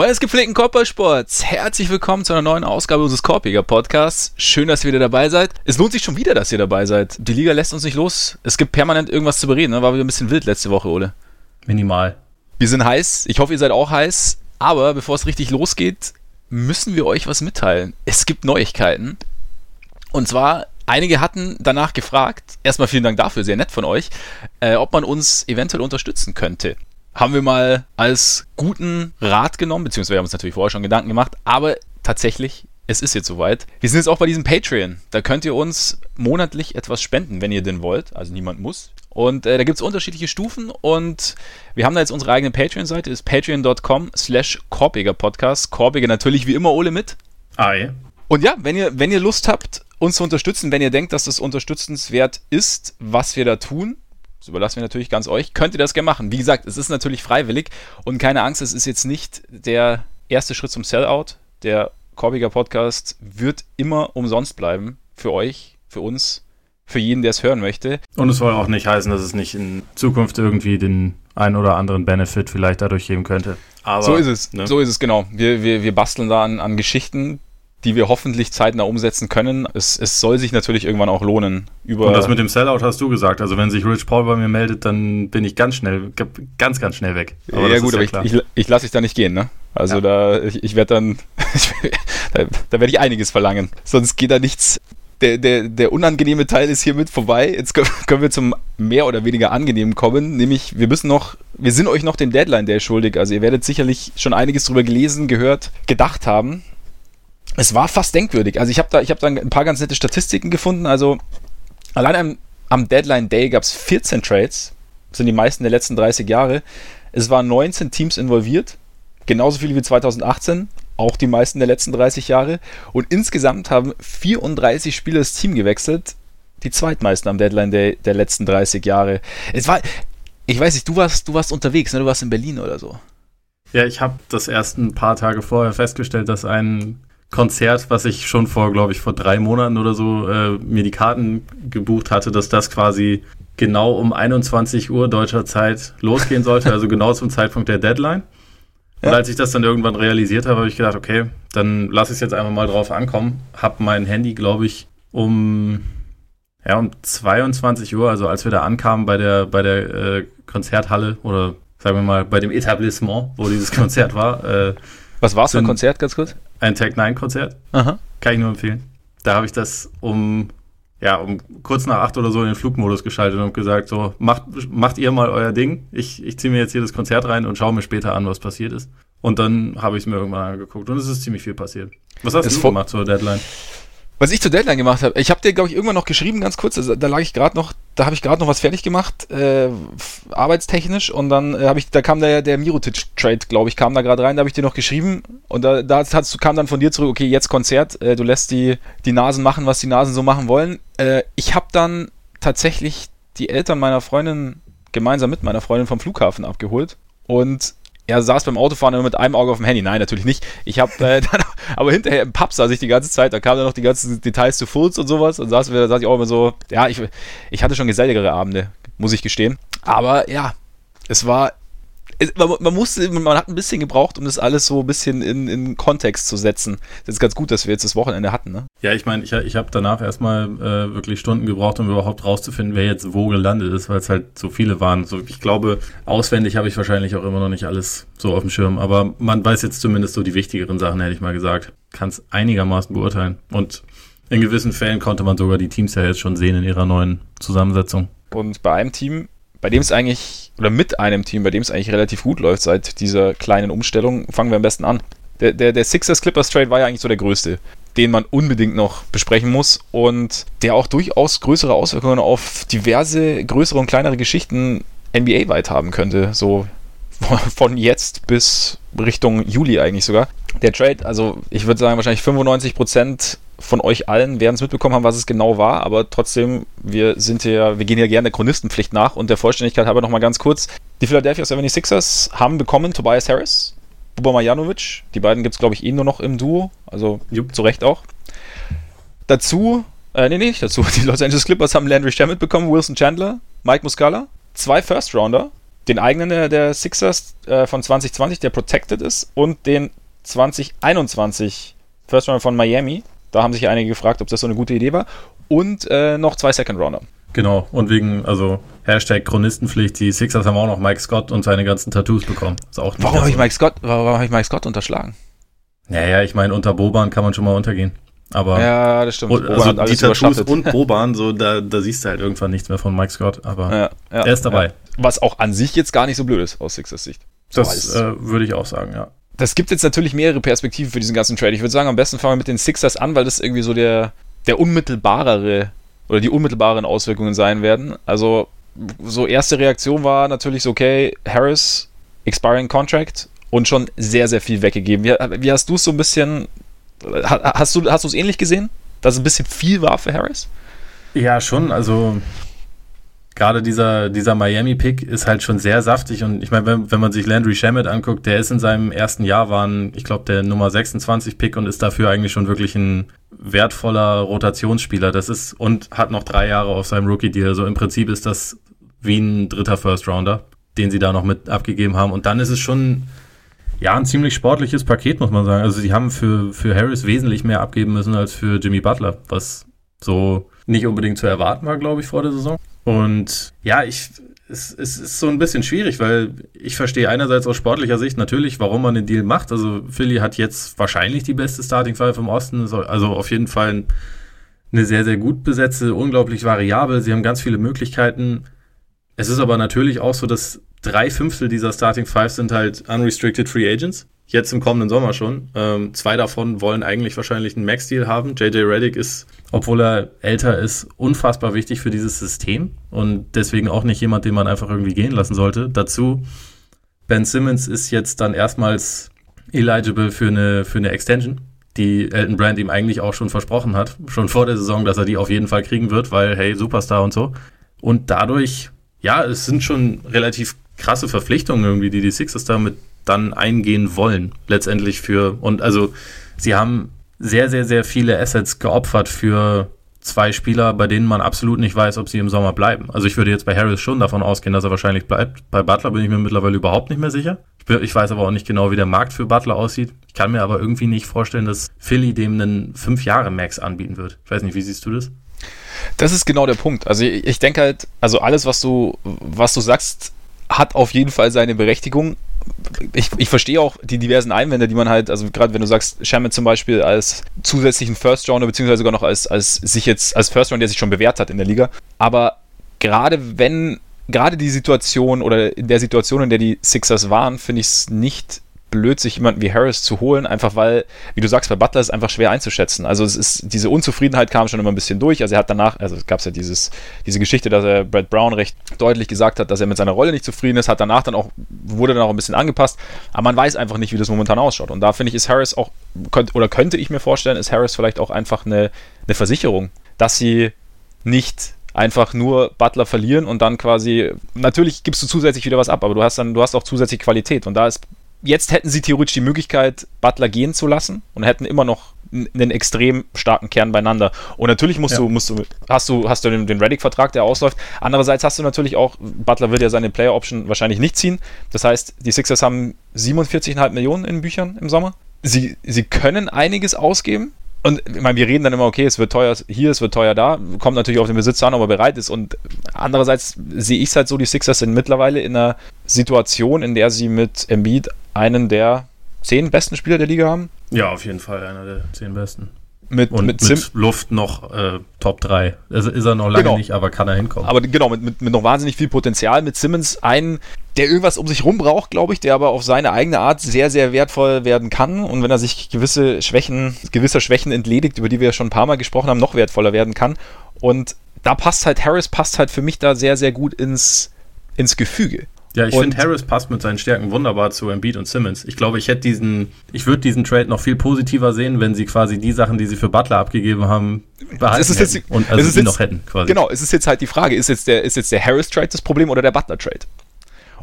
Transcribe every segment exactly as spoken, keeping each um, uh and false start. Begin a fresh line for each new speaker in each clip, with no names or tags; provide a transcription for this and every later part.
Freunde des gepflegten Korbballsports, herzlich willkommen zu einer neuen Ausgabe unseres Korbjäger-Podcasts. Schön, dass ihr wieder dabei seid. Es lohnt sich schon wieder, dass ihr dabei seid. Die Liga lässt uns nicht los. Es gibt permanent irgendwas zu bereden. Ne? War wieder ein bisschen wild letzte Woche, Ole.
Minimal.
Wir sind heiß. Ich hoffe, ihr seid auch heiß. Aber bevor es richtig losgeht, müssen wir euch was mitteilen. Es gibt Neuigkeiten. Und zwar, einige hatten danach gefragt, erstmal vielen Dank dafür, sehr nett von euch, äh, ob man uns eventuell unterstützen könnte. Haben wir mal als guten Rat genommen, beziehungsweise wir haben uns natürlich vorher schon Gedanken gemacht, aber tatsächlich, es ist jetzt soweit. Wir sind jetzt auch bei diesem Patreon. Da könnt ihr uns monatlich etwas spenden, wenn ihr denn wollt. Also niemand muss. Und äh, da gibt es unterschiedliche Stufen und wir haben da jetzt unsere eigene Patreon-Seite, das ist patreon.com slash Korbjäger-Podcast. Korbjäger natürlich wie immer, Ole, mit.
Ei.
Und ja, wenn ihr, wenn ihr Lust habt, uns zu unterstützen, wenn ihr denkt, dass das unterstützenswert ist, was wir da tun, das überlassen wir natürlich ganz euch, könnt ihr das gerne machen. Wie gesagt, es ist natürlich freiwillig und keine Angst, es ist jetzt nicht der erste Schritt zum Sellout. Der Korbjäger Podcast wird immer umsonst bleiben. Für euch, für uns, für jeden, der es hören möchte.
Und es soll auch nicht heißen, dass es nicht in Zukunft irgendwie den einen oder anderen Benefit vielleicht dadurch geben könnte. Aber,
so ist es,
ne?
so ist es, genau. Wir, wir, wir basteln da an, an Geschichten, die wir hoffentlich zeitnah umsetzen können. Es, es soll sich natürlich irgendwann auch lohnen. Über
Und das mit dem Sellout hast du gesagt. Also wenn sich Rich Paul bei mir meldet, dann bin ich ganz schnell, ganz, ganz schnell weg.
Aber ja gut, aber ja ich, ich, ich lasse dich da nicht gehen, ne? Also ja. da, ich, ich werde dann, da, da werde ich einiges verlangen. Sonst geht da nichts. Der, der, der unangenehme Teil ist hiermit vorbei. Jetzt können wir zum mehr oder weniger angenehmen kommen. Nämlich, wir müssen noch, wir sind euch noch den Deadline Day schuldig. Also ihr werdet sicherlich schon einiges drüber gelesen, gehört, gedacht haben. Es war fast denkwürdig. Also ich habe da, ich hab da ein paar ganz nette Statistiken gefunden. Also allein am, am Deadline Day gab es vierzehn Trades. Das sind die meisten der letzten dreißig Jahre. Es waren neunzehn Teams involviert. Genauso viele wie zweitausendachtzehn. Auch die meisten der letzten dreißig Jahre. Und insgesamt haben vierunddreißig Spieler das Team gewechselt. Die zweitmeisten am Deadline Day der letzten dreißig Jahre. Es war, ich weiß nicht, du warst, du warst unterwegs, ne? Du warst in Berlin oder so.
Ja, ich habe das erst ein paar Tage vorher festgestellt, dass ein Konzert, was ich schon vor, glaube ich, vor drei Monaten oder so äh, mir die Karten gebucht hatte, dass das quasi genau um einundzwanzig Uhr deutscher Zeit losgehen sollte, also genau zum Zeitpunkt der Deadline. Und ja. Als ich das dann irgendwann realisiert habe, habe ich gedacht, okay, dann lasse ich es jetzt einfach mal drauf ankommen. Habe mein Handy, glaube ich, um ja um zweiundzwanzig Uhr, also als wir da ankamen bei der bei der äh, Konzerthalle oder sagen wir mal bei dem Etablissement, wo dieses Konzert war. Äh,
Was war es für ein Konzert, ganz kurz?
Ein Tech neun Konzert.
Aha.
Kann ich nur empfehlen. Da habe ich das um, ja, um kurz nach acht oder so in den Flugmodus geschaltet und gesagt, so, macht, macht ihr mal euer Ding. Ich, ich ziehe mir jetzt hier das Konzert rein und schaue mir später an, was passiert ist. Und dann habe ich es mir irgendwann angeguckt und es ist ziemlich viel passiert. Was hast du gemacht zur Deadline?
Was ich zur Deadline gemacht habe, ich habe dir, glaube ich, irgendwann noch geschrieben, ganz kurz, also da lag ich gerade noch, da habe ich gerade noch was fertig gemacht, äh, arbeitstechnisch, und dann äh, habe ich, da kam der, der Mirotic-Trade, glaube ich, kam da gerade rein, da habe ich dir noch geschrieben und da, da hast, kam dann von dir zurück, okay, jetzt Konzert, äh, du lässt die, die Nasen machen, was die Nasen so machen wollen. Äh, ich habe dann tatsächlich die Eltern meiner Freundin gemeinsam mit meiner Freundin vom Flughafen abgeholt und er saß beim Autofahren immer mit einem Auge auf dem Handy. Nein, natürlich nicht. Ich habe äh, dann, aber hinterher im Pub saß ich die ganze Zeit, da kamen dann noch die ganzen Details zu Fulls und sowas und saß, da saß ich auch immer so, ja, ich, ich hatte schon geselligere Abende, muss ich gestehen. Aber ja, es war, es, man, man musste, man hat ein bisschen gebraucht, um das alles so ein bisschen in, in Kontext zu setzen. Das ist ganz gut, dass wir jetzt das Wochenende hatten, ne?
Ja, ich meine, ich, ich habe danach erstmal äh, wirklich Stunden gebraucht, um überhaupt rauszufinden, wer jetzt wo gelandet ist, weil es halt so viele waren. So, ich glaube, auswendig habe ich wahrscheinlich auch immer noch nicht alles so auf dem Schirm, aber man weiß jetzt zumindest so die wichtigeren Sachen, hätte ich mal gesagt. Kann es einigermaßen beurteilen. Und in gewissen Fällen konnte man sogar die Teams ja jetzt schon sehen in ihrer neuen Zusammensetzung.
Und bei einem Team, bei dem es eigentlich, oder mit einem Team, bei dem es eigentlich relativ gut läuft seit dieser kleinen Umstellung, fangen wir am besten an. Der, der, der Sixers-Clippers-Trade war ja eigentlich so der größte, den man unbedingt noch besprechen muss und der auch durchaus größere Auswirkungen auf diverse größere und kleinere Geschichten N B A-weit haben könnte, so von jetzt bis Richtung Juli eigentlich sogar. Der Trade, also ich würde sagen, wahrscheinlich fünfundneunzig Prozent von euch allen werden es mitbekommen haben, was es genau war, aber trotzdem, wir sind hier, wir gehen hier gerne der Chronistenpflicht nach und der Vollständigkeit halber nochmal ganz kurz. Die Philadelphia seventy-sixers haben bekommen Tobias Harris, Boban Marjanovic, die beiden gibt es, glaube ich, eh nur noch im Duo, also Jupp. Zu Recht auch. Dazu, äh, nee, nee, nicht dazu, die Los Angeles Clippers haben Landry Shamet bekommen, Wilson Chandler, Mike Muscala, zwei First-Rounder, Den eigenen der, der Sixers äh, von zwanzig zwanzig, der protected ist, und den zwanzig einundzwanzig First Rounder von Miami. Da haben sich einige gefragt, ob das so eine gute Idee war. Und äh, noch zwei Second Rounder.
Genau, und wegen, also Hashtag Chronistenpflicht, die Sixers haben auch noch Mike Scott und seine ganzen Tattoos bekommen. Ist auch nicht
warum habe ich,
Mike
Scott, warum hab ich Mike Scott unterschlagen?
Naja, ich meine, unter Boban kann man schon mal untergehen. Aber
ja, das stimmt.
Und, also die Tattoos und Boban, so, da, da siehst du halt irgendwann nichts mehr von Mike Scott, aber
ja, ja,
er ist dabei.
Ja. Was auch an sich jetzt gar nicht so blöd ist, aus Sixers Sicht.
Das äh, würde ich auch sagen, ja.
Das gibt jetzt natürlich mehrere Perspektiven für diesen ganzen Trade. Ich würde sagen, am besten fangen wir mit den Sixers an, weil das irgendwie so der, der unmittelbarere oder die unmittelbaren Auswirkungen sein werden. Also, so erste Reaktion war natürlich so, okay, Harris, expiring contract und schon sehr, sehr viel weggegeben. Wie, wie hast du es so ein bisschen, hast du hast du es ähnlich gesehen, dass es ein bisschen viel war für Harris?
Ja, schon, also gerade dieser, dieser Miami-Pick ist halt schon sehr saftig und ich meine, wenn, wenn man sich Landry Shamet anguckt, der ist in seinem ersten Jahr, war ein, ich glaube, der Nummer sechsundzwanzig Pick und ist dafür eigentlich schon wirklich ein wertvoller Rotationsspieler. Das ist und hat noch drei Jahre auf seinem Rookie-Deal. Also im Prinzip ist das wie ein dritter First-Rounder, den sie da noch mit abgegeben haben. Und dann ist es schon, ja, ein ziemlich sportliches Paket, muss man sagen. Also sie haben für, für Harris wesentlich mehr abgeben müssen als für Jimmy Butler, was so nicht unbedingt zu erwarten war, glaube ich, vor der Saison. Und ja, ich, es, es ist so ein bisschen schwierig, weil ich verstehe einerseits aus sportlicher Sicht natürlich, warum man den Deal macht. Also Philly hat jetzt wahrscheinlich die beste Starting Five im Osten, also auf jeden Fall eine sehr, sehr gut besetzte, unglaublich variabel. Sie haben ganz viele Möglichkeiten. Es ist aber natürlich auch so, dass drei Fünftel dieser Starting Five sind halt unrestricted Free Agents. Jetzt im kommenden Sommer schon. Ähm, zwei davon wollen eigentlich wahrscheinlich einen Max-Deal haben. J J Redick ist, obwohl er älter ist, unfassbar wichtig für dieses System und deswegen auch nicht jemand, den man einfach irgendwie gehen lassen sollte. Dazu, Ben Simmons ist jetzt dann erstmals eligible für eine, für eine Extension, die Elton Brand ihm eigentlich auch schon versprochen hat, schon vor der Saison, dass er die auf jeden Fall kriegen wird, weil, hey, Superstar und so. Und dadurch, ja, es sind schon relativ krasse Verpflichtungen irgendwie, die die Sixers damit dann eingehen wollen, letztendlich für, und also sie haben sehr, sehr, sehr viele Assets geopfert für zwei Spieler, bei denen man absolut nicht weiß, ob sie im Sommer bleiben. Also ich würde jetzt bei Harris schon davon ausgehen, dass er wahrscheinlich bleibt. Bei Butler bin ich mir mittlerweile überhaupt nicht mehr sicher. Ich, bin, ich weiß aber auch nicht genau, wie der Markt für Butler aussieht. Ich kann mir aber irgendwie nicht vorstellen, dass Philly dem einen fünf Jahre Max anbieten wird. Ich weiß nicht, wie siehst du das?
Das ist genau der Punkt. Also ich, ich denke halt, also alles, was du, was du sagst, hat auf jeden Fall seine Berechtigung. Ich, ich verstehe auch die diversen Einwände, die man halt, also gerade wenn du sagst, Shamet zum Beispiel als zusätzlichen First Rounder, beziehungsweise sogar noch als, als sich jetzt, als First Rounder, der sich schon bewährt hat in der Liga. Aber gerade wenn, gerade die Situation oder in der Situation, in der die Sixers waren, finde ich es nicht blöd, sich jemanden wie Harris zu holen, einfach weil, wie du sagst, bei Butler ist es einfach schwer einzuschätzen. Also es ist, diese Unzufriedenheit kam schon immer ein bisschen durch. Also er hat danach, also es gab ja dieses, diese Geschichte, dass er Brett Brown recht deutlich gesagt hat, dass er mit seiner Rolle nicht zufrieden ist, hat danach dann auch, wurde dann auch ein bisschen angepasst, aber man weiß einfach nicht, wie das momentan ausschaut. Und da finde ich, ist Harris auch, könnt, oder könnte ich mir vorstellen, ist Harris vielleicht auch einfach eine, eine Versicherung, dass sie nicht einfach nur Butler verlieren und dann quasi, natürlich gibst du zusätzlich wieder was ab, aber du hast dann, du hast auch zusätzlich Qualität und da ist jetzt hätten sie theoretisch die Möglichkeit, Butler gehen zu lassen und hätten immer noch einen extrem starken Kern beieinander. Und natürlich musst ja. du, musst du, hast du, hast du den, den Redick-Vertrag, der ausläuft. Andererseits hast du natürlich auch, Butler wird ja seine Player-Option wahrscheinlich nicht ziehen. Das heißt, die Sixers haben siebenundvierzig Komma fünf Millionen in Büchern im Sommer. Sie, sie können einiges ausgeben. Und ich meine, wir reden dann immer, okay, es wird teuer hier, es wird teuer da. Kommt natürlich auf den Besitzer an, ob er bereit ist. Und andererseits sehe ich es halt so, die Sixers sind mittlerweile in einer Situation, in der sie mit Embiid einen der zehn besten Spieler der Liga haben.
Ja, auf jeden Fall einer der zehn besten.
Mit,
und
mit,
mit Luft noch äh, Top drei. Also ist er noch lange
genau.
nicht, aber kann er hinkommen.
Aber genau, mit, mit, mit noch wahnsinnig viel Potenzial. Mit Simmons einen, der irgendwas um sich rum braucht, glaube ich, der aber auf seine eigene Art sehr, sehr wertvoll werden kann. Und wenn er sich gewisse Schwächen, gewisser Schwächen entledigt, über die wir ja schon ein paar Mal gesprochen haben, noch wertvoller werden kann. Und da passt halt, Harris passt halt für mich da sehr, sehr gut ins, ins Gefüge.
Ja, ich finde, Harris passt mit seinen Stärken wunderbar zu Embiid und Simmons. Ich glaube, ich hätte diesen, ich würde diesen Trade noch viel positiver sehen, wenn sie quasi die Sachen, die sie für Butler abgegeben haben, behalten
es ist
hätten
jetzt,
und also
es ist
sie
jetzt,
noch hätten quasi.
Genau, es ist jetzt halt die Frage, ist jetzt der, ist jetzt der Harris-Trade das Problem oder der Butler-Trade?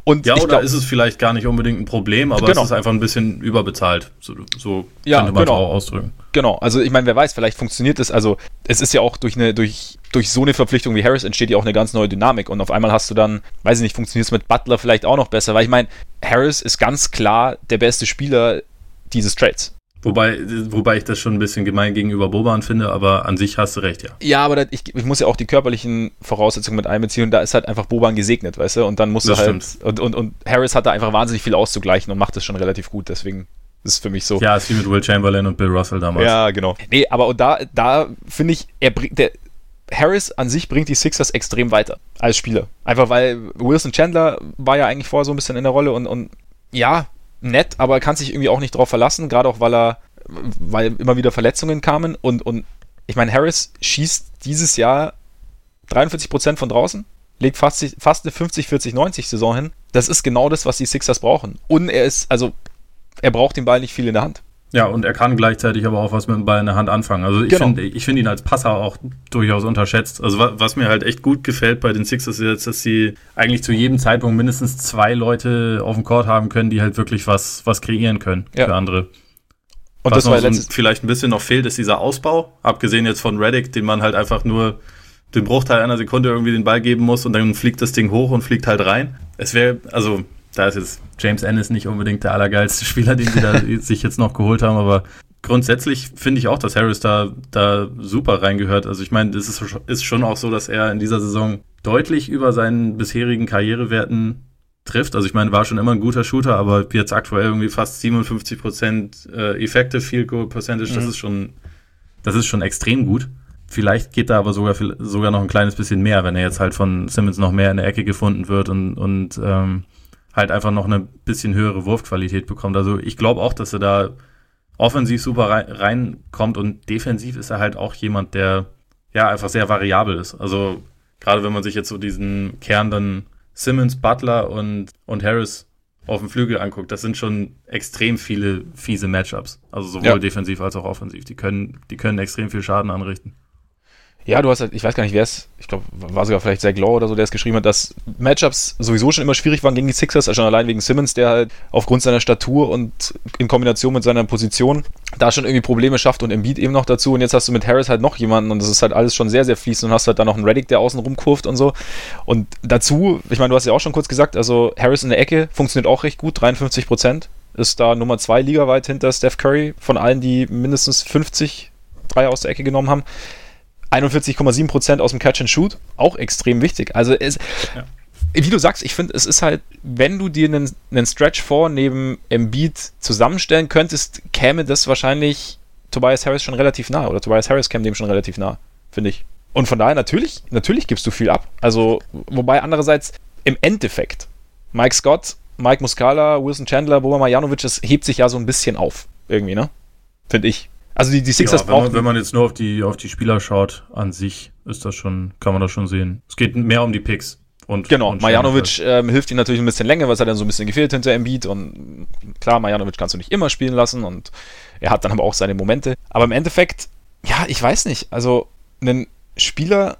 Und
ja,
ich
oder
glaub,
ist es vielleicht gar nicht unbedingt ein Problem, aber
genau.
es ist einfach ein bisschen überbezahlt. So, so
ja,
könnte man
genau.
es auch ausdrücken.
Genau, also ich meine, wer weiß, vielleicht funktioniert es, also es ist ja auch durch eine, durch, durch so eine Verpflichtung wie Harris entsteht ja auch eine ganz neue Dynamik und auf einmal hast du dann, weiß ich nicht, funktioniert es mit Butler vielleicht auch noch besser, weil ich meine, Harris ist ganz klar der beste Spieler dieses Trades.
Wobei, wobei ich das schon ein bisschen gemein gegenüber Boban finde, aber an sich hast du recht, ja.
Ja, aber das, ich, ich muss ja auch die körperlichen Voraussetzungen mit einbeziehen und da ist halt einfach Boban gesegnet, weißt du, und dann musst du halt, und, und, und Harris hat da einfach wahnsinnig viel auszugleichen und macht das schon relativ gut, deswegen ist es für mich so.
Ja, ist wie mit Will Chamberlain und Bill Russell damals.
Ja, genau. Nee, aber und da, da finde ich, er bringt, der Harris an sich bringt die Sixers extrem weiter als Spieler. Einfach weil Wilson Chandler war ja eigentlich vorher so ein bisschen in der Rolle und, und ja, nett, aber kann sich irgendwie auch nicht drauf verlassen, gerade auch weil er, weil immer wieder Verletzungen kamen und, und ich meine, Harris schießt dieses Jahr dreiundvierzig Prozent von draußen, legt fast, fast eine fünfzig vierzig neunzig Saison hin. Das ist genau das, was die Sixers brauchen. Und er ist, also, er braucht den Ball nicht viel in der Hand.
Ja, und er kann gleichzeitig aber auch was mit dem Ball in der Hand anfangen. Also ich
genau.
finde ich find ihn als Passer auch durchaus unterschätzt. Also was, was mir halt echt gut gefällt bei den Sixers ist jetzt, dass sie eigentlich zu jedem Zeitpunkt mindestens zwei Leute auf dem Court haben können, die halt wirklich was, was kreieren können
ja.
für andere.
Und
was
das war
noch so
letztes
vielleicht ein bisschen noch fehlt, ist dieser Ausbau. Abgesehen jetzt von Redick, den man halt einfach nur den Bruchteil einer Sekunde irgendwie den Ball geben muss und dann fliegt das Ding hoch und fliegt halt rein. Es wäre, also da ist jetzt James Ennis nicht unbedingt der allergeilste Spieler, den sie da sich jetzt noch geholt haben, aber grundsätzlich finde ich auch, dass Harris da, da super reingehört. Also ich meine, es ist, ist schon auch so, dass er in dieser Saison deutlich über seinen bisherigen Karrierewerten trifft. Also ich meine, war schon immer ein guter Shooter, aber jetzt aktuell irgendwie fast siebenundfünfzig Prozent äh, Effective Field Goal Percentage, mhm. das ist schon, das ist schon extrem gut. Vielleicht geht da aber sogar, sogar noch ein kleines bisschen mehr, wenn er jetzt halt von Simmons noch mehr in der Ecke gefunden wird und, und ähm, halt einfach noch eine bisschen höhere Wurfqualität bekommt. Also ich glaube auch, dass er da offensiv super rein, reinkommt und defensiv ist er halt auch jemand, der ja einfach sehr variabel ist. Also gerade wenn man sich jetzt so diesen Kern dann Simmons, Butler und, und Harris auf dem Flügel anguckt, das sind schon extrem viele fiese Matchups. Also sowohl ja. defensiv als auch offensiv. Die können, die können extrem viel Schaden anrichten.
Ja, du hast halt, ich weiß gar nicht, wer es, ich glaube, war sogar vielleicht Zach Lowe oder so, der es geschrieben hat, dass Matchups sowieso schon immer schwierig waren gegen die Sixers, also schon allein wegen Simmons, der halt aufgrund seiner Statur und in Kombination mit seiner Position da schon irgendwie Probleme schafft und Embiid eben noch dazu und jetzt hast du mit Harris halt noch jemanden und das ist halt alles schon sehr, sehr fließend und hast halt dann noch einen Redick, der außen rumkurvt und so und dazu, ich meine, du hast ja auch schon kurz gesagt, also Harris in der Ecke funktioniert auch recht gut, dreiundfünfzig Prozent, ist da Nummer zwei ligaweit hinter Steph Curry, von allen, die mindestens fünfzig Dreier aus der Ecke genommen haben. einundvierzig Komma sieben Prozent aus dem Catch and Shoot, auch extrem wichtig. Also es, ja. wie du sagst, ich finde, es ist halt, wenn du dir einen, einen Stretch vor neben Embiid zusammenstellen könntest, käme das wahrscheinlich Tobias Harris schon relativ nah oder Tobias Harris käme dem schon relativ nah, finde ich. Und von daher natürlich, natürlich gibst du viel ab. Also, wobei andererseits im Endeffekt Mike Scott, Mike Muscala, Wilson Chandler, Boban Marjanovic, das hebt sich ja so ein bisschen auf irgendwie, ne? Finde ich. Also die, die Sixers
ja, wenn man,
brauchen...
wenn man jetzt nur auf die, auf die Spieler schaut, an sich ist das schon, kann man das schon sehen. Es geht mehr um die Picks. Und,
genau,
und
Marjanovic ähm, hilft ihm natürlich ein bisschen länger, weil es hat dann so ein bisschen gefehlt hinter Embiid und klar, Marjanovic kannst du nicht immer spielen lassen und er hat dann aber auch seine Momente. Aber im Endeffekt, ja, ich weiß nicht, also einen Spieler...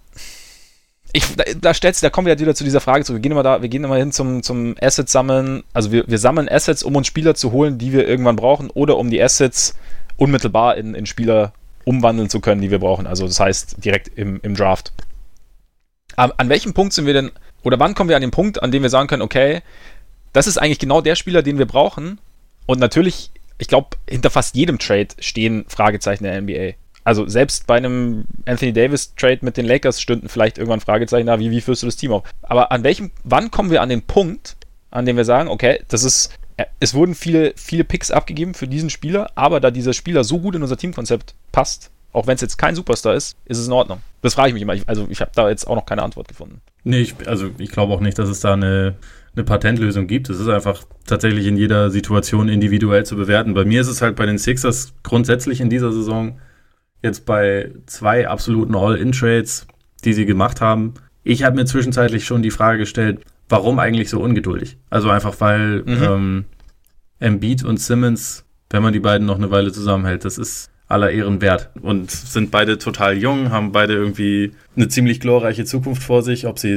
Ich, da, da stellst da kommen wir ja wieder zu dieser Frage zurück. Wir gehen immer da, wir gehen immer hin zum, zum Asset sammeln. Also wir, wir sammeln Assets, um uns Spieler zu holen, die wir irgendwann brauchen, oder um die Assets unmittelbar in, in Spieler umwandeln zu können, die wir brauchen. Also das heißt direkt im, im Draft. Aber an welchem Punkt sind wir denn, oder wann kommen wir an den Punkt, an dem wir sagen können, okay, das ist eigentlich genau der Spieler, den wir brauchen. Und natürlich, ich glaube, hinter fast jedem Trade stehen Fragezeichen der N B A. Also selbst bei einem Anthony Davis-Trade mit den Lakers stünden vielleicht irgendwann Fragezeichen da, wie, wie führst du das Team auf? Aber an welchem, wann kommen wir an den Punkt, an dem wir sagen, okay, das ist, es wurden viele, viele Picks abgegeben für diesen Spieler, aber da dieser Spieler so gut in unser Teamkonzept passt, auch wenn es jetzt kein Superstar ist, ist es in Ordnung. Das frage ich mich immer. Ich, also ich habe da jetzt auch noch keine Antwort gefunden.
Nee, ich, also ich glaube auch nicht, dass es da eine, eine Patentlösung gibt. Es ist einfach tatsächlich in jeder Situation individuell zu bewerten. Bei mir ist es halt bei den Sixers grundsätzlich in dieser Saison jetzt bei zwei absoluten All-In-Trades, die sie gemacht haben. Ich habe mir zwischenzeitlich schon die Frage gestellt, warum eigentlich so ungeduldig? Also einfach, weil mhm. ähm, Embiid und Simmons, wenn man die beiden noch eine Weile zusammenhält, das ist aller Ehren wert und sind beide total jung, haben beide irgendwie eine ziemlich glorreiche Zukunft vor sich. Ob sie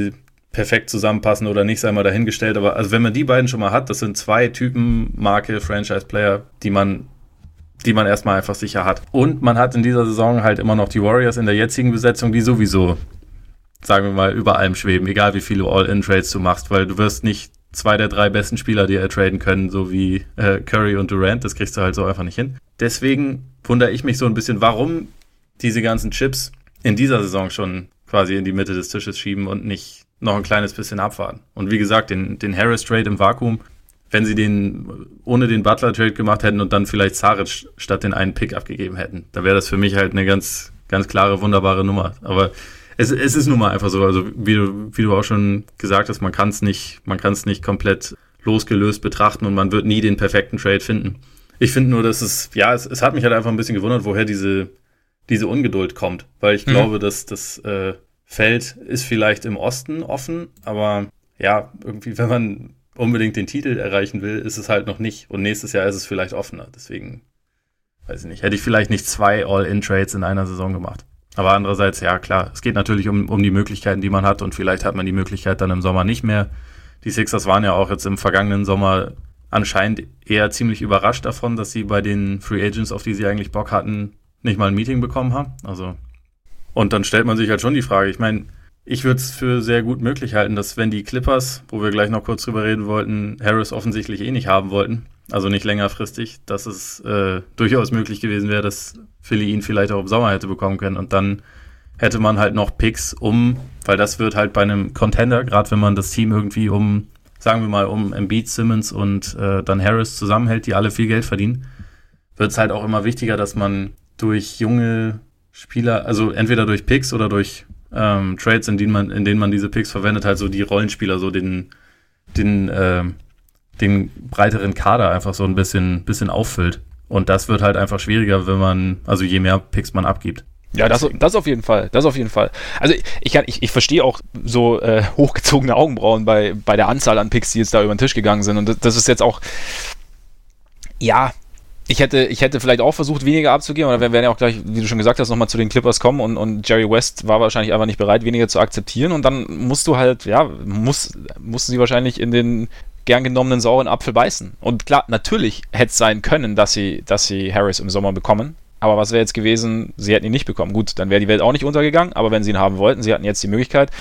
perfekt zusammenpassen oder nicht, sei mal dahingestellt. Aber also wenn man die beiden schon mal hat, das sind zwei Typen, Marke, Franchise-Player, die man, die man erstmal einfach sicher hat. Und man hat in dieser Saison halt immer noch die Warriors in der jetzigen Besetzung, die sowieso, sagen wir mal, über allem schweben, egal wie viele All-In-Trades du machst, weil du wirst nicht zwei der drei besten Spieler, die ertraden können, so wie äh, Curry und Durant, das kriegst du halt so einfach nicht hin. Deswegen wundere ich mich so ein bisschen, warum diese ganzen Chips in dieser Saison schon quasi in die Mitte des Tisches schieben und nicht noch ein kleines bisschen abwarten. Und wie gesagt, den, den Harris-Trade im Vakuum, wenn sie den ohne den Butler-Trade gemacht hätten und dann vielleicht Saric statt den einen Pick abgegeben hätten, da wäre das für mich halt eine ganz, ganz klare, wunderbare Nummer. Aber es, es ist nun mal einfach so, also wie du, wie du auch schon gesagt hast, man kann es nicht, man kann es nicht komplett losgelöst betrachten und man wird nie den perfekten Trade finden. Ich finde nur, dass es, ja, es, es hat mich halt einfach ein bisschen gewundert, woher diese, diese Ungeduld kommt, weil ich mhm. glaube, dass das äh, Feld ist vielleicht im Osten offen, aber ja, irgendwie, wenn man unbedingt den Titel erreichen will, ist es halt noch nicht. Und nächstes Jahr ist es vielleicht offener. Deswegen, weiß ich nicht, hätte ich vielleicht nicht zwei All-In-Trades in einer Saison gemacht. Aber andererseits, ja klar, es geht natürlich um, um die Möglichkeiten, die man hat. Und vielleicht hat man die Möglichkeit dann im Sommer nicht mehr. Die Sixers waren ja auch jetzt im vergangenen Sommer anscheinend eher ziemlich überrascht davon, dass sie bei den Free Agents, auf die sie eigentlich Bock hatten, nicht mal ein Meeting bekommen haben. Also und dann stellt man sich halt schon die Frage, ich meine, ich würde es für sehr gut möglich halten, dass wenn die Clippers, wo wir gleich noch kurz drüber reden wollten, Harris offensichtlich eh nicht haben wollten, also nicht längerfristig, dass es äh, durchaus möglich gewesen wäre, dass Philly ihn vielleicht auch im Sommer hätte bekommen können und dann hätte man halt noch Picks um, weil das wird halt bei einem Contender, gerade wenn man das Team irgendwie um, sagen wir mal, um Embiid, Simmons und äh, dann Harris zusammenhält, die alle viel Geld verdienen, wird es halt auch immer wichtiger, dass man durch junge Spieler, also entweder durch Picks oder durch ähm, Trades, in denen man, in denen man diese Picks verwendet, halt so die Rollenspieler, so den, den, äh, den breiteren Kader einfach so ein bisschen, bisschen auffüllt. Und das wird halt einfach schwieriger, wenn man, also je mehr Picks man abgibt.
Ja, das, das auf jeden Fall, das auf jeden Fall. Also ich kann, ich, ich verstehe auch so äh, hochgezogene Augenbrauen bei, bei der Anzahl an Picks, die jetzt da über den Tisch gegangen sind. Und das, das ist jetzt auch, ja, ich hätte, ich hätte vielleicht auch versucht, weniger abzugeben, oder wir werden ja auch gleich, wie du schon gesagt hast, nochmal zu den Clippers kommen und, und Jerry West war wahrscheinlich einfach nicht bereit, weniger zu akzeptieren und dann musst du halt, ja, muss, mussten sie wahrscheinlich in den gern genommenen sauren Apfel beißen. Und klar, natürlich hätte es sein können, dass sie, dass sie Harris im Sommer bekommen. Aber was wäre jetzt gewesen, sie hätten ihn nicht bekommen. Gut, dann wäre die Welt auch nicht untergegangen, aber wenn sie ihn haben wollten, sie hatten jetzt die Möglichkeit.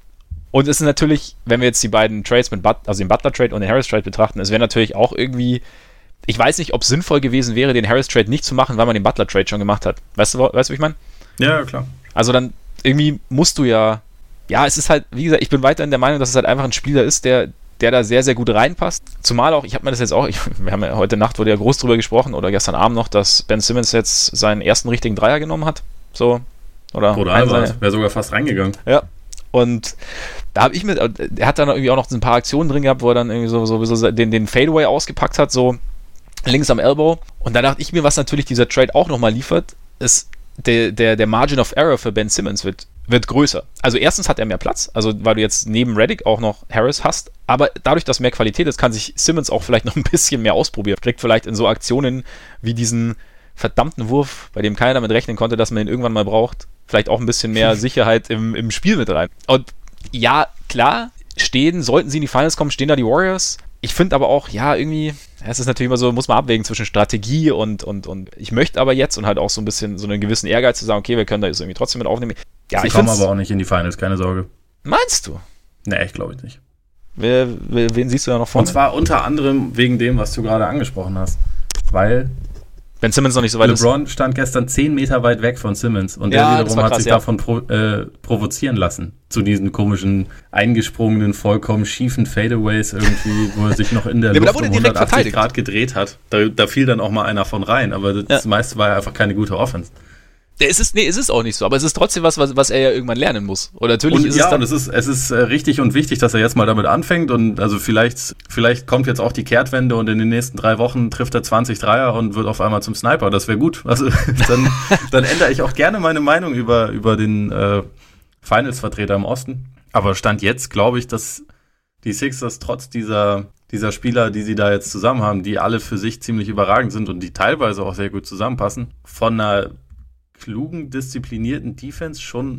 Und es ist natürlich, wenn wir jetzt die beiden Trades mit But- also den Butler-Trade und den Harris-Trade betrachten, es wäre natürlich auch irgendwie, ich weiß nicht, ob es sinnvoll gewesen wäre, den Harris-Trade nicht zu machen, weil man den Butler-Trade schon gemacht hat. Weißt du, weißt du, wie ich meine?
Ja, klar.
Also dann irgendwie musst du ja, ja, es ist halt, wie gesagt, ich bin weiterhin der Meinung, dass es halt einfach ein Spieler ist, der der da sehr, sehr gut reinpasst. Zumal auch, ich habe mir das jetzt auch, ich, wir haben ja heute Nacht wurde ja groß drüber gesprochen oder gestern Abend noch, dass Ben Simmons jetzt seinen ersten richtigen Dreier genommen hat. So, oder?
Oder einmal, wäre sogar fast reingegangen.
Ja, und da habe ich mit, er hat dann irgendwie auch noch ein paar Aktionen drin gehabt, wo er dann irgendwie so, so, so den, den Fadeaway ausgepackt hat, so links am Elbow. Und da dachte ich mir, was natürlich dieser Trade auch nochmal liefert, ist, der, der, der Margin of Error für Ben Simmons wird, wird größer. Also erstens hat er mehr Platz, also weil du jetzt neben Redick auch noch Harris hast, aber dadurch, dass mehr Qualität ist, kann sich Simmons auch vielleicht noch ein bisschen mehr ausprobieren. Kriegt vielleicht in so Aktionen wie diesen verdammten Wurf, bei dem keiner damit rechnen konnte, dass man ihn irgendwann mal braucht, vielleicht auch ein bisschen mehr Sicherheit im, im Spiel mit rein. Und ja, klar, stehen, sollten sie in die Finals kommen, stehen da die Warriors. Ich finde aber auch, ja, irgendwie, es ist natürlich immer so, muss man abwägen zwischen Strategie und, und, und ich möchte aber jetzt und halt auch so ein bisschen so einen gewissen Ehrgeiz zu sagen, okay, wir können da jetzt irgendwie trotzdem mit aufnehmen.
Ja, sie kommen aber auch nicht in die Finals, keine Sorge.
Meinst du?
Nee, ich glaube nicht.
Wer, wer, wen siehst du da noch vorne?
Und zwar unter anderem wegen dem, was du gerade angesprochen hast. Weil
Ben Simmons noch nicht so weit
ist. LeBron stand gestern zehn Meter weit weg von Simmons und
ja,
der wiederum
krass,
hat sich
ja.
davon pro, äh, provozieren lassen. Zu diesen komischen, eingesprungenen, vollkommen schiefen Fadeaways irgendwie, wo er sich noch in der
ja,
Luft um hundertachtzig Grad gedreht hat. Da, da fiel dann auch mal einer von rein, aber das ja. meiste war ja einfach keine gute Offense.
Es ist, nee, es ist auch nicht so, aber es ist trotzdem was, was, was er ja irgendwann lernen muss. Oder natürlich
und,
ist
ja,
es dann...
und es ist, es ist äh, richtig und wichtig, dass er jetzt mal damit anfängt und also vielleicht, vielleicht kommt jetzt auch die Kehrtwende und in den nächsten drei Wochen trifft er zwanzig Dreier und wird auf einmal zum Sniper. Das wäre gut. Also dann, dann ändere ich auch gerne meine Meinung über, über den äh, Finals-Vertreter im Osten. Aber Stand jetzt glaube ich, dass die Sixers trotz dieser, dieser Spieler, die sie da jetzt zusammen haben, die alle für sich ziemlich überragend sind und die teilweise auch sehr gut zusammenpassen, von einer klugen, disziplinierten Defense schon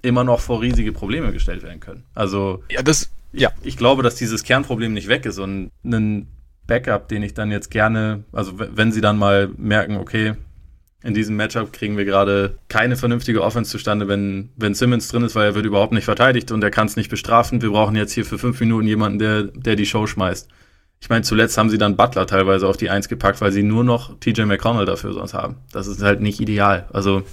immer noch vor riesige Probleme gestellt werden können. Also
ja, das, ja.
Ich, ich glaube, dass dieses Kernproblem nicht weg ist und einen Backup, den ich dann jetzt gerne, also wenn sie dann mal merken, okay, in diesem Matchup kriegen wir gerade keine vernünftige Offense zustande, wenn, wenn Simmons drin ist, weil er wird überhaupt nicht verteidigt und er kann es nicht bestrafen. Wir brauchen jetzt hier für fünf Minuten jemanden, der, der die Show schmeißt. Ich meine, zuletzt haben sie dann Butler teilweise auf die Eins gepackt, weil sie nur noch T J McConnell dafür sonst haben. Das ist halt nicht ideal. Also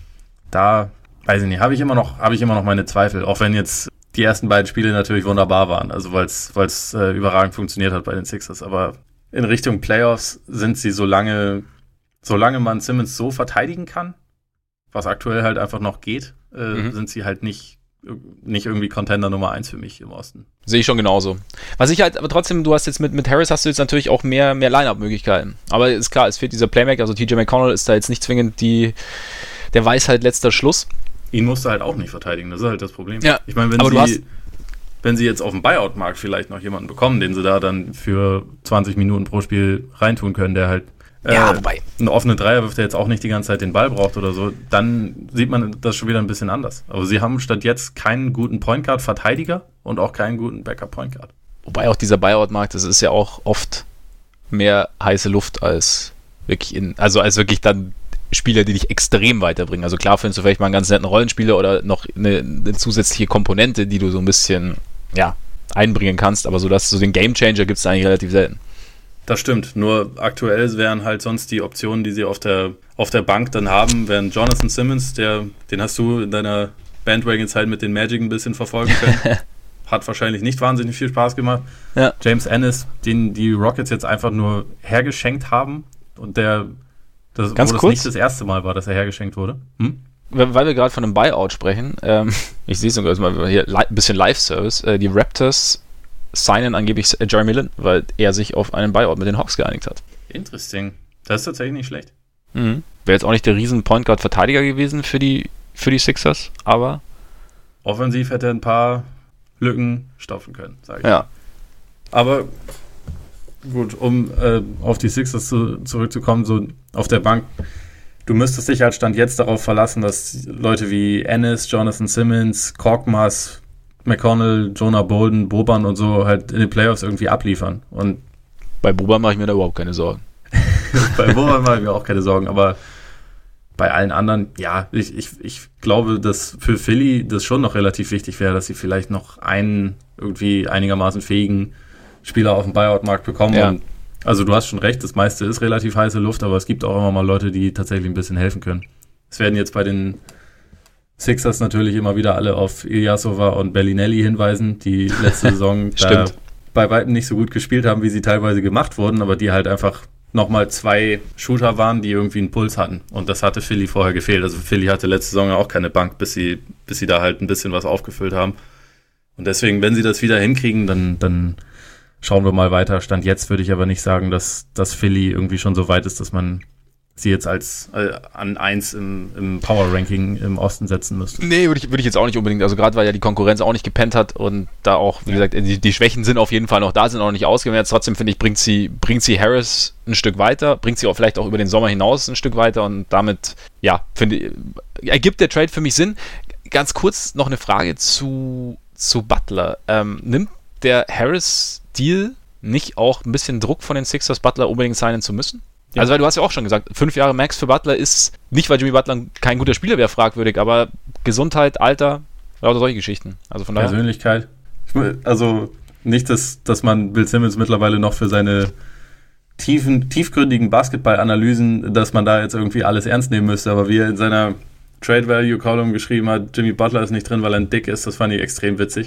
da, weiß ich nicht, habe ich immer noch, habe ich immer noch meine Zweifel, auch wenn jetzt die ersten beiden Spiele natürlich wunderbar waren, also weil es äh, überragend funktioniert hat bei den Sixers. Aber in Richtung Playoffs sind sie, solange, solange man Simmons so verteidigen kann, was aktuell halt einfach noch geht, äh, mhm. sind sie halt nicht, nicht irgendwie Contender Nummer eins für mich im Osten.
Sehe ich schon genauso. Was ich halt, aber trotzdem, du hast jetzt mit, mit Harris hast du jetzt natürlich auch mehr, mehr Line-Up-Möglichkeiten. Aber ist klar, es fehlt dieser Playmaker, also T J McConnell ist da jetzt nicht zwingend die, der Weisheit letzter Schluss.
Ihn musst du halt auch nicht verteidigen, das ist halt das Problem.
Ja,
ich meine, wenn
aber
sie,
du hast
wenn sie jetzt auf dem Buyout-Markt vielleicht noch jemanden bekommen, den sie da dann für zwanzig Minuten pro Spiel reintun können, der halt äh,
ja, wobei.
einen offenen Dreier wirft, der jetzt auch nicht die ganze Zeit den Ball braucht oder so, dann sieht man das schon wieder ein bisschen anders. Aber sie haben statt jetzt keinen guten Point Guard-Verteidiger und auch keinen guten Backup-Point Guard.
Wobei auch dieser Buyout-Markt, das ist ja auch oft mehr heiße Luft als wirklich in, also als wirklich dann Spieler, die dich extrem weiterbringen. Also klar findest du vielleicht mal einen ganz netten Rollenspieler oder noch eine, eine zusätzliche Komponente, die du so ein bisschen, ja, einbringen kannst, aber so dass so den Gamechanger gibt es eigentlich relativ selten.
Das stimmt, nur aktuell wären halt sonst die Optionen, die sie auf der, auf der Bank dann haben, wären Jonathan Simmons, der, den hast du in deiner Bandwagon-Zeit mit den Magic ein bisschen verfolgen können. Hat wahrscheinlich nicht wahnsinnig viel Spaß gemacht.
Ja.
James Ennis, den die Rockets jetzt einfach nur hergeschenkt haben und der Das,
Ganz
wo das
kurz,
nicht das erste Mal war, dass er hergeschenkt wurde. Hm?
Weil wir gerade von einem Buyout sprechen, ähm, ich sehe es sogar mal hier ein bisschen Live-Service, äh, die Raptors signen angeblich äh, Jeremy Lin, weil er sich auf einen Buyout mit den Hawks geeinigt hat.
Interesting. Das ist tatsächlich nicht schlecht.
Mhm. Wäre jetzt auch nicht der riesen Point Guard-Verteidiger gewesen für die, für die Sixers, aber
offensiv hätte er ein paar Lücken stopfen können, sage ich.
Ja.
Aber gut, um äh, auf die Sixers zu, zurückzukommen, so auf der Bank, du müsstest dich halt Stand jetzt darauf verlassen, dass Leute wie Ennis, Jonathan Simmons, Korkmaz, McConnell, Jonah Bolden, Boban und so halt in den Playoffs irgendwie abliefern. Und
bei Boban mache ich mir da überhaupt keine Sorgen.
Bei Boban mache ich mir auch keine Sorgen, aber bei allen anderen, ja, ich, ich, ich glaube, dass für Philly das schon noch relativ wichtig wäre, dass sie vielleicht noch einen irgendwie einigermaßen fähigen Spieler auf dem Buyout-Markt bekommen.
Ja.
Und also du hast schon recht, das meiste ist relativ heiße Luft, aber es gibt auch immer mal Leute, die tatsächlich ein bisschen helfen können. Es werden jetzt bei den Sixers natürlich immer wieder alle auf Ilyasova und Bellinelli hinweisen, die letzte Saison da bei weitem nicht so gut gespielt haben, wie sie teilweise gemacht wurden, aber die halt einfach nochmal zwei Shooter waren, die irgendwie einen Puls hatten. Und das hatte Philly vorher gefehlt. Also Philly hatte letzte Saison auch keine Bank, bis sie, bis sie da halt ein bisschen was aufgefüllt haben. Und deswegen, wenn sie das wieder hinkriegen, dann, dann schauen wir mal weiter. Stand jetzt würde ich aber nicht sagen, dass, dass Philly irgendwie schon so weit ist, dass man sie jetzt als äh, an eins im, im Power-Ranking im Osten setzen müsste.
Nee, würde ich, würde ich jetzt auch nicht unbedingt. Also gerade weil ja die Konkurrenz auch nicht gepennt hat und da auch, wie ja. gesagt, die, die Schwächen sind auf jeden Fall noch da, sind auch noch nicht ausgemerzt. Trotzdem finde ich, bringt sie, bringt sie Harris ein Stück weiter, bringt sie auch vielleicht auch über den Sommer hinaus ein Stück weiter und damit, ja, finde ich, ergibt der Trade für mich Sinn. Ganz kurz noch eine Frage zu, zu Butler. Ähm, nimmt der Harris-Deal nicht auch ein bisschen Druck von den Sixers, Butler unbedingt signen zu müssen? Ja. Also weil du hast ja auch schon gesagt, fünf Jahre Max für Butler ist, nicht weil Jimmy Butler kein guter Spieler wäre, fragwürdig, aber Gesundheit, Alter, lauter solche Geschichten. Also von daher.
Persönlichkeit. Also nicht, dass, dass man Bill Simmons mittlerweile noch für seine tiefen, tiefgründigen Basketball-Analysen, dass man da jetzt irgendwie alles ernst nehmen müsste, aber wie er in seiner Trade Value Column geschrieben hat, Jimmy Butler ist nicht drin, weil er ein Dick ist, das fand ich extrem witzig.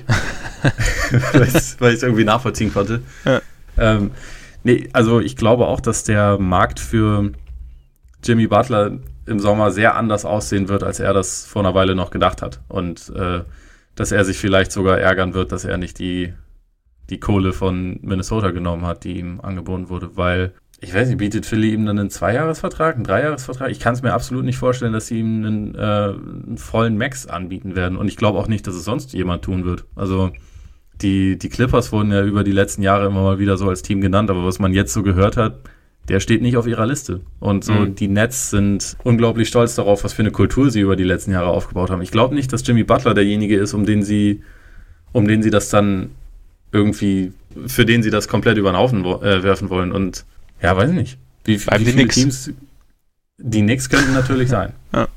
weil ich es irgendwie nachvollziehen konnte. Ja. Ähm, Nee, also ich glaube auch, dass der Markt für Jimmy Butler im Sommer sehr anders aussehen wird, als er das vor einer Weile noch gedacht hat. Und äh, dass er sich vielleicht sogar ärgern wird, dass er nicht die, die Kohle von Minnesota genommen hat, die ihm angeboten wurde. Weil, ich weiß nicht, bietet Philly ihm dann einen Zweijahresvertrag, einen Dreijahresvertrag? Ich kann es mir absolut nicht vorstellen, dass sie ihm einen, äh, einen vollen Max anbieten werden. Und ich glaube auch nicht, dass es sonst jemand tun wird. Also Die, die Clippers wurden ja über die letzten Jahre immer mal wieder so als Team genannt, aber was man jetzt so gehört hat, der steht nicht auf ihrer Liste. Und so
Mhm.
die Nets sind unglaublich stolz darauf, was für eine Kultur sie über die letzten Jahre aufgebaut haben. Ich glaube nicht, dass Jimmy Butler derjenige ist, um den sie, um den sie das dann irgendwie, für den sie das komplett über den Haufen wo- äh, werfen wollen. Und ja, weiß ich nicht. Wie,
Bleiben
wie
die
viele
Knicks.
Teams, die Knicks könnten natürlich sein.
Ja.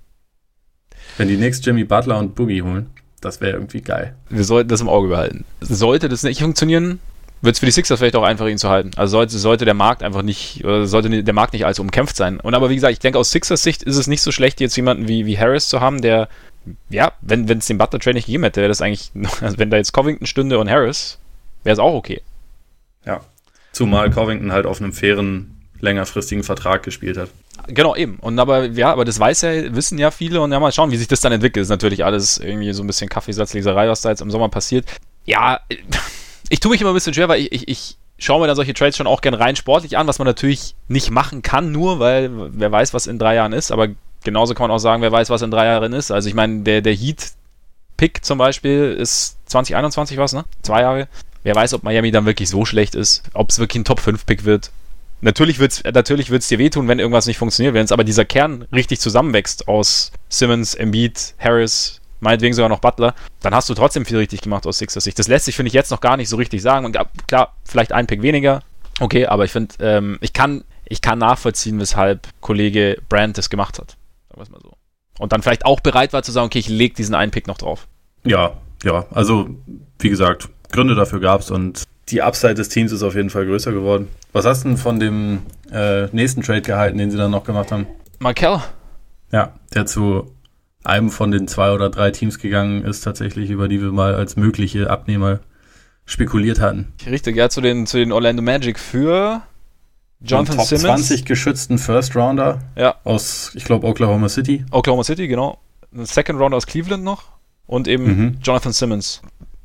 Wenn die Knicks Jimmy Butler und Boogie holen, das wäre irgendwie geil.
Wir sollten das im Auge behalten. Sollte das nicht funktionieren, wird es für die Sixers vielleicht auch einfach, ihn zu halten. Also sollte, sollte der Markt einfach nicht, oder sollte der Markt nicht allzu umkämpft sein. Und aber wie gesagt, ich denke, aus Sixers Sicht ist es nicht so schlecht, jetzt jemanden wie, wie Harris zu haben, der, ja, wenn es den Butler-Trade nicht gegeben hätte, wäre das eigentlich, also wenn da jetzt Covington stünde und Harris, wäre es auch okay.
Ja. Zumal Covington halt auf einem fairen, längerfristigen Vertrag gespielt hat.
Genau, eben. Und aber, ja, aber das weiß ja, wissen ja viele und ja, mal schauen, wie sich das dann entwickelt. Das ist natürlich alles irgendwie so ein bisschen Kaffeesatzleserei, was da jetzt im Sommer passiert. Ja, ich tue mich immer ein bisschen schwer, weil ich, ich, ich schaue mir dann solche Trades schon auch gern rein sportlich an, was man natürlich nicht machen kann, nur weil wer weiß, was in drei Jahren ist, aber genauso kann man auch sagen, wer weiß, was in drei Jahren ist. Also ich meine, der, der Heat-Pick zum Beispiel ist zwanzig einundzwanzig was, ne? Zwei Jahre. Wer weiß, ob Miami dann wirklich so schlecht ist, ob es wirklich ein Top fünf Pick wird. Natürlich wird es natürlich wird's dir wehtun, wenn irgendwas nicht funktioniert, wenn es aber dieser Kern richtig zusammenwächst aus Simmons, Embiid, Harris, meinetwegen sogar noch Butler, dann hast du trotzdem viel richtig gemacht aus Sixers Sicht. Das lässt sich, finde ich, jetzt noch gar nicht so richtig sagen. Und ja, klar, vielleicht ein Pick weniger, okay, aber ich finde, ähm, ich kann ich kann nachvollziehen, weshalb Kollege Brandt das gemacht hat. Sagen wir es mal so. Und dann vielleicht auch bereit war zu sagen, okay, ich lege diesen einen Pick noch drauf.
Ja, ja, also wie gesagt, Gründe dafür gab es und die Upside des Teams ist auf jeden Fall größer geworden. Was hast du denn von dem äh, nächsten Trade gehalten, den sie dann noch gemacht haben?
Markel?
Ja, der zu einem von den zwei oder drei Teams gegangen ist tatsächlich, über die wir mal als mögliche Abnehmer spekuliert hatten.
Richtig, ja, zu den, zu den Orlando Magic für Jonathan
Top
Simmons.
zwanzig geschützten First Rounder
Ja.
aus, ich glaube, Oklahoma City.
Oklahoma City, genau. Ein Second Rounder aus Cleveland noch. Und eben
Mhm.
Jonathan Simmons.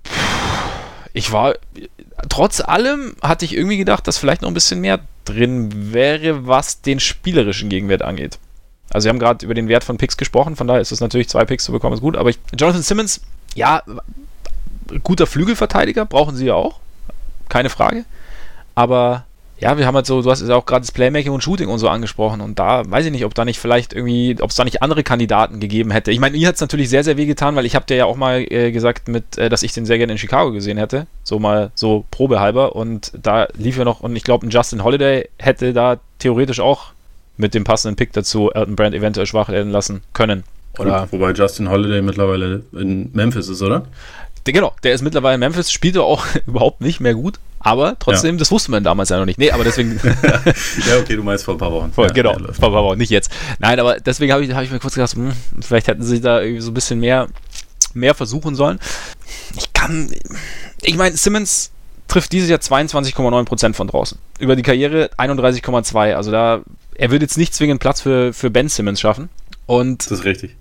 Ich war, trotz allem hatte ich irgendwie gedacht, dass vielleicht noch ein bisschen mehr drin wäre, was den spielerischen Gegenwert angeht. Also wir haben gerade über den Wert von Picks gesprochen, von daher ist es natürlich, zwei Picks zu bekommen, ist gut. Aber ich, Jonathan Simmons, ja, guter Flügelverteidiger, brauchen sie ja auch. Keine Frage. Aber ja, wir haben halt so, du hast ja auch gerade das Playmaking und Shooting und so angesprochen und da weiß ich nicht, ob da nicht vielleicht irgendwie, ob es da nicht andere Kandidaten gegeben hätte. Ich meine, mir hat es natürlich sehr, sehr weh getan, weil ich habe dir ja auch mal äh, gesagt, mit, äh, dass ich den sehr gerne in Chicago gesehen hätte, so mal so probehalber und da lief ja noch, und ich glaube, ein Justin Holiday hätte da theoretisch auch mit dem passenden Pick dazu Elton Brand eventuell schwach werden lassen können. Oder
Gut, wobei Justin Holiday mittlerweile in Memphis ist, oder?
Der, genau, der ist mittlerweile in Memphis, spielt er auch überhaupt nicht mehr gut, aber trotzdem, ja. Das wusste man damals ja noch nicht. Nee, aber deswegen...
ja, okay, du meinst vor ein paar Wochen.
Vor,
ja,
genau, vor ein paar Wochen, nicht jetzt. Nein, aber deswegen habe ich, hab ich mir kurz gedacht, hm, vielleicht hätten sie da irgendwie so ein bisschen mehr, mehr versuchen sollen. Ich kann... Ich meine, Simmons trifft dieses Jahr zweiundzwanzig Komma neun Prozent von draußen. Über die Karriere einunddreißig Komma zwei. Also da... Er wird jetzt nicht zwingend Platz für, für Ben Simmons schaffen. Und
das ist richtig.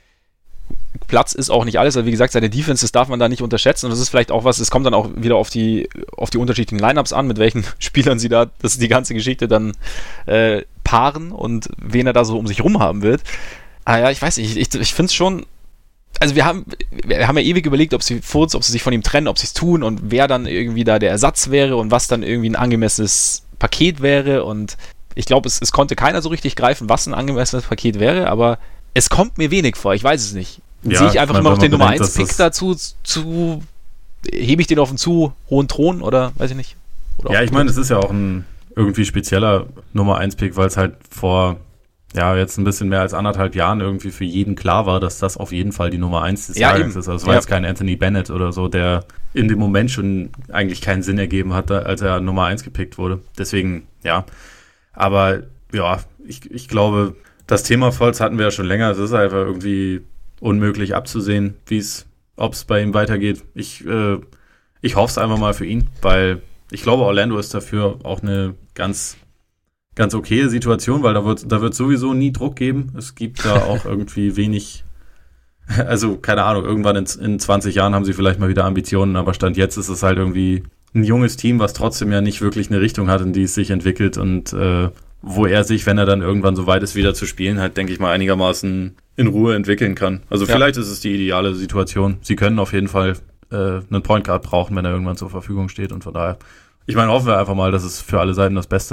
Platz ist auch nicht alles, also wie gesagt, seine Defense, das darf man da nicht unterschätzen und das ist vielleicht auch was, es kommt dann auch wieder auf die auf die unterschiedlichen Lineups an, mit welchen Spielern sie da, das ist die ganze Geschichte dann äh, paaren und wen er da so um sich rum haben wird. Ah ja, ich weiß nicht, ich, ich finde es schon, also wir haben wir haben ja ewig überlegt, ob sie Furz, ob sie sich von ihm trennen, ob sie es tun und wer dann irgendwie da der Ersatz wäre und was dann irgendwie ein angemessenes Paket wäre und ich glaube, es, es konnte keiner so richtig greifen, was ein angemessenes Paket wäre, aber es kommt mir wenig vor, ich weiß es nicht. Ja, sehe ich einfach ich mein, immer noch den Nummer eins Pick dazu, zu, hebe ich den auf einen zu hohen Thron oder weiß ich nicht? Oder
ja, ich meine, es ist ja auch ein irgendwie spezieller Nummer eins Pick, weil es halt vor, ja, jetzt ein bisschen mehr als anderthalb Jahren irgendwie für jeden klar war, dass das auf jeden Fall die Nummer eins des ja, Jahrgangs ist. Also es war ja. jetzt kein Anthony Bennett oder so, der in dem Moment schon eigentlich keinen Sinn ergeben hat, als er Nummer eins gepickt wurde. Deswegen, ja. Aber, ja, ich, ich glaube, das Thema Fultz hatten wir ja schon länger. Es ist einfach irgendwie unmöglich abzusehen, wie es, ob es bei ihm weitergeht. Ich, äh, ich hoffe es einfach mal für ihn, weil ich glaube, Orlando ist dafür auch eine ganz, ganz okaye Situation, weil da wird, da wird sowieso nie Druck geben. Es gibt da auch irgendwie wenig, also keine Ahnung, irgendwann in, in zwanzig Jahren haben sie vielleicht mal wieder Ambitionen, aber Stand jetzt ist es halt irgendwie ein junges Team, was trotzdem ja nicht wirklich eine Richtung hat, in die es sich entwickelt und äh, wo er sich, wenn er dann irgendwann so weit ist, wieder zu spielen, halt, denke ich mal, einigermaßen in Ruhe entwickeln kann. Also ja. Vielleicht ist es die ideale Situation. Sie können auf jeden Fall äh, einen Point Guard brauchen, wenn er irgendwann zur Verfügung steht und von daher, ich meine, hoffen wir einfach mal, dass es für alle Seiten das Beste war.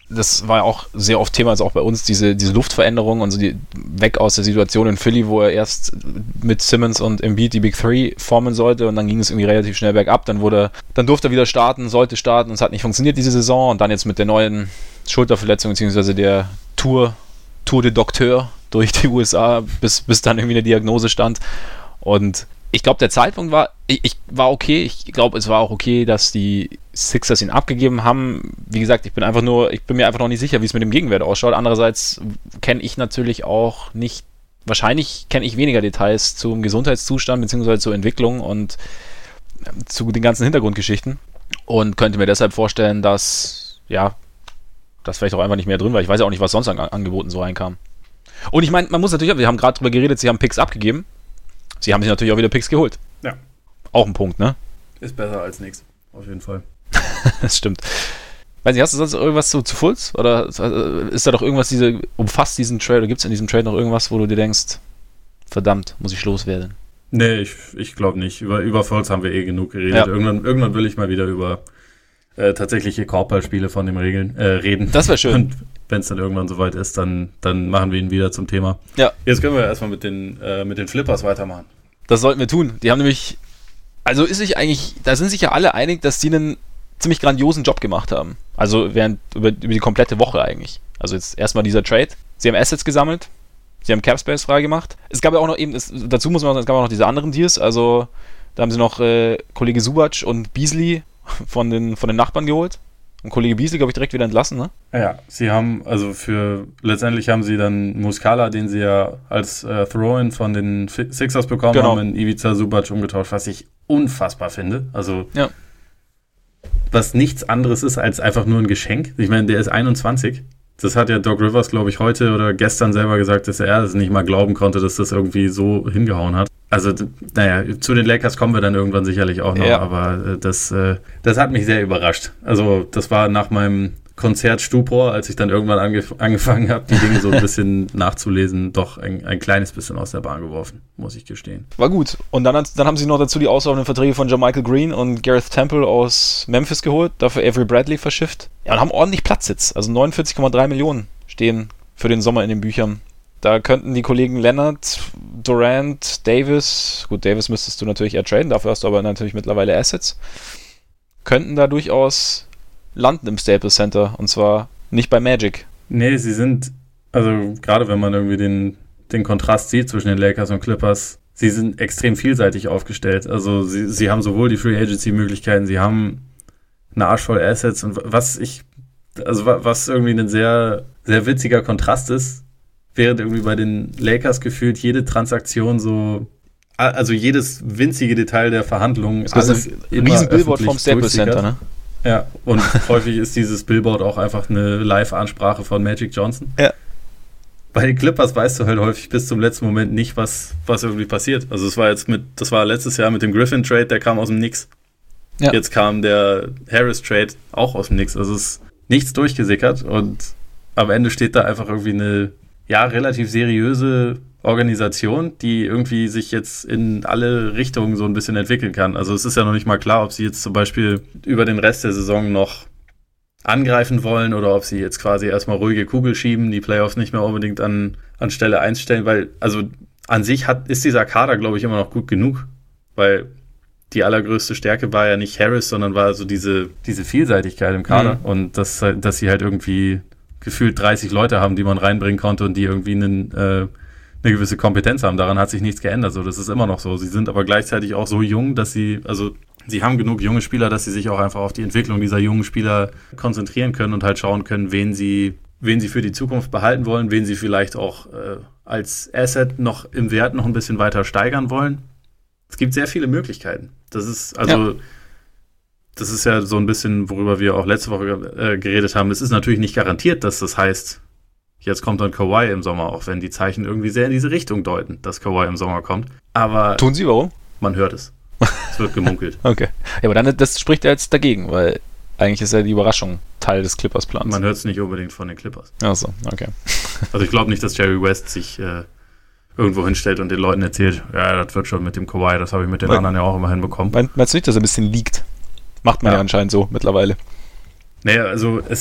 das war ja auch sehr oft Thema, also auch bei uns, diese, diese Luftveränderung und so die, weg aus der Situation in Philly, wo er erst mit Simmons und Embiid die Big Three formen sollte und dann ging es irgendwie relativ schnell bergab, dann wurde, dann durfte er wieder starten, sollte starten und es hat nicht funktioniert diese Saison und dann jetzt mit der neuen Schulterverletzung beziehungsweise der Tour, Tour de Docteur durch die U S A, bis, bis dann irgendwie eine Diagnose stand und ich glaube, der Zeitpunkt war, ich, ich war okay. Ich glaube, es war auch okay, dass die Sixers ihn abgegeben haben. Wie gesagt, ich bin einfach nur, ich bin mir einfach noch nicht sicher, wie es mit dem Gegenwert ausschaut. Andererseits kenne ich natürlich auch nicht, wahrscheinlich kenne ich weniger Details zum Gesundheitszustand beziehungsweise zur Entwicklung und zu den ganzen Hintergrundgeschichten und könnte mir deshalb vorstellen, dass, ja, das vielleicht auch einfach nicht mehr drin war. Ich weiß ja auch nicht, was sonst an Angeboten so reinkam. Und ich meine, man muss natürlich, wir haben gerade drüber geredet, sie haben Picks abgegeben. Sie haben sich natürlich auch wieder Picks geholt.
Ja.
Auch ein Punkt, ne?
Ist besser als nichts, auf jeden Fall.
Das stimmt. Weiß nicht, hast du sonst irgendwas zu, zu Fultz? Oder ist da doch irgendwas, diese, umfasst diesen Trade, oder gibt es in diesem Trade noch irgendwas, wo du dir denkst, verdammt, muss ich loswerden?
Nee, ich, ich glaube nicht. Über, über Fultz haben wir eh genug geredet.
Ja.
Irgendwann, irgendwann will ich mal wieder über äh, tatsächliche Korbballspiele von dem Regeln äh, reden.
Das wäre schön.
Und wenn es dann irgendwann soweit ist, dann, dann machen wir ihn wieder zum Thema.
Ja.
Jetzt können wir erstmal mit den, äh, mit den Flippers weitermachen.
Das sollten wir tun. Die haben nämlich, also ist sich eigentlich, da sind sich ja alle einig, dass die einen ziemlich grandiosen Job gemacht haben. Also während, über, über die komplette Woche eigentlich. Also jetzt erstmal dieser Trade. Sie haben Assets gesammelt. Sie haben Capspace freigemacht. Es gab ja auch noch eben, es, dazu muss man sagen, es gab auch noch diese anderen Deals. Also da haben sie noch äh, Kollege Subac und Beasley von den, von den Nachbarn geholt. Und Kollege Beasley, glaube ich, direkt wieder entlassen, ne?
Ja, sie haben, also für, letztendlich haben sie dann Muscala, den sie ja als äh, Throw-In von den Sixers bekommen
genau.
haben, in Ivica Subac umgetauscht, was ich unfassbar finde. Also,
ja.
Was nichts anderes ist als einfach nur ein Geschenk. Ich meine, der ist einundzwanzig. Das hat ja Doc Rivers, glaube ich, heute oder gestern selber gesagt, dass er es nicht mal glauben konnte, dass das irgendwie so hingehauen hat. Also, naja, zu den Lakers kommen wir dann irgendwann sicherlich auch noch, ja. aber äh, das, äh, das hat mich sehr überrascht. Also, das war nach meinem Konzert Stupor, als ich dann irgendwann angef- angefangen habe, die Dinge so ein bisschen nachzulesen, doch ein, ein kleines bisschen aus der Bahn geworfen, muss ich gestehen.
War gut. Und dann, dann haben sie noch dazu die auslaufenden Verträge von JaMychal Green und Gareth Temple aus Memphis geholt, dafür Avery Bradley verschifft. Ja, und haben ordentlich Platz jetzt. Also neunundvierzig Komma drei Millionen stehen für den Sommer in den Büchern. Da könnten die Kollegen Leonard, Durant, Davis, gut, Davis müsstest du natürlich eher traden, dafür hast du aber natürlich mittlerweile Assets, könnten da durchaus landen im Staples Center und zwar nicht bei Magic.
Nee, sie sind, also gerade wenn man irgendwie den, den Kontrast sieht zwischen den Lakers und Clippers, sie sind extrem vielseitig aufgestellt. Also sie, sie haben sowohl die Free Agency Möglichkeiten, sie haben eine Arsch voll Assets und was ich, also was irgendwie ein sehr, sehr witziger Kontrast ist, während irgendwie bei den Lakers gefühlt jede Transaktion so, also jedes winzige Detail der Verhandlungen,
das ist ein riesen Billboard vom Staples Center, ne?
Ja, und häufig ist dieses Billboard auch einfach eine Live-Ansprache von Magic Johnson.
Ja.
Bei den Clippers weißt du halt häufig bis zum letzten Moment nicht, was, was irgendwie passiert. Also es war jetzt mit, das war letztes Jahr mit dem Griffin-Trade, der kam aus dem Nix. Ja. Jetzt kam der Harris-Trade auch aus dem Nix. Also es ist nichts durchgesickert und am Ende steht da einfach irgendwie eine, ja, relativ seriöse Organisation, die irgendwie sich jetzt in alle Richtungen so ein bisschen entwickeln kann. Also es ist ja noch nicht mal klar, ob sie jetzt zum Beispiel über den Rest der Saison noch angreifen wollen oder ob sie jetzt quasi erstmal ruhige Kugel schieben, die Playoffs nicht mehr unbedingt an, an Stelle eins stellen, weil also an sich hat, ist dieser Kader, glaube ich, immer noch gut genug, weil die allergrößte Stärke war ja nicht Harris, sondern war so diese, diese Vielseitigkeit im Kader mhm. und dass, dass sie halt irgendwie gefühlt dreißig Leute haben, die man reinbringen konnte und die irgendwie einen äh, eine gewisse Kompetenz haben. Daran hat sich nichts geändert. So, das ist immer noch so. Sie sind aber gleichzeitig auch so jung, dass sie, also sie haben genug junge Spieler, dass sie sich auch einfach auf die Entwicklung dieser jungen Spieler konzentrieren können und halt schauen können, wen sie, wen sie für die Zukunft behalten wollen, wen sie vielleicht auch äh, als Asset noch im Wert noch ein bisschen weiter steigern wollen. Es gibt sehr viele Möglichkeiten. Das ist, also, ja. das ist ja so ein bisschen, worüber wir auch letzte Woche äh, geredet haben. Es ist natürlich nicht garantiert, dass das heißt, jetzt kommt dann Kawhi im Sommer, auch wenn die Zeichen irgendwie sehr in diese Richtung deuten, dass Kawhi im Sommer kommt. Aber
tun sie, warum?
Man hört es. Es wird gemunkelt.
Okay. Ja, aber dann, das spricht ja jetzt dagegen, weil eigentlich ist ja die Überraschung Teil des Clippers-Plans.
Man hört es nicht unbedingt von den Clippers.
Ach so, okay.
Also ich glaube nicht, dass Jerry West sich äh, irgendwo hinstellt und den Leuten erzählt, ja, das wird schon mit dem Kawhi, das habe ich mit den weil, anderen ja auch immer hinbekommen.
Meinst du nicht, dass er ein bisschen liegt? Macht man ja, ja anscheinend so mittlerweile.
Naja, also es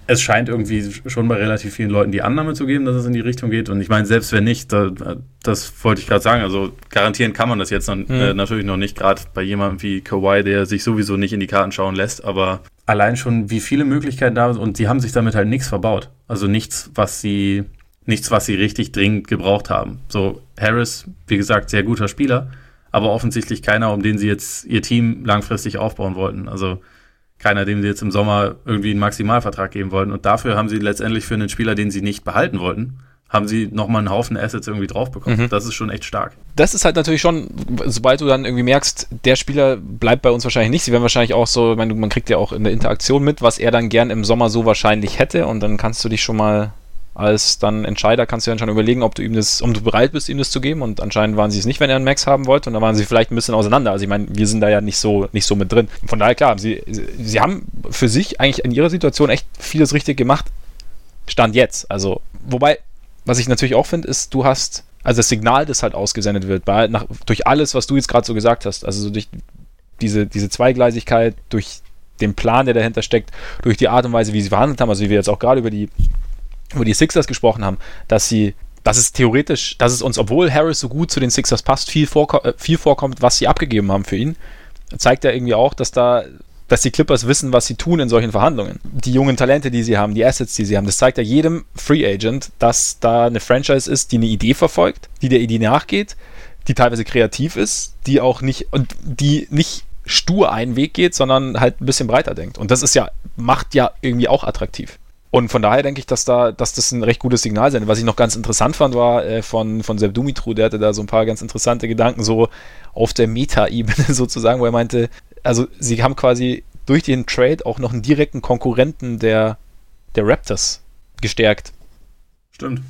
es scheint irgendwie schon bei relativ vielen Leuten die Annahme zu geben, dass es in die Richtung geht. Und ich meine, selbst wenn nicht, da, das wollte ich gerade sagen, also garantieren kann man das jetzt noch, mhm. äh, natürlich noch nicht, gerade bei jemandem wie Kawhi, der sich sowieso nicht in die Karten schauen lässt, aber allein schon, wie viele Möglichkeiten da sind und sie haben sich damit halt nichts verbaut. Also nichts, was sie, nichts, was sie richtig dringend gebraucht haben. So, Harris, wie gesagt, sehr guter Spieler, aber offensichtlich keiner, um den sie jetzt ihr Team langfristig aufbauen wollten. Also keiner, dem sie jetzt im Sommer irgendwie einen Maximalvertrag geben wollten. Und dafür haben sie letztendlich für einen Spieler, den sie nicht behalten wollten, haben sie nochmal einen Haufen Assets irgendwie drauf bekommen. Mhm. Das ist schon echt stark.
Das ist halt natürlich schon, sobald du dann irgendwie merkst, der Spieler bleibt bei uns wahrscheinlich nicht. Sie werden wahrscheinlich auch so, ich meine, man kriegt ja auch in der Interaktion mit, was er dann gern im Sommer so wahrscheinlich hätte. Und dann kannst du dich schon mal als dann Entscheider, kannst du dann schon überlegen, ob du ihm das, ob du bereit bist, ihm das zu geben. Und anscheinend waren sie es nicht, wenn er einen Max haben wollte. Und da waren sie vielleicht ein bisschen auseinander. Also ich meine, wir sind da ja nicht so, nicht so mit drin. Von daher, klar, sie, sie haben für sich eigentlich in ihrer Situation echt vieles richtig gemacht. Stand jetzt. Also, wobei, was ich natürlich auch finde, ist, du hast, also das Signal, das halt ausgesendet wird, bei, nach, durch alles, was du jetzt gerade so gesagt hast, also so durch diese, diese Zweigleisigkeit, durch den Plan, der dahinter steckt, durch die Art und Weise, wie sie verhandelt haben, also wie wir jetzt auch gerade über die über die Sixers gesprochen haben, dass sie, dass es theoretisch, dass es uns, obwohl Harris so gut zu den Sixers passt, viel, vorko- viel vorkommt, was sie abgegeben haben für ihn, zeigt ja irgendwie auch, dass da, dass die Clippers wissen, was sie tun in solchen Verhandlungen. Die jungen Talente, die sie haben, die Assets, die sie haben, das zeigt ja jedem Free Agent, dass da eine Franchise ist, die eine Idee verfolgt, die der Idee nachgeht, die teilweise kreativ ist, die auch nicht, und die nicht stur einen Weg geht, sondern halt ein bisschen breiter denkt. Und das ist ja, macht ja irgendwie auch attraktiv. Und von daher denke ich, dass da, dass das ein recht gutes Signal sein. Was ich noch ganz interessant fand, war äh, von, von Sepp Dumitru, der hatte da so ein paar ganz interessante Gedanken, so auf der Meta-Ebene sozusagen, wo er meinte, also sie haben quasi durch den Trade auch noch einen direkten Konkurrenten der, der Raptors gestärkt.
Stimmt.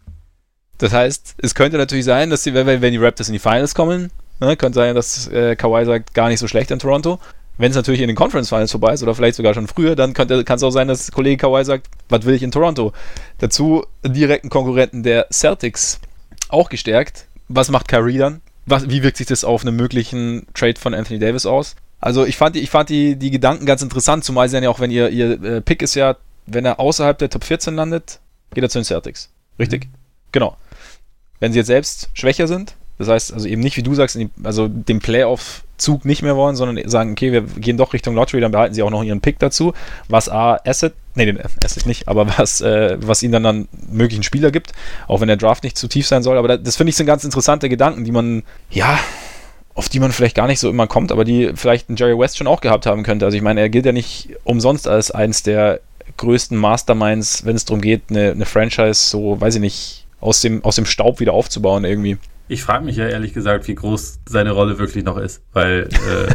Das heißt, es könnte natürlich sein, dass sie, wenn, wenn die Raptors in die Finals kommen, ne, könnte sein, dass äh, Kawhi sagt, gar nicht so schlecht in Toronto. Wenn es natürlich in den Conference Finals vorbei ist oder vielleicht sogar schon früher, dann kann es auch sein, dass Kollege Kawhi sagt, was will ich in Toronto? Dazu einen direkten Konkurrenten der Celtics auch gestärkt. Was macht Kyrie dann? Was, wie wirkt sich das auf einen möglichen Trade von Anthony Davis aus? Also ich fand die, ich fand die, die Gedanken ganz interessant, zumal sie dann ja auch, wenn ihr, ihr äh, Pick ist ja, wenn er außerhalb der Top vierzehn landet, geht er zu den Celtics. Richtig? Mhm. Genau. Wenn sie jetzt selbst schwächer sind, das heißt also eben nicht, wie du sagst, in die, also den Playoff-Zug nicht mehr wollen, sondern sagen, okay, wir gehen doch Richtung Lottery, dann behalten sie auch noch ihren Pick dazu, was A, Asset, nee, den Asset nicht, aber was, äh, was ihnen dann dann möglichen Spieler gibt, auch wenn der Draft nicht zu tief sein soll, aber das, das finde ich sind ganz interessante Gedanken, die man, ja, auf die man vielleicht gar nicht so immer kommt, aber die vielleicht ein Jerry West schon auch gehabt haben könnte. Also ich meine, er gilt ja nicht umsonst als eins der größten Masterminds, wenn es darum geht, eine, eine Franchise so, weiß ich nicht, aus dem, aus dem Staub wieder aufzubauen irgendwie.
Ich frage mich ja ehrlich gesagt, wie groß seine Rolle wirklich noch ist, weil äh,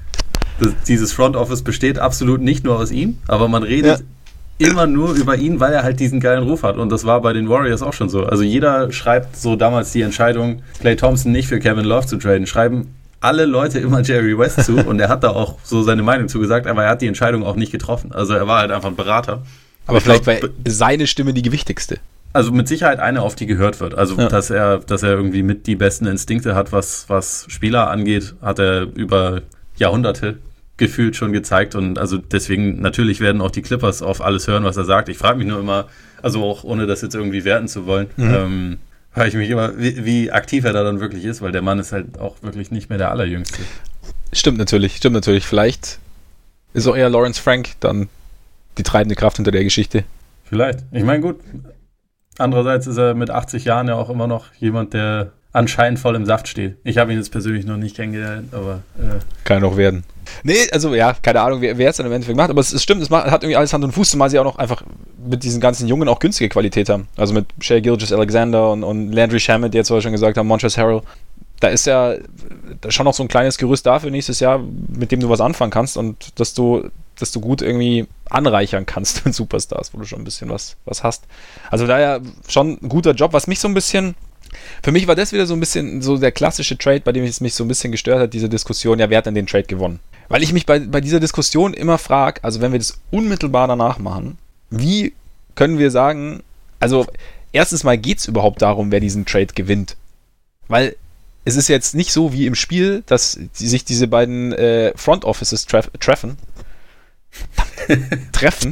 das, dieses Front Office besteht absolut nicht nur aus ihm, aber man redet ja. immer nur über ihn, weil er halt diesen geilen Ruf hat und das war bei den Warriors auch schon so. Also jeder schreibt so damals die Entscheidung, Klay Thompson nicht für Kevin Love zu traden, schreiben alle Leute immer Jerry West zu und er hat da auch so seine Meinung zugesagt, aber er hat die Entscheidung auch nicht getroffen. Also er war halt einfach ein Berater.
Aber, aber vielleicht war seine Stimme die gewichtigste.
Also mit Sicherheit eine, auf die gehört wird. Also, ja. dass er, dass er irgendwie mit die besten Instinkte hat, was, was Spieler angeht, hat er über Jahrhunderte gefühlt schon gezeigt. Und also deswegen, natürlich werden auch die Clippers auf alles hören, was er sagt. Ich frage mich nur immer, also auch ohne das jetzt irgendwie werten zu wollen, mhm. ähm, frage ich mich immer, wie, wie aktiv er da dann wirklich ist, weil der Mann ist halt auch wirklich nicht mehr der Allerjüngste.
Stimmt natürlich, stimmt natürlich. Vielleicht ist auch eher Lawrence Frank dann die treibende Kraft hinter der Geschichte.
Vielleicht. Ich meine, gut. Andererseits ist er mit achtzig Jahren ja auch immer noch jemand, der anscheinend voll im Saft steht. Ich habe ihn jetzt persönlich noch nicht kennengelernt, aber... Äh
Kann auch werden. Nee, also ja, keine Ahnung, wer, wer es dann im Endeffekt macht, aber es, es stimmt, es macht, hat irgendwie alles Hand und Fuß, zumal sie auch noch einfach mit diesen ganzen Jungen auch günstige Qualität haben. Also mit Shai Gilgeous-Alexander und, und Landry Shamet, die jetzt schon gesagt haben, Montrezl Harrell. Da ist ja da schon noch so ein kleines Gerüst da für nächstes Jahr, mit dem du was anfangen kannst und dass du, dass du gut irgendwie anreichern kannst mit Superstars, wo du schon ein bisschen was, was hast. Also daher schon ein guter Job, was mich so ein bisschen, für mich war das wieder so ein bisschen so der klassische Trade, bei dem es mich so ein bisschen gestört hat, diese Diskussion, ja, wer hat denn den Trade gewonnen? Weil ich mich bei, bei dieser Diskussion immer frage, also wenn wir das unmittelbar danach machen, wie können wir sagen, also erstens mal geht es überhaupt darum, wer diesen Trade gewinnt? Weil es ist jetzt nicht so wie im Spiel, dass die, sich diese beiden äh, Front Offices tref- treffen. treffen.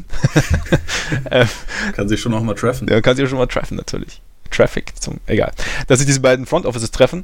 ähm,
kann sich schon noch mal treffen.
Ja, kann sich schon mal treffen, natürlich. Traffic, zum, egal. Dass sich diese beiden Front Offices treffen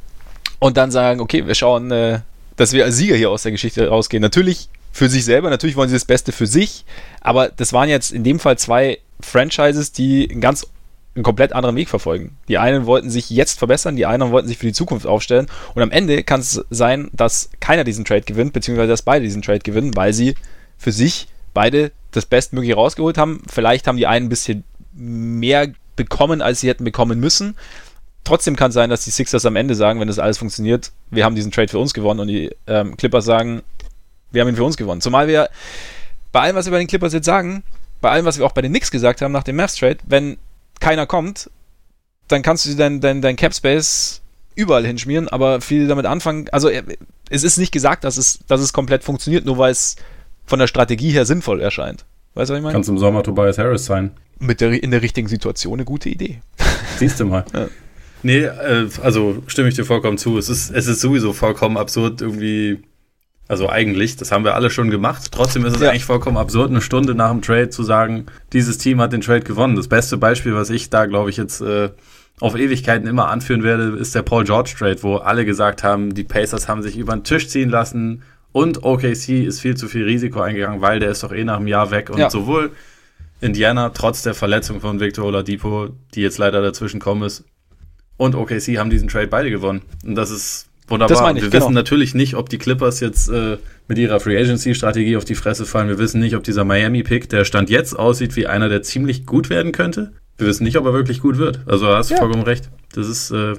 und dann sagen, okay, wir schauen, äh, dass wir als Sieger hier aus der Geschichte rausgehen. Natürlich für sich selber, natürlich wollen sie das Beste für sich, aber das waren jetzt in dem Fall zwei Franchises, die einen ganz einen komplett anderen Weg verfolgen. Die einen wollten sich jetzt verbessern, die anderen wollten sich für die Zukunft aufstellen und am Ende kann es sein, dass keiner diesen Trade gewinnt, beziehungsweise dass beide diesen Trade gewinnen, weil sie für sich beide das Bestmögliche rausgeholt haben. Vielleicht haben die einen ein bisschen mehr bekommen, als sie hätten bekommen müssen. Trotzdem kann es sein, dass die Sixers am Ende sagen, wenn das alles funktioniert, wir haben diesen Trade für uns gewonnen und die ähm, Clippers sagen, wir haben ihn für uns gewonnen. Zumal wir bei allem, was wir bei den Clippers jetzt sagen, bei allem, was wir auch bei den Knicks gesagt haben nach dem Mavs-Trade, wenn keiner kommt, dann kannst du dein, dein, dein Cap-Space überall hinschmieren, aber viel damit anfangen, also es ist nicht gesagt, dass es, dass es komplett funktioniert, nur weil es von der Strategie her sinnvoll erscheint. Weißt du, was ich meine?
Kannst im Sommer Tobias Harris sein.
Mit der, in der richtigen Situation eine gute Idee.
Siehst du mal. Ja. Nee, äh, also stimme ich dir vollkommen zu. Es ist, es ist sowieso vollkommen absurd irgendwie, also eigentlich, das haben wir alle schon gemacht. Trotzdem ist es ja. eigentlich vollkommen absurd, eine Stunde nach dem Trade zu sagen, dieses Team hat den Trade gewonnen. Das beste Beispiel, was ich da, glaube ich, jetzt äh, auf Ewigkeiten immer anführen werde, ist der Paul George Trade, wo alle gesagt haben, die Pacers haben sich über den Tisch ziehen lassen und O K C ist viel zu viel Risiko eingegangen, weil der ist doch eh nach einem Jahr weg. Und ja. sowohl Indiana, trotz der Verletzung von Victor Oladipo, die jetzt leider dazwischen kommen ist, und O K C haben diesen Trade beide gewonnen. Und das ist wunderbar. Das meine ich, wir genau. wissen natürlich nicht, ob die Clippers jetzt äh, mit ihrer Free Agency Strategie auf die Fresse fallen. Wir wissen nicht, ob dieser Miami-Pick, der Stand jetzt aussieht wie einer, der ziemlich gut werden könnte. Wir wissen nicht, ob er wirklich gut wird. Also da hast du ja. vollkommen recht. Das ist, äh,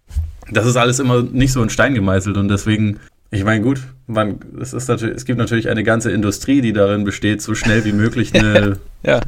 das ist alles immer nicht so in Stein gemeißelt. Und deswegen, ich meine, gut, man, es, ist natürlich, es gibt natürlich eine ganze Industrie, die darin besteht, so schnell wie möglich eine ja.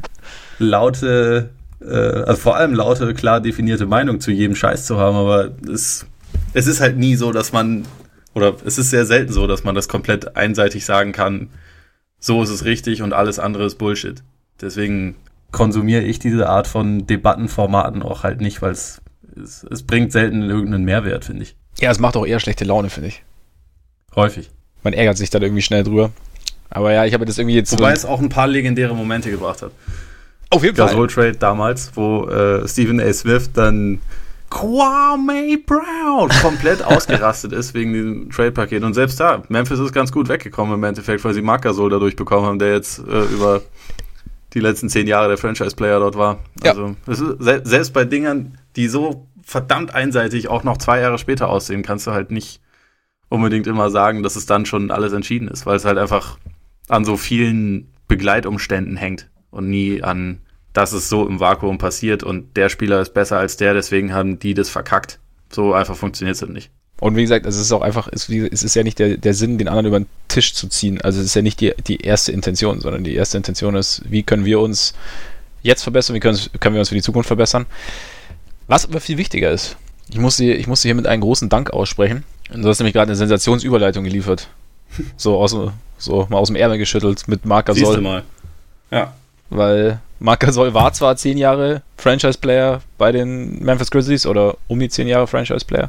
laute, äh, also vor allem laute, klar definierte Meinung zu jedem Scheiß zu haben. Aber es Es ist halt nie so, dass man, oder es ist sehr selten so, dass man das komplett einseitig sagen kann, so ist es richtig und alles andere ist Bullshit. Deswegen konsumiere ich diese Art von Debattenformaten auch halt nicht, weil es, es, es bringt selten irgendeinen Mehrwert, finde ich.
Ja, es macht auch eher schlechte Laune, finde ich.
Häufig.
Man ärgert sich dann irgendwie schnell drüber. Aber ja, ich habe das irgendwie jetzt...
Wobei
so
es auch ein paar legendäre Momente gebracht hat.
Auf jeden Fall.
Gasol Trade damals, wo äh, Stephen A. Smith dann Kwame Brown komplett ausgerastet ist wegen diesem Trade-Paket. Und selbst da, Memphis ist ganz gut weggekommen im Endeffekt, weil sie Marc Gasol dadurch bekommen haben, der jetzt äh, über die letzten zehn Jahre der Franchise-Player dort war. Also ja. es ist, se- selbst bei Dingern, die so verdammt einseitig auch noch zwei Jahre später aussehen, kannst du halt nicht unbedingt immer sagen, dass es dann schon alles entschieden ist, weil es halt einfach an so vielen Begleitumständen hängt und nie an, dass es so im Vakuum passiert und der Spieler ist besser als der, deswegen haben die das verkackt. So einfach funktioniert es halt nicht.
Und wie gesagt, es ist auch einfach, es ist ja nicht der, der Sinn, den anderen über den Tisch zu ziehen. Also es ist ja nicht die, die erste Intention, sondern die erste Intention ist, wie können wir uns jetzt verbessern, wie können, können wir uns für die Zukunft verbessern. Was aber viel wichtiger ist, ich musste, ich musste hier mit einem großen Dank aussprechen. Du hast nämlich gerade eine Sensationsüberleitung geliefert. So, aus, so mal aus dem Ärmel geschüttelt mit Marc Gasol.
Siehst du mal. Ja.
Weil Marc Gasol war zwar zehn Jahre Franchise-Player bei den Memphis Grizzlies oder um die zehn Jahre Franchise-Player,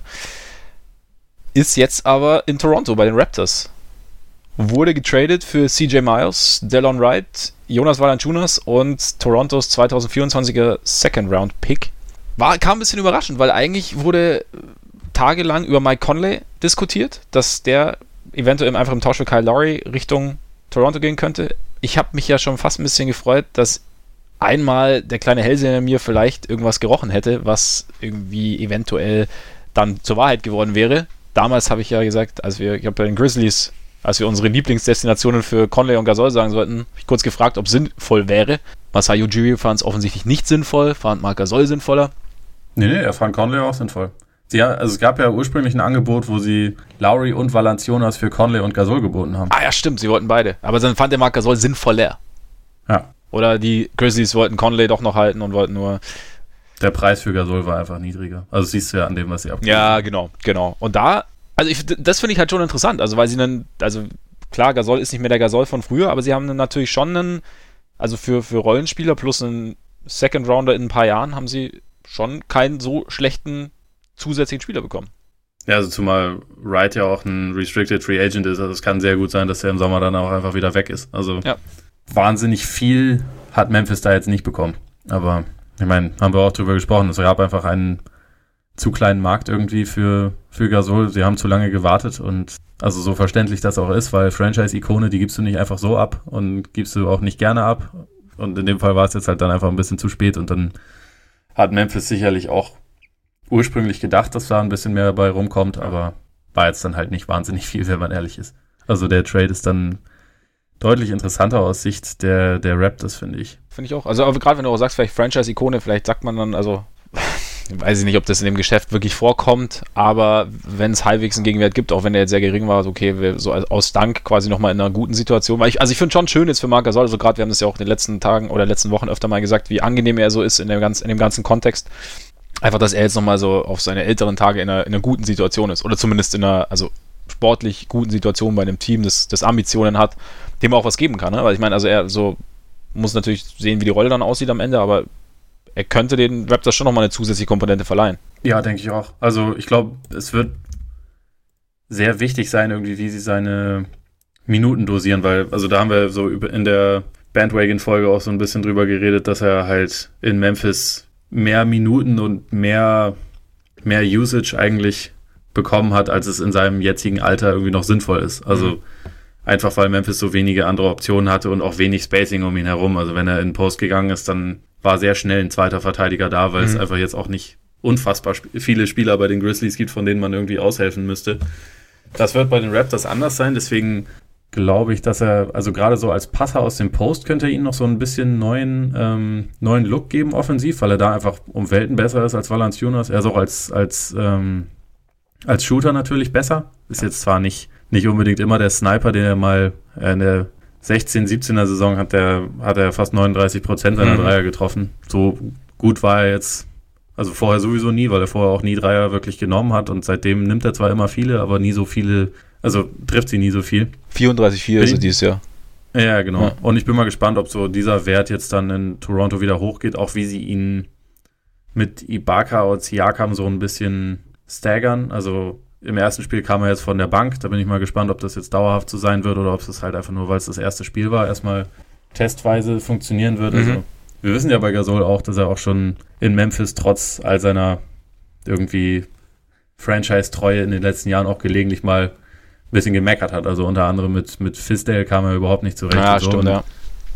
ist jetzt aber in Toronto bei den Raptors. Wurde getradet für C J Miles, Delon Wright, Jonas Valanciunas und Torontos zwanzig vierundzwanziger Second-Round-Pick. War, kam ein bisschen überraschend, weil eigentlich wurde tagelang über Mike Conley diskutiert, dass der eventuell einfach im Tausch für Kyle Lowry Richtung Toronto gehen könnte. Ich habe mich ja schon fast ein bisschen gefreut, dass einmal der kleine Hellseher in mir vielleicht irgendwas gerochen hätte, was irgendwie eventuell dann zur Wahrheit geworden wäre. Damals habe ich ja gesagt, als wir, ich glaube bei den Grizzlies, als wir unsere Lieblingsdestinationen für Conley und Gasol sagen sollten, habe ich kurz gefragt, ob es sinnvoll wäre. Masai Ujiri fand es offensichtlich nicht sinnvoll, fand Marc Gasol sinnvoller.
Nee, nee, er fand Conley auch sinnvoll. Sie, also es gab ja ursprünglich ein Angebot, wo sie Lowry und Valanciunas für Conley und Gasol geboten haben.
Ah ja, stimmt, sie wollten beide. Aber dann fand der Marc Gasol sinnvoller.
Ja.
Oder die Grizzlies wollten Conley doch noch halten und wollten nur...
Der Preis für Gasol war einfach niedriger. Also siehst du ja an dem, was sie abgeben.
Ja, genau, genau. Und da, also ich, das finde ich halt schon interessant, also weil sie dann, also klar, Gasol ist nicht mehr der Gasol von früher, aber sie haben dann natürlich schon einen, also für, für Rollenspieler plus einen Second Rounder in ein paar Jahren haben sie schon keinen so schlechten zusätzlichen Spieler bekommen.
Ja, also zumal Wright ja auch ein Restricted Free Agent ist, also es kann sehr gut sein, dass er im Sommer dann auch einfach wieder weg ist. Also
ja.
wahnsinnig viel hat Memphis da jetzt nicht bekommen. Aber ich meine, haben wir auch drüber gesprochen, es gab einfach einen zu kleinen Markt irgendwie für, für Gasol. Sie haben zu lange gewartet und also so verständlich das auch ist, weil Franchise-Ikone, die gibst du nicht einfach so ab und gibst du auch nicht gerne ab. Und in dem Fall war es jetzt halt dann einfach ein bisschen zu spät und dann hat Memphis sicherlich auch ursprünglich gedacht, dass da ein bisschen mehr dabei rumkommt, aber war jetzt dann halt nicht wahnsinnig viel, wenn man ehrlich ist. Also der Trade ist dann deutlich interessanter aus Sicht der, der Raptors, finde ich.
Finde ich auch. Also gerade wenn du auch sagst, vielleicht Franchise-Ikone, vielleicht sagt man dann, also weiß ich nicht, ob das in dem Geschäft wirklich vorkommt, aber wenn es halbwegs einen Gegenwert gibt, auch wenn der jetzt sehr gering war, okay, wir so aus Dank quasi nochmal in einer guten Situation. Weil ich, also ich finde schon schön jetzt für Marc Gasol, also gerade wir haben das ja auch in den letzten Tagen oder letzten Wochen öfter mal gesagt, wie angenehm er so ist in dem ganzen, in dem ganzen Kontext. Einfach, dass er jetzt nochmal so auf seine älteren Tage in einer, in einer guten Situation ist. Oder zumindest in einer, also sportlich guten Situation bei einem Team, das, das Ambitionen hat, dem er auch was geben kann. Ne? Weil ich meine, also er so muss natürlich sehen, wie die Rolle dann aussieht am Ende, aber er könnte den Raptors schon nochmal eine zusätzliche Komponente verleihen.
Ja, denke ich auch. Also ich glaube, es wird sehr wichtig sein, irgendwie, wie sie seine Minuten dosieren, weil, also da haben wir so in der Bandwagon-Folge auch so ein bisschen drüber geredet, dass er halt in Memphis mehr Minuten und mehr, mehr Usage eigentlich bekommen hat, als es in seinem jetzigen Alter irgendwie noch sinnvoll ist. Also mhm. einfach, weil Memphis so wenige andere Optionen hatte und auch wenig Spacing um ihn herum. Also wenn er in Post gegangen ist, dann war sehr schnell ein zweiter Verteidiger da, weil mhm. es einfach jetzt auch nicht unfassbar sp- viele Spieler bei den Grizzlies gibt, von denen man irgendwie aushelfen müsste. Das wird bei den Raptors anders sein, deswegen glaube ich, dass er, also gerade so als Passer aus dem Post könnte er ihnen noch so ein bisschen neuen, ähm, neuen Look geben offensiv, weil er da einfach um Welten besser ist als Valanciunas. Er ist auch als, als, ähm, als Shooter natürlich besser. Ist jetzt zwar nicht, nicht unbedingt immer der Sniper, den er mal in der sechzehn, siebzehner Saison hat er, hat er fast neununddreißig Prozent seiner mhm. Dreier getroffen. So gut war er jetzt, also vorher sowieso nie, weil er vorher auch nie Dreier wirklich genommen hat und seitdem nimmt er zwar immer viele, aber nie so viele, also trifft sie nie so viel.
vierunddreißig Komma vier ist er dieses Jahr.
Ja, genau. Ja. Und ich bin mal gespannt, ob so dieser Wert jetzt dann in Toronto wieder hochgeht, auch wie sie ihn mit Ibaka und Siakam so ein bisschen staggern. Also im ersten Spiel kam er jetzt von der Bank, da bin ich mal gespannt, ob das jetzt dauerhaft so sein wird oder ob es halt einfach nur, weil es das erste Spiel war, erstmal testweise funktionieren wird. Mhm. Also wir wissen ja bei Gasol auch, dass er auch schon in Memphis trotz all seiner irgendwie Franchise-Treue in den letzten Jahren auch gelegentlich mal ein bisschen gemeckert hat. Also unter anderem mit, mit Fisdale kam er überhaupt nicht zurecht.
Ja,
und so.
stimmt, ja.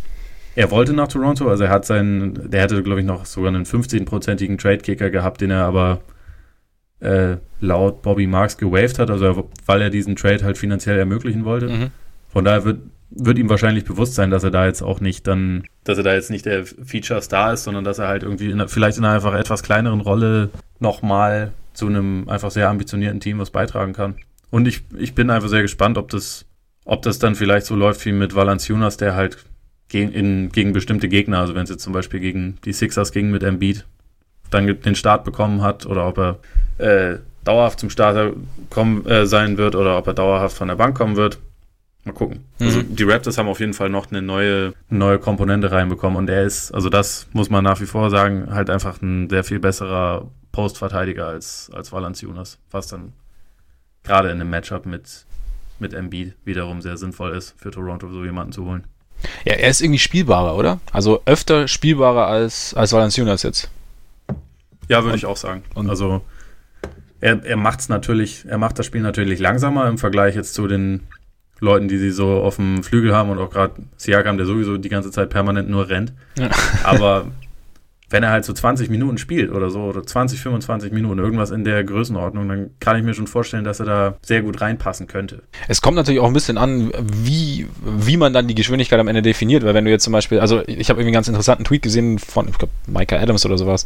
Er wollte nach Toronto, also er hat seinen, der hätte, glaube ich, noch sogar einen fünfzehnprozentigen Trade-Kicker gehabt, den er aber äh, laut Bobby Marks gewaved hat, also er, weil er diesen Trade halt finanziell ermöglichen wollte. Mhm. Von daher wird, wird ihm wahrscheinlich bewusst sein, dass er da jetzt auch nicht dann, dass er da jetzt nicht der Feature-Star ist, sondern dass er halt irgendwie in, vielleicht in einer einfach etwas kleineren Rolle nochmal zu einem einfach sehr ambitionierten Team was beitragen kann. Und ich, ich bin einfach sehr gespannt, ob das, ob das dann vielleicht so läuft wie mit Valanciunas, der halt gegen, in, gegen bestimmte Gegner, also wenn es jetzt zum Beispiel gegen die Sixers ging mit Embiid, dann den Start bekommen hat oder ob er äh, dauerhaft zum Starter kommen, äh, sein wird oder ob er dauerhaft von der Bank kommen wird. Mal gucken. Mhm. Also die Raptors haben auf jeden Fall noch eine neue, neue Komponente reinbekommen und er ist, also das muss man nach wie vor sagen, halt einfach ein sehr viel besserer Postverteidiger als, als Valanciunas, was dann gerade in einem Matchup mit, mit Embiid wiederum sehr sinnvoll ist, für Toronto so jemanden zu holen.
Ja, er ist irgendwie spielbarer, oder? Also öfter spielbarer als, als Valanciunas jetzt.
Ja, würde ich auch sagen. Und also er, er macht es natürlich, er macht das Spiel natürlich langsamer im Vergleich jetzt zu den Leuten, die sie so auf dem Flügel haben und auch gerade Siakam, der sowieso die ganze Zeit permanent nur rennt. Ja. Aber wenn er halt so zwanzig Minuten spielt oder so, oder zwanzig, fünfundzwanzig Minuten, irgendwas in der Größenordnung, dann kann ich mir schon vorstellen, dass er da sehr gut reinpassen könnte.
Es kommt natürlich auch ein bisschen an, wie, wie man dann die Geschwindigkeit am Ende definiert, weil wenn du jetzt zum Beispiel, also ich habe irgendwie einen ganz interessanten Tweet gesehen von, ich glaube, Micah Adams oder sowas,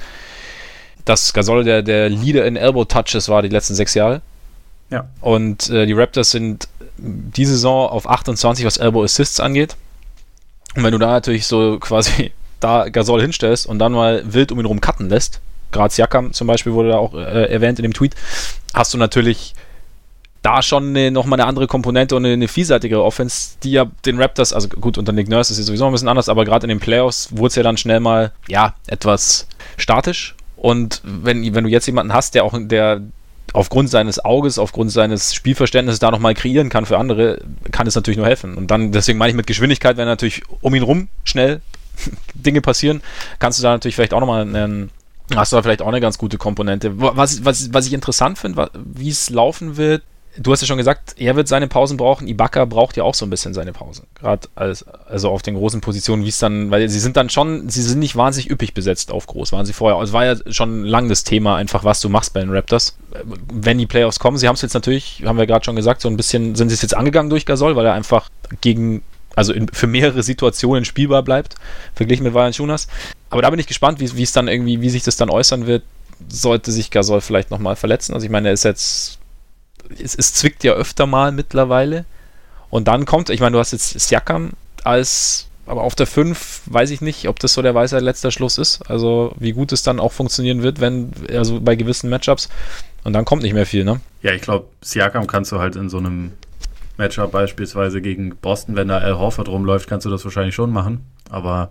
dass Gasol der, der Leader in Elbow Touches war die letzten sechs Jahre.
Ja.
Und äh, die Raptors sind diese Saison auf achtundzwanzig, was Elbow Assists angeht. Und wenn du da natürlich so quasi da Gasol hinstellst und dann mal wild um ihn rum cutten lässt, gerade Siakam zum Beispiel wurde da auch äh, erwähnt in dem Tweet, hast du natürlich da schon eine, nochmal eine andere Komponente und eine, eine vielseitigere Offense, die ja den Raptors, also gut, unter Nick Nurse ist es sowieso ein bisschen anders, aber gerade in den Playoffs wurde es ja dann schnell mal, ja, etwas statisch. Und wenn, wenn du jetzt jemanden hast, der auch, der aufgrund seines Auges, aufgrund seines Spielverständnisses da nochmal kreieren kann für andere, kann es natürlich nur helfen. Und dann, deswegen meine ich mit Geschwindigkeit, wenn natürlich um ihn rum schnell Dinge passieren, kannst du da natürlich vielleicht auch nochmal einen, hast du da vielleicht auch eine ganz gute Komponente. Was, was, was ich interessant finde, wie es laufen wird, du hast ja schon gesagt, er wird seine Pausen brauchen, Ibaka braucht ja auch so ein bisschen seine Pausen. Gerade als, also auf den großen Positionen, wie es dann, weil sie sind dann schon, sie sind nicht wahnsinnig üppig besetzt auf groß, waren sie vorher. Es war ja schon lang das Thema, einfach was du machst bei den Raptors. Wenn die Playoffs kommen, sie haben es jetzt natürlich, haben wir gerade schon gesagt, so ein bisschen, sind sie es jetzt angegangen durch Gasol, weil er einfach gegen, also in, für mehrere Situationen spielbar bleibt, verglichen mit Valanciunas. Aber da bin ich gespannt, wie, wie es dann irgendwie, wie sich das dann äußern wird, sollte sich Gasol vielleicht nochmal verletzen. Also ich meine, er ist jetzt Es, es zwickt ja öfter mal mittlerweile. Und dann kommt, ich meine, du hast jetzt Siakam als, aber auf der fünf weiß ich nicht, ob das so der Weisheit letzter Schluss ist. Also wie gut es dann auch funktionieren wird, wenn, also bei gewissen Matchups. Und dann kommt nicht mehr viel, ne?
Ja, ich glaube, Siakam kannst du halt in so einem Matchup beispielsweise gegen Boston, wenn da Al Horford rumläuft, kannst du das wahrscheinlich schon machen. Aber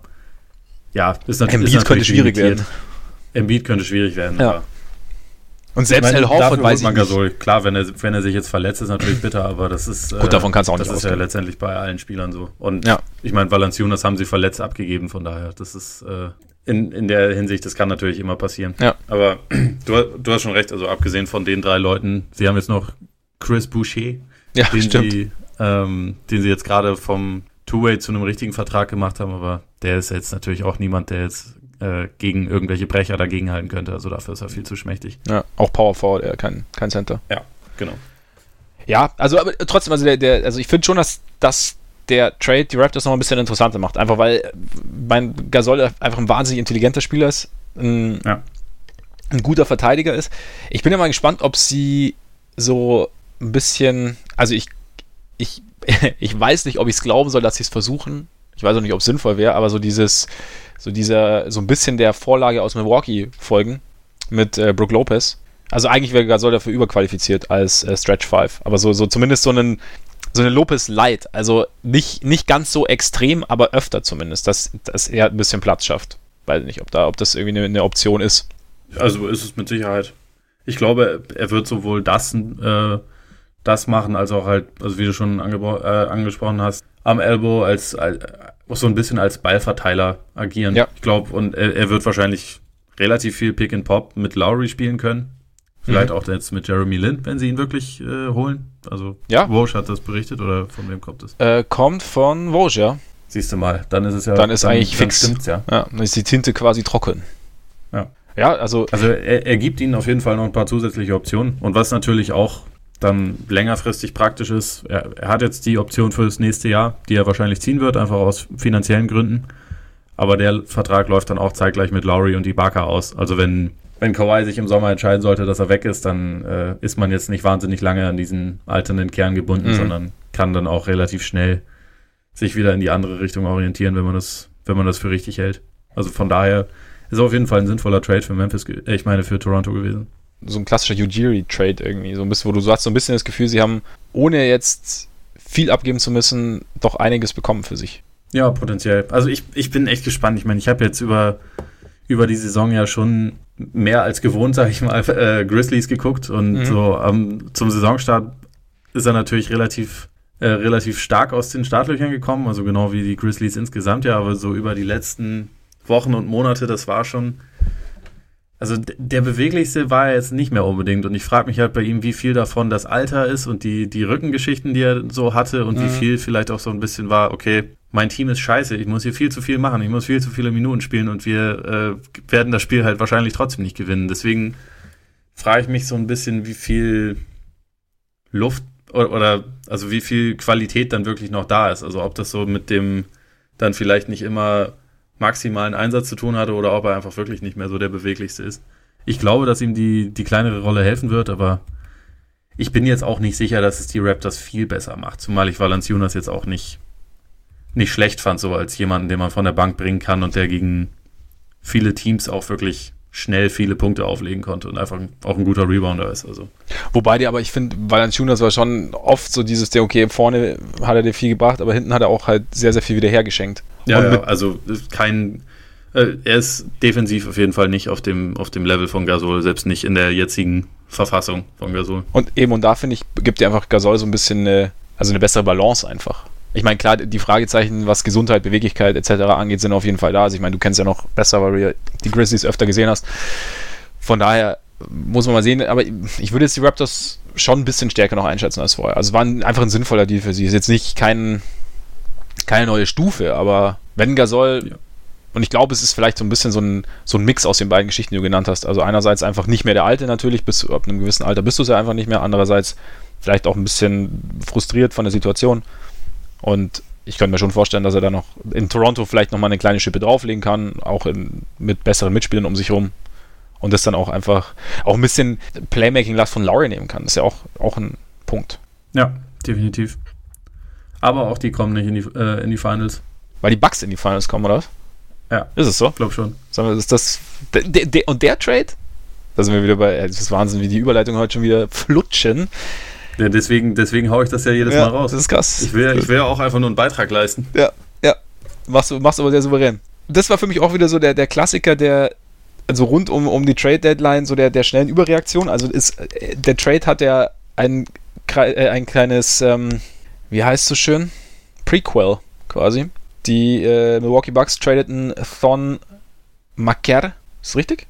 ja, ist, nat-
Embiid
ist natürlich
könnte schwierig
limitiert.
werden.
Embiid könnte schwierig werden,
ja.
aber
Und selbst
ich meine,
Al Horford weiß ich
man
nicht.
Gasol. Klar, wenn er, wenn er sich jetzt verletzt, ist natürlich bitter, aber das ist
Gut, äh, davon kannst du auch
das
nicht
ist ja
ausgehen.
letztendlich bei allen Spielern so. Und
ja.
ich meine, Valanciunas haben sie verletzt abgegeben, von daher, das ist äh, in, in der Hinsicht, das kann natürlich immer passieren.
Ja.
Aber du, du hast schon recht, also abgesehen von den drei Leuten, sie haben jetzt noch Chris Boucher,
Ja,
den,
stimmt.
sie, ähm, den sie jetzt gerade vom Two-Way zu einem richtigen Vertrag gemacht haben, aber der ist jetzt natürlich auch niemand, der jetzt äh, gegen irgendwelche Brecher dagegenhalten könnte, also dafür ist er viel zu schmächtig.
Ja, auch Power Forward, er kein, kein Center.
Ja, genau.
Ja, also aber trotzdem, also der, der, also ich finde schon, dass, dass der Trade die Raptors noch ein bisschen interessanter macht, einfach weil mein Gasol einfach ein wahnsinnig intelligenter Spieler ist, ein,
ja.
ein guter Verteidiger ist. Ich bin ja mal gespannt, ob sie so ein bisschen, also ich, ich, ich weiß nicht, ob ich es glauben soll, dass sie es versuchen. Ich weiß auch nicht, ob es sinnvoll wäre, aber so dieses, so dieser, so ein bisschen der Vorlage aus Milwaukee folgen mit äh, Brook Lopez. Also eigentlich wäre Gasol dafür überqualifiziert als äh, Stretch Five, aber so, so zumindest so einen, so eine Lopez Light, also nicht, nicht ganz so extrem, aber öfter zumindest, dass, dass er ein bisschen Platz schafft. Weiß nicht, ob da, ob das irgendwie eine, eine Option ist.
Also ist es mit Sicherheit. Ich glaube, er wird sowohl das, äh, das machen, als auch halt, also wie du schon angebro- äh, angesprochen hast, am Elbow als, als so ein bisschen als Ballverteiler agieren.
Ja.
Ich glaube, und er, er wird wahrscheinlich relativ viel Pick and Pop mit Lowry spielen können. Vielleicht mhm. auch jetzt mit Jeremy Lin, wenn sie ihn wirklich äh, holen. Also
ja.
Woj hat das berichtet oder von wem kommt das?
Äh, kommt von Woj, ja.
Siehst du mal, dann ist es ja.
Dann ist
dann,
eigentlich
dann
fix.
Stimmt's, ja.
Ja, dann ist die Tinte quasi trocken.
Ja.
Ja, also.
Also er, er gibt ihnen auf jeden Fall noch ein paar zusätzliche Optionen. Und was natürlich auch dann längerfristig praktisch ist, er, er hat jetzt die Option für das nächste Jahr, die er wahrscheinlich ziehen wird, einfach aus finanziellen Gründen. Aber der Vertrag läuft dann auch zeitgleich mit Lowry und Ibaka aus. Also wenn, wenn Kawhi sich im Sommer entscheiden sollte, dass er weg ist, dann äh, ist man jetzt nicht wahnsinnig lange an diesen alternden Kern gebunden, mhm. sondern kann dann auch relativ schnell sich wieder in die andere Richtung orientieren, wenn man das, wenn man das für richtig hält. Also von daher ist auf jeden Fall ein sinnvoller Trade für Memphis, äh, ich meine für Toronto gewesen.
So ein klassischer Ujiri-Trade irgendwie, so ein bisschen, wo du so hast so ein bisschen das Gefühl, sie haben, ohne jetzt viel abgeben zu müssen, doch einiges bekommen für sich.
Ja, potenziell. Also ich, ich bin echt gespannt. Ich meine, ich habe jetzt über, über die Saison ja schon mehr als gewohnt, sage ich mal, äh, Grizzlies geguckt und mhm. so ähm, zum Saisonstart ist er natürlich relativ äh, relativ stark aus den Startlöchern gekommen, also genau wie die Grizzlies insgesamt ja, aber so über die letzten Wochen und Monate, das war schon, also d- der beweglichste war er jetzt nicht mehr unbedingt und ich frage mich halt bei ihm, wie viel davon das Alter ist und die, die Rückengeschichten, die er so hatte und mhm. wie viel vielleicht auch so ein bisschen war, okay, mein Team ist scheiße, ich muss hier viel zu viel machen, ich muss viel zu viele Minuten spielen und wir äh, werden das Spiel halt wahrscheinlich trotzdem nicht gewinnen. Deswegen frage ich mich so ein bisschen, wie viel Luft oder, oder also wie viel Qualität dann wirklich noch da ist. Also ob das so mit dem dann vielleicht nicht immer maximalen Einsatz zu tun hatte oder ob er einfach wirklich nicht mehr so der beweglichste ist. Ich glaube, dass ihm die, die kleinere Rolle helfen wird, aber ich bin jetzt auch nicht sicher, dass es die Raptors viel besser macht, zumal ich Valanciunas jetzt auch nicht nicht schlecht fand, so als jemanden, den man von der Bank bringen kann und der gegen viele Teams auch wirklich schnell viele Punkte auflegen konnte und einfach auch ein guter Rebounder ist. Also.
Wobei dir aber, ich finde, Valanciunas war schon oft so dieses, der okay, vorne hat er dir viel gebracht, aber hinten hat er auch halt sehr, sehr viel wieder hergeschenkt.
Ja, ja also kein, äh, er ist defensiv auf jeden Fall nicht auf dem, auf dem Level von Gasol, selbst nicht in der jetzigen Verfassung von Gasol.
Und eben, und da finde ich, gibt dir einfach Gasol so ein bisschen eine, also eine bessere Balance einfach. Ich meine, klar, die Fragezeichen, was Gesundheit, Beweglichkeit et cetera angeht, sind auf jeden Fall da. Also ich meine, du kennst ja noch besser, weil du ja die Grizzlies öfter gesehen hast. Von daher muss man mal sehen, aber ich würde jetzt die Raptors schon ein bisschen stärker noch einschätzen als vorher. Also es war ein, einfach ein sinnvoller Deal für sie. Ist jetzt nicht kein, keine neue Stufe, aber wenn Gasol, ja. Und ich glaube, es ist vielleicht so ein bisschen so ein, so ein Mix aus den beiden Geschichten, die du genannt hast. Also einerseits einfach nicht mehr der Alte natürlich, bis ab einem gewissen Alter bist du es ja einfach nicht mehr. Andererseits vielleicht auch ein bisschen frustriert von der Situation. Und ich könnte mir schon vorstellen, dass er da noch in Toronto vielleicht nochmal eine kleine Schippe drauflegen kann, auch in, mit besseren Mitspielern um sich rum. Und das dann auch einfach auch ein bisschen Playmaking-Last von Lowry nehmen kann. Das ist ja auch, auch ein Punkt.
Ja, definitiv. Aber auch die kommen nicht in die, äh, in die Finals.
Weil die Bucks in die Finals kommen, oder was?
Ja.
Ist es so? Ich
glaube schon.
Sagen wir, ist das de, de, und der Trade? Da sind wir wieder bei, es ist Wahnsinn, wie die Überleitung heute schon wieder flutschen.
Ja, deswegen, deswegen haue ich das ja jedes
ja,
Mal raus.
Das ist krass.
Ich will, ich will ja auch einfach nur einen Beitrag leisten.
Ja, ja. Machst du machst aber sehr souverän. Das war für mich auch wieder so der, der Klassiker, der also rund um, um die Trade-Deadline, so der, der schnellen Überreaktion. Also ist, der Trade hat ja ein, äh, ein kleines, ähm, wie heißt es so schön? Prequel quasi. Die äh, Milwaukee Bucks tradeten Thon Maker. Ist das richtig?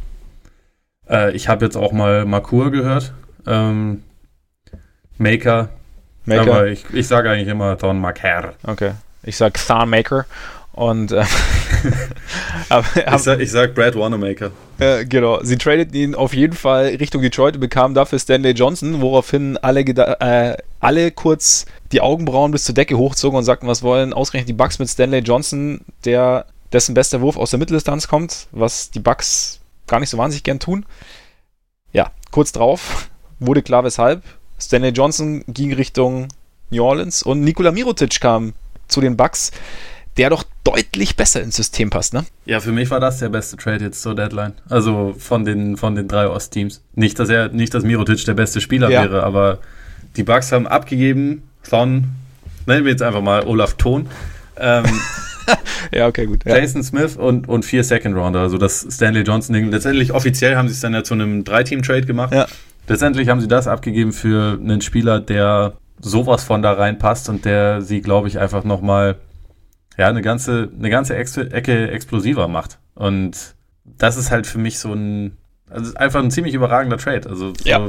Äh, ich habe jetzt auch mal Makur gehört. Ähm, Maker. Maker. Aber ich, ich sage eigentlich immer Thon Maker.
Okay. Ich sage Thon Maker. Und äh, aber,
ich, sag, ich sag Brad Wanamaker.
Äh, genau. Sie tradeten ihn auf jeden Fall Richtung Detroit und bekamen dafür Stanley Johnson, woraufhin alle, äh, alle kurz die Augenbrauen bis zur Decke hochzogen und sagten, was wollen ausgerechnet die Bucks mit Stanley Johnson, der dessen bester Wurf aus der Mitteldistanz kommt, was die Bucks gar nicht so wahnsinnig gern tun. Ja, kurz drauf wurde klar, weshalb. Stanley Johnson ging Richtung New Orleans und Nikola Mirotic kam zu den Bucks, der doch deutlich besser ins System passt, ne?
Ja, für mich war das der beste Trade jetzt zur Deadline. Also von den, von den drei Ostteams. Nicht, dass er, nicht, dass Mirotic der beste Spieler ja. wäre, aber die Bucks haben abgegeben, Thon, nennen wir jetzt einfach mal Olaf Thon, ähm,
ja, okay, gut. Ja.
Jason Smith und, und vier Second-Rounder, also das Stanley Johnson-Ding. Letztendlich, offiziell haben sie es dann ja zu einem Drei-Team-Trade gemacht. Ja. Letztendlich haben sie das abgegeben für einen Spieler, der sowas von da reinpasst und der sie, glaube ich, einfach nochmal ja, eine ganze, eine ganze Ex- Ecke explosiver macht. Und das ist halt für mich so ein, also einfach ein ziemlich überragender Trade. Also so,
ja.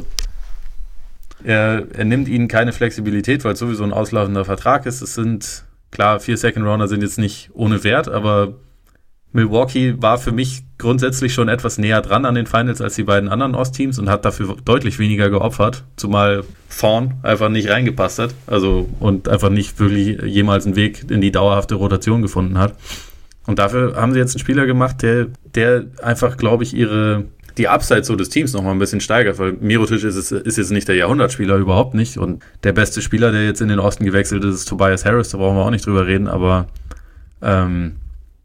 er, er nimmt ihnen keine Flexibilität, weil es sowieso ein auslaufender Vertrag ist. Es sind, klar, vier Second-Rounder sind jetzt nicht ohne Wert, aber Milwaukee war für mich grundsätzlich schon etwas näher dran an den Finals als die beiden anderen Ostteams und hat dafür deutlich weniger geopfert, zumal Thorn einfach nicht reingepasst hat, also und einfach nicht wirklich jemals einen Weg in die dauerhafte Rotation gefunden hat. Und dafür haben sie jetzt einen Spieler gemacht, der, der einfach, glaube ich, ihre die Upside so des Teams nochmal ein bisschen steigert, weil Mirotic ist, es, ist jetzt nicht der Jahrhundertspieler, überhaupt nicht. Und der beste Spieler, der jetzt in den Osten gewechselt ist, ist Tobias Harris, da brauchen wir auch nicht drüber reden, aber ähm,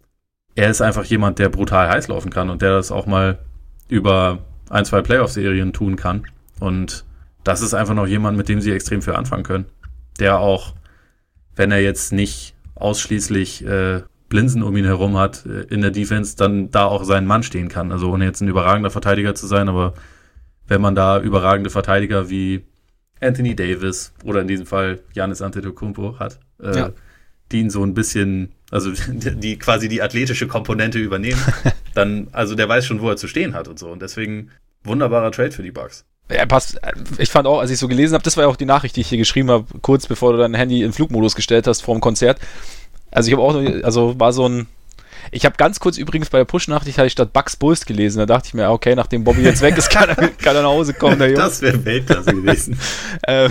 er ist einfach jemand, der brutal heiß laufen kann und der das auch mal über ein, zwei Playoff-Serien tun kann. Und das ist einfach noch jemand, mit dem sie extrem viel anfangen können. Der auch, wenn er jetzt nicht ausschließlich äh, Blinsen um ihn herum hat äh, in der Defense, dann da auch seinen Mann stehen kann. Also ohne jetzt ein überragender Verteidiger zu sein, aber wenn man da überragende Verteidiger wie Anthony Davis oder in diesem Fall Giannis Antetokounmpo hat, äh, ja. die ihn so ein bisschen, also die, die quasi die athletische Komponente übernehmen, dann, also der weiß schon, wo er zu stehen hat und so. Und deswegen wunderbarer Trade für die Bucks.
Ja, passt. Ich fand auch, als ich so gelesen habe, das war ja auch die Nachricht, die ich hier geschrieben habe, kurz bevor du dein Handy in Flugmodus gestellt hast vor dem Konzert. Also ich habe auch, also war so ein, ich habe ganz kurz übrigens bei der Push-Nachricht, hatte ich statt Bucks Bulls gelesen, da dachte ich mir, okay, nachdem Bobby jetzt weg ist, kann er, kann er nach Hause kommen. Der
das wäre Weltklasse gewesen.
ähm,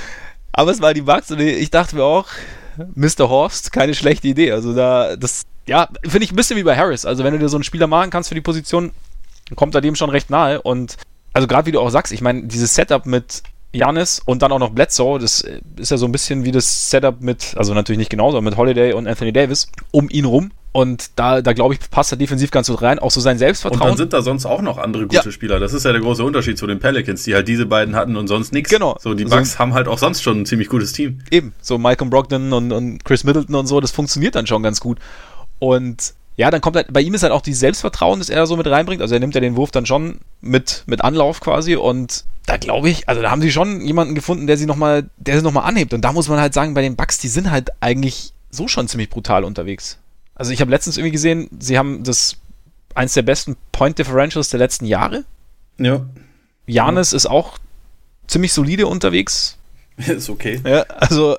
aber es war die Bucks und ich dachte mir auch, Mister Horst, keine schlechte Idee. Also da, das, ja, finde ich ein bisschen wie bei Harris. Also wenn du dir so einen Spieler machen kannst für die Position, kommt er dem schon recht nahe. Und also gerade wie du auch sagst, ich meine, dieses Setup mit Giannis und dann auch noch Bledsoe, das ist ja so ein bisschen wie das Setup mit, also natürlich nicht genauso, aber mit Holiday und Anthony Davis um ihn rum. Und da, da glaube ich, passt er defensiv ganz gut rein. Auch so sein Selbstvertrauen.
Und dann sind da sonst auch noch andere gute ja. Spieler. Das ist ja der große Unterschied zu den Pelicans, die halt diese beiden hatten und sonst nichts.
Genau.
So, die Bucks so, haben halt auch sonst schon ein ziemlich gutes Team.
Eben. So Malcolm Brogdon und, und Chris Middleton und so, das funktioniert dann schon ganz gut. Und ja, dann kommt halt, bei ihm ist halt auch dieses Selbstvertrauen, das er so mit reinbringt. Also er nimmt ja den Wurf dann schon mit, mit Anlauf quasi und da glaube ich, also da haben sie schon jemanden gefunden, der sie nochmal, der sie nochmal anhebt. Und da muss man halt sagen, bei den Bucks, die sind halt eigentlich so schon ziemlich brutal unterwegs. Also ich habe letztens irgendwie gesehen, sie haben das eins der besten Point Differentials der letzten Jahre.
Ja.
Giannis ja. ist auch ziemlich solide unterwegs.
Ist okay.
Ja, also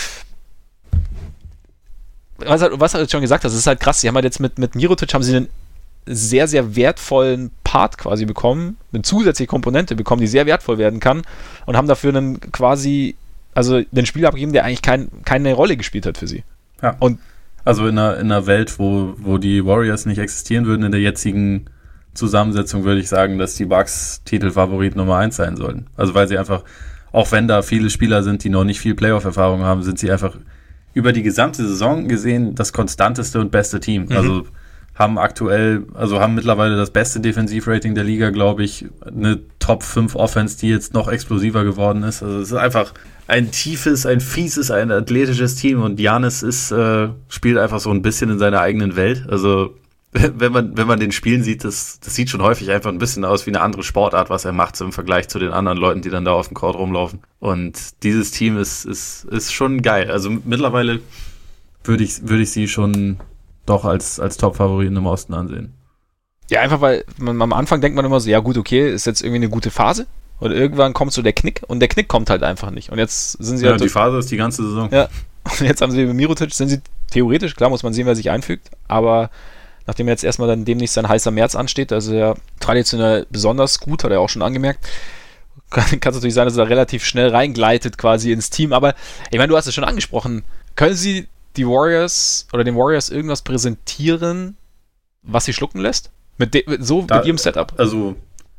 was halt, was halt schon gesagt hast, es ist halt krass. Sie haben halt jetzt mit, mit Mirotic haben sie einen sehr, sehr wertvollen Part quasi bekommen, eine zusätzliche Komponente bekommen, die sehr wertvoll werden kann und haben dafür einen quasi, also den Spieler abgegeben, der eigentlich kein, keine Rolle gespielt hat für sie.
Ja.
Und
also in einer, in einer Welt, wo, wo die Warriors nicht existieren würden, in der jetzigen Zusammensetzung würde ich sagen, dass die Bucks Titelfavorit Nummer eins sein sollten. Also weil sie einfach, auch wenn da viele Spieler sind, die noch nicht viel Playoff-Erfahrung haben, sind sie einfach über die gesamte Saison gesehen das konstanteste und beste Team. Mhm. Also haben aktuell, also haben mittlerweile das beste Defensivrating der Liga, glaube ich, eine Top fünf Offense, die jetzt noch explosiver geworden ist. Also es ist einfach ein tiefes, ein fieses, ein athletisches Team und Giannis ist, äh, spielt einfach so ein bisschen in seiner eigenen Welt. Also wenn man, wenn man den spielen sieht, das, das sieht schon häufig einfach ein bisschen aus wie eine andere Sportart, was er macht, so im Vergleich zu den anderen Leuten, die dann da auf dem Court rumlaufen. Und dieses Team ist, ist, ist schon geil. Also mittlerweile würde ich, würde ich sie schon doch als, als Top-Favoriten im Osten ansehen.
Ja, einfach weil man, am Anfang denkt man immer so, ja gut, okay, ist jetzt irgendwie eine gute Phase. Und irgendwann kommt so der Knick und der Knick kommt halt einfach nicht. Und jetzt sind sie
ja,
halt...
Ja, die Phase ist die ganze Saison.
Ja, und jetzt haben sie mit Mirotic, sind sie theoretisch, klar muss man sehen, wer sich einfügt, aber nachdem jetzt erstmal dann demnächst ein heißer März ansteht, also ja traditionell besonders gut, hat er auch schon angemerkt, kann es natürlich sein, dass er da relativ schnell reingleitet quasi ins Team, aber ich meine, du hast es schon angesprochen, können sie die Warriors oder den Warriors irgendwas präsentieren, was sie schlucken lässt? Mit de- so da, mit ihrem Setup?
Also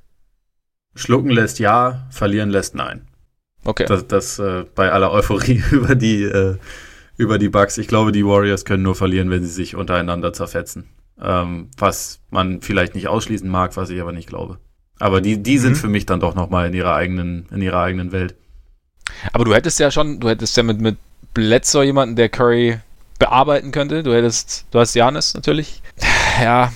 schlucken lässt ja, verlieren lässt nein.
Okay.
Das, das äh, bei aller Euphorie über die äh, über die Bucks. Ich glaube, die Warriors können nur verlieren, wenn sie sich untereinander zerfetzen. Ähm, was man vielleicht nicht ausschließen mag, was ich aber nicht glaube. Aber die, die sind mhm. für mich dann doch nochmal in ihrer eigenen, in ihrer eigenen Welt.
Aber du hättest ja schon, du hättest ja mit, mit Bledsoe jemanden, der Curry bearbeiten könnte. Du hättest, du hast Giannis natürlich. Ja.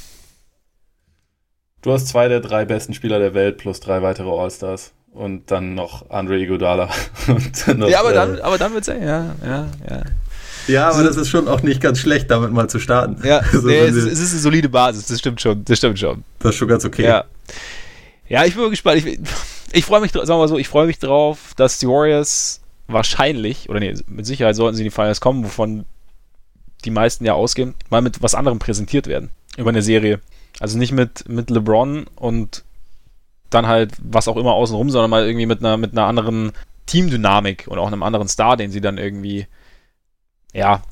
Du hast zwei der drei besten Spieler der Welt plus drei weitere All-Stars. Und dann noch Andre Iguodala. Und dann noch,
ja, aber dann,
äh,
aber dann wird's ja, ja, ja, ja.
Ja, aber das ist schon auch nicht ganz schlecht, damit mal zu starten.
Ja, so, nee, es, ist, es ist eine solide Basis, das stimmt schon, das stimmt schon.
Das ist schon ganz okay.
Ja, ja, ich bin mal gespannt. Ich, ich freue mich, sagen wir mal so, ich freue mich drauf, dass die Warriors wahrscheinlich, oder nee, mit Sicherheit sollten sie in die Finals kommen, wovon die meisten ja ausgehen, mal mit was anderem präsentiert werden. Über eine Serie. Also nicht mit, mit LeBron und dann halt was auch immer außenrum, sondern mal irgendwie mit einer, mit einer anderen Teamdynamik und auch einem anderen Star, den sie dann irgendwie ja,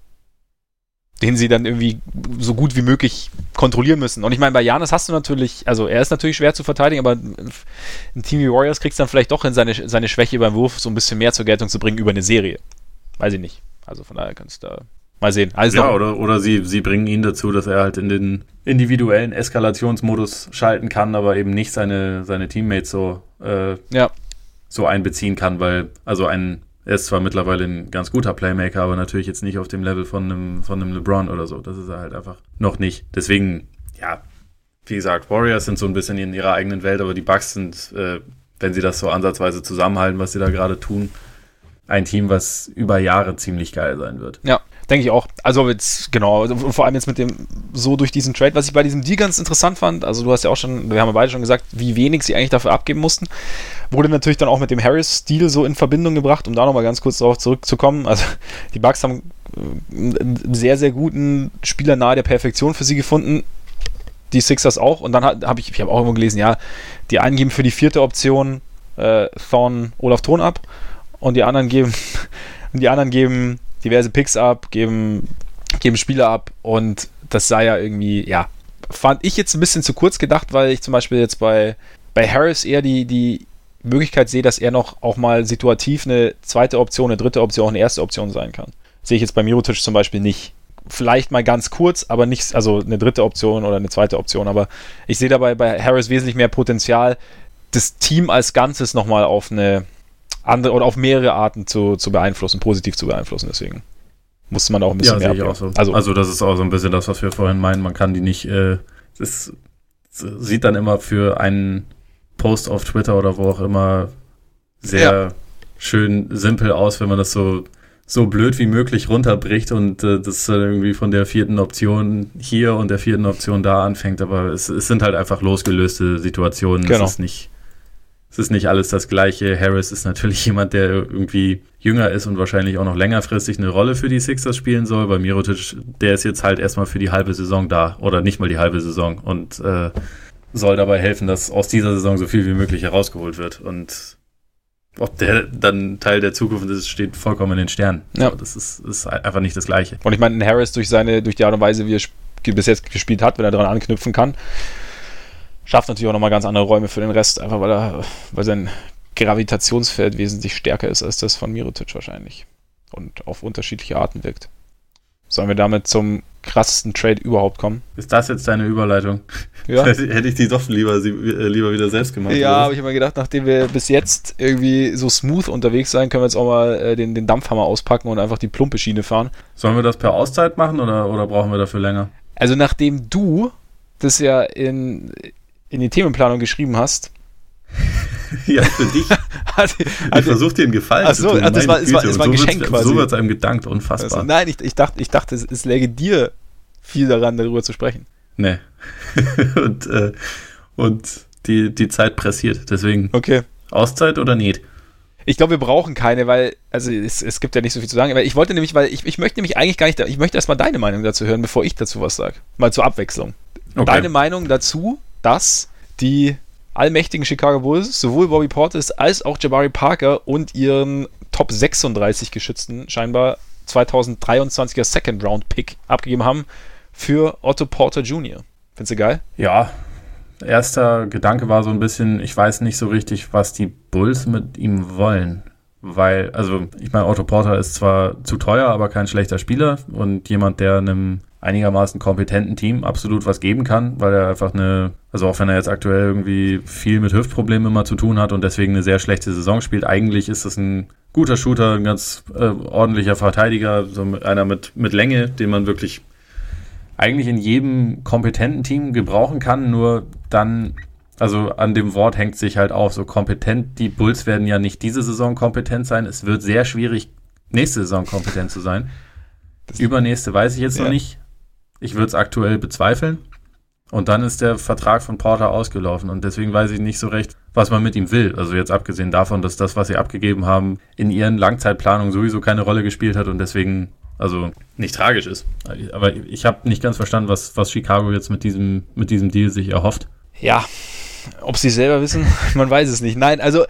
den sie dann irgendwie so gut wie möglich kontrollieren müssen. Und ich meine, bei Giannis hast du natürlich, also er ist natürlich schwer zu verteidigen, aber ein Team wie Warriors kriegst dann vielleicht doch hin, seine, seine Schwäche beim Wurf so ein bisschen mehr zur Geltung zu bringen über eine Serie. Weiß ich nicht. Also von daher kannst du da mal sehen. Also
ja, oder, oder sie, sie bringen ihn dazu, dass er halt in den individuellen Eskalationsmodus schalten kann, aber eben nicht seine, seine Teammates so, äh,
ja.
so einbeziehen kann, weil, also ein Er ist zwar mittlerweile ein ganz guter Playmaker, aber natürlich jetzt nicht auf dem Level von einem, von einem LeBron oder so. Das ist er halt einfach noch nicht. Deswegen, ja, wie gesagt, Warriors sind so ein bisschen in ihrer eigenen Welt, aber die Bucks sind, äh, wenn sie das so ansatzweise zusammenhalten, was sie da gerade tun, ein Team, was über Jahre ziemlich geil sein wird.
Ja, denke ich auch. Also jetzt, genau, vor allem jetzt mit dem, so durch diesen Trade, was ich bei diesem Deal ganz interessant fand, also du hast ja auch schon, wir haben ja beide schon gesagt, wie wenig sie eigentlich dafür abgeben mussten, wurde natürlich dann auch mit dem Harris-Deal so in Verbindung gebracht, um da nochmal ganz kurz darauf zurückzukommen. Also die Bucks haben einen sehr, sehr guten Spieler nahe der Perfektion für sie gefunden, die Sixers auch, und dann habe ich, ich habe auch irgendwo gelesen, ja, die einen geben für die vierte Option äh, Thorn Olaf Thon ab und die anderen geben die anderen geben diverse Picks ab, geben, geben Spieler ab und das sei ja irgendwie, ja, fand ich jetzt ein bisschen zu kurz gedacht, weil ich zum Beispiel jetzt bei, bei Harris eher die, die Möglichkeit sehe, dass er noch auch mal situativ eine zweite Option, eine dritte Option, eine erste Option sein kann. Sehe ich jetzt bei Mirotic zum Beispiel nicht. Vielleicht mal ganz kurz, aber nicht, also eine dritte Option oder eine zweite Option, aber ich sehe dabei bei Harris wesentlich mehr Potenzial, das Team als Ganzes nochmal auf eine andere oder auf mehrere Arten zu, zu beeinflussen, positiv zu beeinflussen, deswegen musste man auch ein bisschen
ja,
mehr
sehe ich auch so.
Also,
also das ist auch so ein bisschen das, was wir vorhin meinen. Man kann die nicht, äh, das sieht dann immer für einen Post auf Twitter oder wo auch immer sehr ja. schön simpel aus, wenn man das so so blöd wie möglich runterbricht und äh, das äh, irgendwie von der vierten Option hier und der vierten Option da anfängt, aber es, es sind halt einfach losgelöste Situationen.
Genau.
Es ist nicht, es ist nicht alles das Gleiche. Harris ist natürlich jemand, der irgendwie jünger ist und wahrscheinlich auch noch längerfristig eine Rolle für die Sixers spielen soll, weil Mirotic, der ist jetzt halt erstmal für die halbe Saison da oder nicht mal die halbe Saison und äh, soll dabei helfen, dass aus dieser Saison so viel wie möglich herausgeholt wird und ob der dann Teil der Zukunft ist, steht vollkommen in den Sternen.
Ja.
So, das ist, ist einfach nicht das Gleiche.
Und ich meine, Harris durch seine, durch die Art und Weise, wie er sp- bis jetzt gespielt hat, wenn er daran anknüpfen kann, schafft natürlich auch nochmal ganz andere Räume für den Rest, einfach weil er, weil sein Gravitationsfeld wesentlich stärker ist als das von Mirotic wahrscheinlich. Und auf unterschiedliche Arten wirkt. Sollen wir damit zum krassesten Trade überhaupt kommen?
Ist das jetzt deine Überleitung?
Ja.
Hätte ich die doch lieber, lieber wieder selbst gemacht.
Ja, habe ich immer gedacht, nachdem wir bis jetzt irgendwie so smooth unterwegs sein, können wir jetzt auch mal äh, den, den Dampfhammer auspacken und einfach die plumpe Schiene fahren.
Sollen wir das per Auszeit machen oder, oder brauchen wir dafür länger?
Also nachdem du das ja in, in die Themenplanung geschrieben hast.
Ja, für dich.
hat,
ich
hat,
versuche dir einen Gefallen
ach so,
zu tun.
Das war, es war, es war ein
so
Geschenk quasi.
So wird es einem gedankt, unfassbar.
Also, nein, ich, ich dachte, ich dachte es, es läge dir viel daran, darüber zu sprechen.
Nee. und äh, und die, die Zeit pressiert, deswegen.
Okay.
Auszeit oder nicht?
Ich glaube, wir brauchen keine, weil, also es, es gibt ja nicht so viel zu sagen, aber ich wollte nämlich, weil ich, ich möchte nämlich eigentlich gar nicht, ich möchte erstmal deine Meinung dazu hören, bevor ich dazu was sage. Mal zur Abwechslung. Okay. Deine Meinung dazu, dass die allmächtigen Chicago Bulls sowohl Bobby Portis als auch Jabari Parker und ihren Top sechsunddreißig geschützten, scheinbar zweitausenddreiundzwanziger Second Round Pick abgegeben haben für Otto Porter Junior Findest du geil?
Ja. Erster Gedanke war so ein bisschen, ich weiß nicht so richtig, was die Bulls mit ihm wollen. Weil, also ich meine, Otto Porter ist zwar zu teuer, aber kein schlechter Spieler und jemand, der einem einigermaßen kompetenten Team absolut was geben kann, weil er einfach eine, also auch wenn er jetzt aktuell irgendwie viel mit Hüftproblemen immer zu tun hat und deswegen eine sehr schlechte Saison spielt, eigentlich ist das ein guter Shooter, ein ganz äh, ordentlicher Verteidiger, so einer mit, mit Länge, den man wirklich eigentlich in jedem kompetenten Team gebrauchen kann, nur dann, also an dem Wort hängt sich halt auf, so kompetent, die Bulls werden ja nicht diese Saison kompetent sein, es wird sehr schwierig, nächste Saison kompetent zu sein. Das Übernächste weiß ich jetzt ja noch nicht. Ich würde es aktuell bezweifeln. Und dann ist der Vertrag von Porter ausgelaufen und deswegen weiß ich nicht so recht, was man mit ihm will. Also jetzt abgesehen davon, dass das, was sie abgegeben haben, in ihren Langzeitplanungen sowieso keine Rolle gespielt hat und deswegen also nicht tragisch ist. Aber ich habe nicht ganz verstanden, was, was Chicago jetzt mit diesem, mit diesem Deal sich erhofft.
Ja, ob sie selber wissen, man weiß es nicht. Nein, also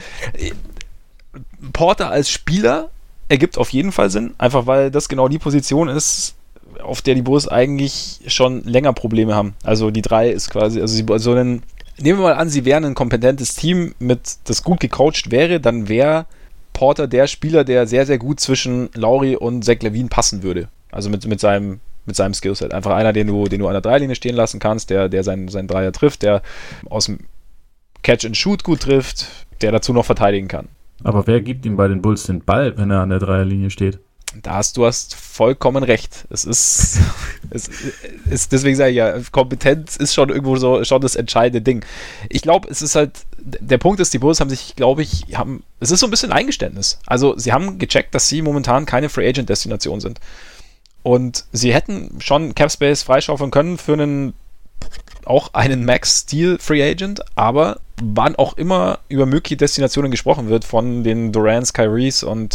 Porter als Spieler ergibt auf jeden Fall Sinn, einfach weil das genau die Position ist, auf der die Bulls eigentlich schon länger Probleme haben. Also die drei ist quasi, also sie so einen, nehmen wir mal an, sie wären ein kompetentes Team, mit das gut gecoacht wäre, dann wäre Porter der Spieler, der sehr, sehr gut zwischen Lauri und Zach LaVine passen würde. Also mit, mit seinem, mit seinem Skillset. Einfach einer, den du, den du an der Dreilinie stehen lassen kannst, der, der seinen, seinen Dreier trifft, der aus dem Catch and Shoot gut trifft, der dazu noch verteidigen kann.
Aber wer gibt ihm bei den Bulls den Ball, wenn er an der Dreierlinie steht?
Da hast du hast vollkommen recht. Es ist, es ist, deswegen sage ich ja, Kompetenz ist schon irgendwo so schon das entscheidende Ding. Ich glaube, es ist halt, der Punkt ist, die Bulls haben sich, glaube ich, haben, es ist so ein bisschen Eingeständnis. Also sie haben gecheckt, dass sie momentan keine Free Agent Destination sind. Und sie hätten schon Cap Space freischaufeln können für einen, auch einen Max Steel Free Agent, aber wann auch immer über mögliche Destinationen gesprochen wird von den Durants, Kyries und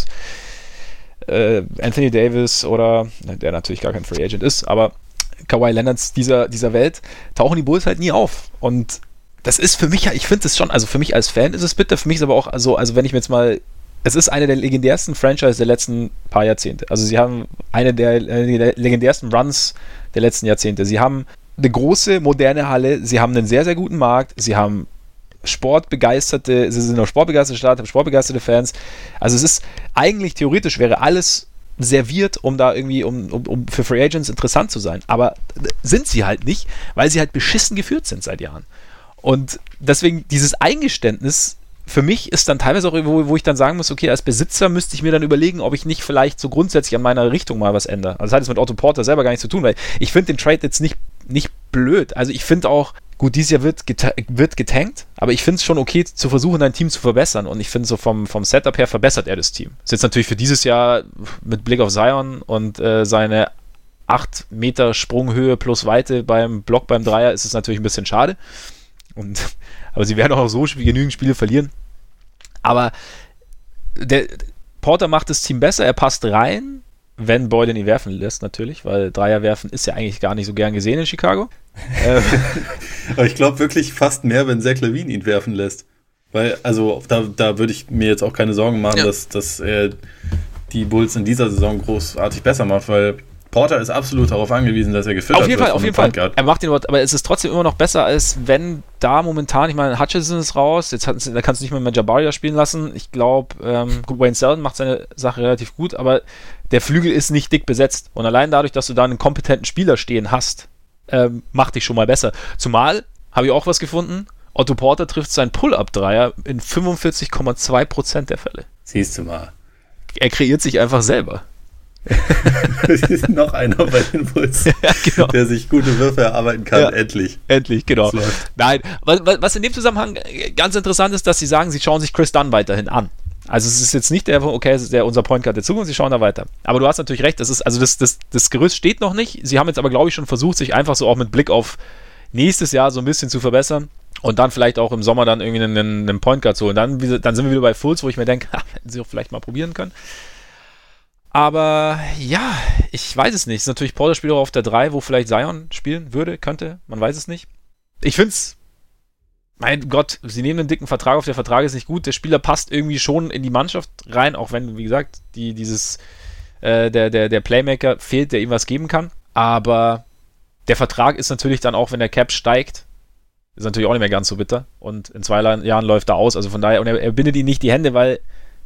Anthony Davis oder, der natürlich gar kein Free Agent ist, aber Kawhi Leonards dieser, dieser Welt, tauchen die Bulls halt nie auf. Und das ist für mich ja, ich finde es schon, also für mich als Fan ist es bitter, für mich ist aber auch so, also wenn ich mir jetzt mal, es ist eine der legendärsten Franchise der letzten paar Jahrzehnte. Also sie haben eine der, der legendärsten Runs der letzten Jahrzehnte. Sie haben eine große, moderne Halle, sie haben einen sehr, sehr guten Markt, sie haben sportbegeisterte, sie sind auch sportbegeisterte Stadt, haben sportbegeisterte Fans. Also es ist eigentlich theoretisch wäre alles serviert, um da irgendwie, um, um, um für Free Agents interessant zu sein. Aber sind sie halt nicht, weil sie halt beschissen geführt sind seit Jahren. Und deswegen dieses Eingeständnis für mich ist dann teilweise auch, wo, wo ich dann sagen muss, okay, als Besitzer müsste ich mir dann überlegen, ob ich nicht vielleicht so grundsätzlich an meiner Richtung mal was ändere. Also das hat jetzt mit Otto Porter selber gar nichts zu tun, weil ich finde den Trade jetzt nicht, nicht blöd. Also ich finde auch, gut, dieses Jahr wird, geta- wird getankt, aber ich finde es schon okay, zu versuchen, dein Team zu verbessern. Und ich finde so vom, vom Setup her verbessert er das Team. Ist jetzt natürlich für dieses Jahr mit Blick auf Zion und äh, seine acht Meter Sprunghöhe plus Weite beim Block beim Dreier ist es natürlich ein bisschen schade. Und, aber sie werden auch so genügend Spiele verlieren. Aber der Porter macht das Team besser, er passt rein, wenn Boyd ihn werfen lässt natürlich, weil Dreier werfen ist ja eigentlich gar nicht so gern gesehen in Chicago.
Aber ich glaube wirklich fast mehr, wenn Zach LaVine ihn werfen lässt. Weil, also da, da würde ich mir jetzt auch keine Sorgen machen, ja. dass, dass er die Bulls in dieser Saison großartig besser macht, weil Porter ist absolut darauf angewiesen, dass er gefüttert
auf jeden
wird.
Fall, auf jeden Fall. Er macht den, aber es ist trotzdem immer noch besser, als wenn da momentan, ich meine, Hutchinson ist raus, jetzt hat, da kannst du nicht mehr mit Jabari da spielen lassen. Ich glaube, ähm, Wayne Selden macht seine Sache relativ gut, aber der Flügel ist nicht dick besetzt. Und allein dadurch, dass du da einen kompetenten Spieler stehen hast, ähm, macht dich schon mal besser. Zumal, habe ich auch was gefunden, Otto Porter trifft seinen Pull-Up-Dreier in fünfundvierzig Komma zwei Prozent der Fälle.
Siehst du mal.
Er kreiert sich einfach selber.
Es ist noch einer bei den Bulls,
ja, genau.
der sich gute Würfe erarbeiten kann, ja, endlich.
Endlich, genau. Nein, was, was in dem Zusammenhang ganz interessant ist, dass sie sagen, sie schauen sich Chris Dunn weiterhin an. Also es ist jetzt nicht der, okay, es ist der, unser Point Guard der Zukunft, sie schauen da weiter. Aber du hast natürlich recht, das ist, also das, das, das Gerüst steht noch nicht. Sie haben jetzt aber, glaube ich, schon versucht, sich einfach so auch mit Blick auf nächstes Jahr so ein bisschen zu verbessern und dann vielleicht auch im Sommer dann irgendwie einen, einen Point Guard zu holen. Dann, dann sind wir wieder bei Fultz, wo ich mir denke, hätten sie auch vielleicht mal probieren können. Aber ja, ich weiß es nicht. Es ist natürlich Porter spielt auch auf der drei, wo vielleicht Zion spielen würde, könnte. Man weiß es nicht. Ich finde es, mein Gott, sie nehmen einen dicken Vertrag auf, der Vertrag ist nicht gut. Der Spieler passt irgendwie schon in die Mannschaft rein, auch wenn, wie gesagt, die, dieses, äh, der, der, der Playmaker fehlt, der ihm was geben kann. Aber der Vertrag ist natürlich dann auch, wenn der Cap steigt, ist natürlich auch nicht mehr ganz so bitter. Und in zwei Jahren läuft er aus. Also von daher, und er, er bindet ihm nicht die Hände, weil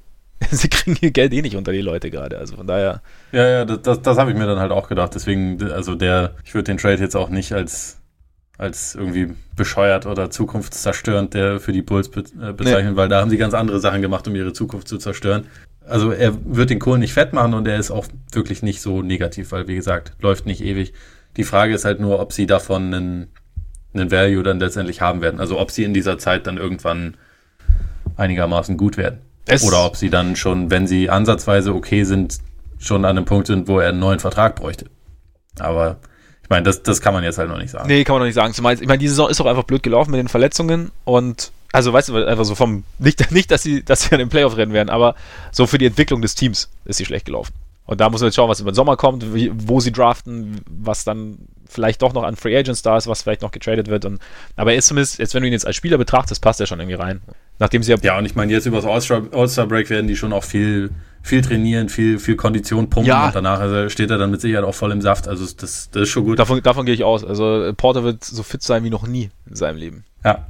sie kriegen ihr Geld eh nicht unter die Leute gerade, also von daher.
Ja, ja, das, das, das habe ich mir dann halt auch gedacht, deswegen, also der, ich würde den Trade jetzt auch nicht als, als irgendwie bescheuert oder zukunftszerstörend der für die Bulls be, äh, bezeichnen, nee. Weil da haben sie ganz andere Sachen gemacht, um ihre Zukunft zu zerstören. Also er wird den Kohl nicht fett machen und er ist auch wirklich nicht so negativ, weil wie gesagt, läuft nicht ewig. Die Frage ist halt nur, ob sie davon einen, einen Value dann letztendlich haben werden, also ob sie in dieser Zeit dann irgendwann einigermaßen gut werden. Es Oder ob sie dann schon, wenn sie ansatzweise okay sind, schon an einem Punkt sind, wo er einen neuen Vertrag bräuchte. Aber ich meine, das, das kann man jetzt halt noch nicht sagen.
Nee, kann man noch nicht sagen. Zumal, ich meine, die Saison ist auch einfach blöd gelaufen mit den Verletzungen und, also weißt du, einfach so vom, nicht, nicht dass sie, dass sie an den Playoff-Rennen werden, aber so für die Entwicklung des Teams ist sie schlecht gelaufen. Und da muss man jetzt schauen, was über den Sommer kommt, wie, wo sie draften, was dann vielleicht doch noch an Free Agents da ist, was vielleicht noch getradet wird. Und, aber er ist zumindest, jetzt wenn du ihn jetzt als Spieler betrachtest, passt er schon irgendwie rein. Nachdem sie ja,
ja, und ich meine, jetzt über das All-Star, All-Star-Break werden die schon auch viel, viel trainieren, viel, viel Kondition pumpen ja. Und danach also steht er dann mit Sicherheit auch voll im Saft. Also das, das ist schon gut.
Davon, davon gehe ich aus. Also Porter wird so fit sein wie noch nie in seinem Leben.
Ja.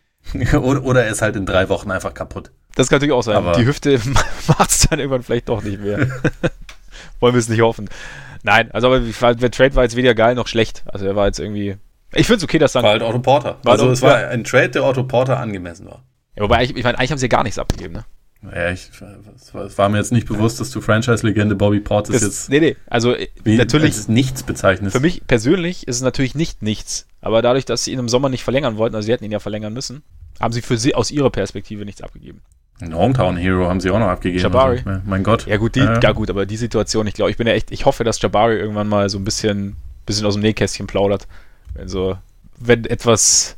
oder, oder er ist halt in drei Wochen einfach kaputt.
Das kann natürlich auch sein. Aber die Hüfte macht es dann irgendwann vielleicht doch nicht mehr. Wollen wir es nicht hoffen. Nein, also aber der Trade war jetzt weder geil noch schlecht. Also er war jetzt irgendwie. Ich finde es okay, dass dann.
War halt Otto Porter.
War
also
doch,
es war
ja.
ein Trade, der Otto Porter angemessen war.
Ja, wobei, ich, ich meine, eigentlich haben sie ja gar nichts abgegeben, ne?
Ja, ich, es, war, es war mir jetzt nicht bewusst, dass du Franchise-Legende Bobby Portis das, jetzt.
Nee, nee, also
wie,
natürlich.
Als nichts bezeichnest.
Für mich persönlich ist es natürlich nicht nichts. Aber dadurch, dass sie ihn im Sommer nicht verlängern wollten, also sie hätten ihn ja verlängern müssen, haben sie für sie aus ihrer Perspektive nichts abgegeben.
Ein Hometown Hero haben sie auch noch abgegeben.
Jabari.
Also, mein Gott.
Ja gut, die, ja, ja. ja gut, aber die Situation, ich glaube, ich bin ja echt, ich hoffe, dass Jabari irgendwann mal so ein bisschen, bisschen aus dem Nähkästchen plaudert. Wenn so, wenn etwas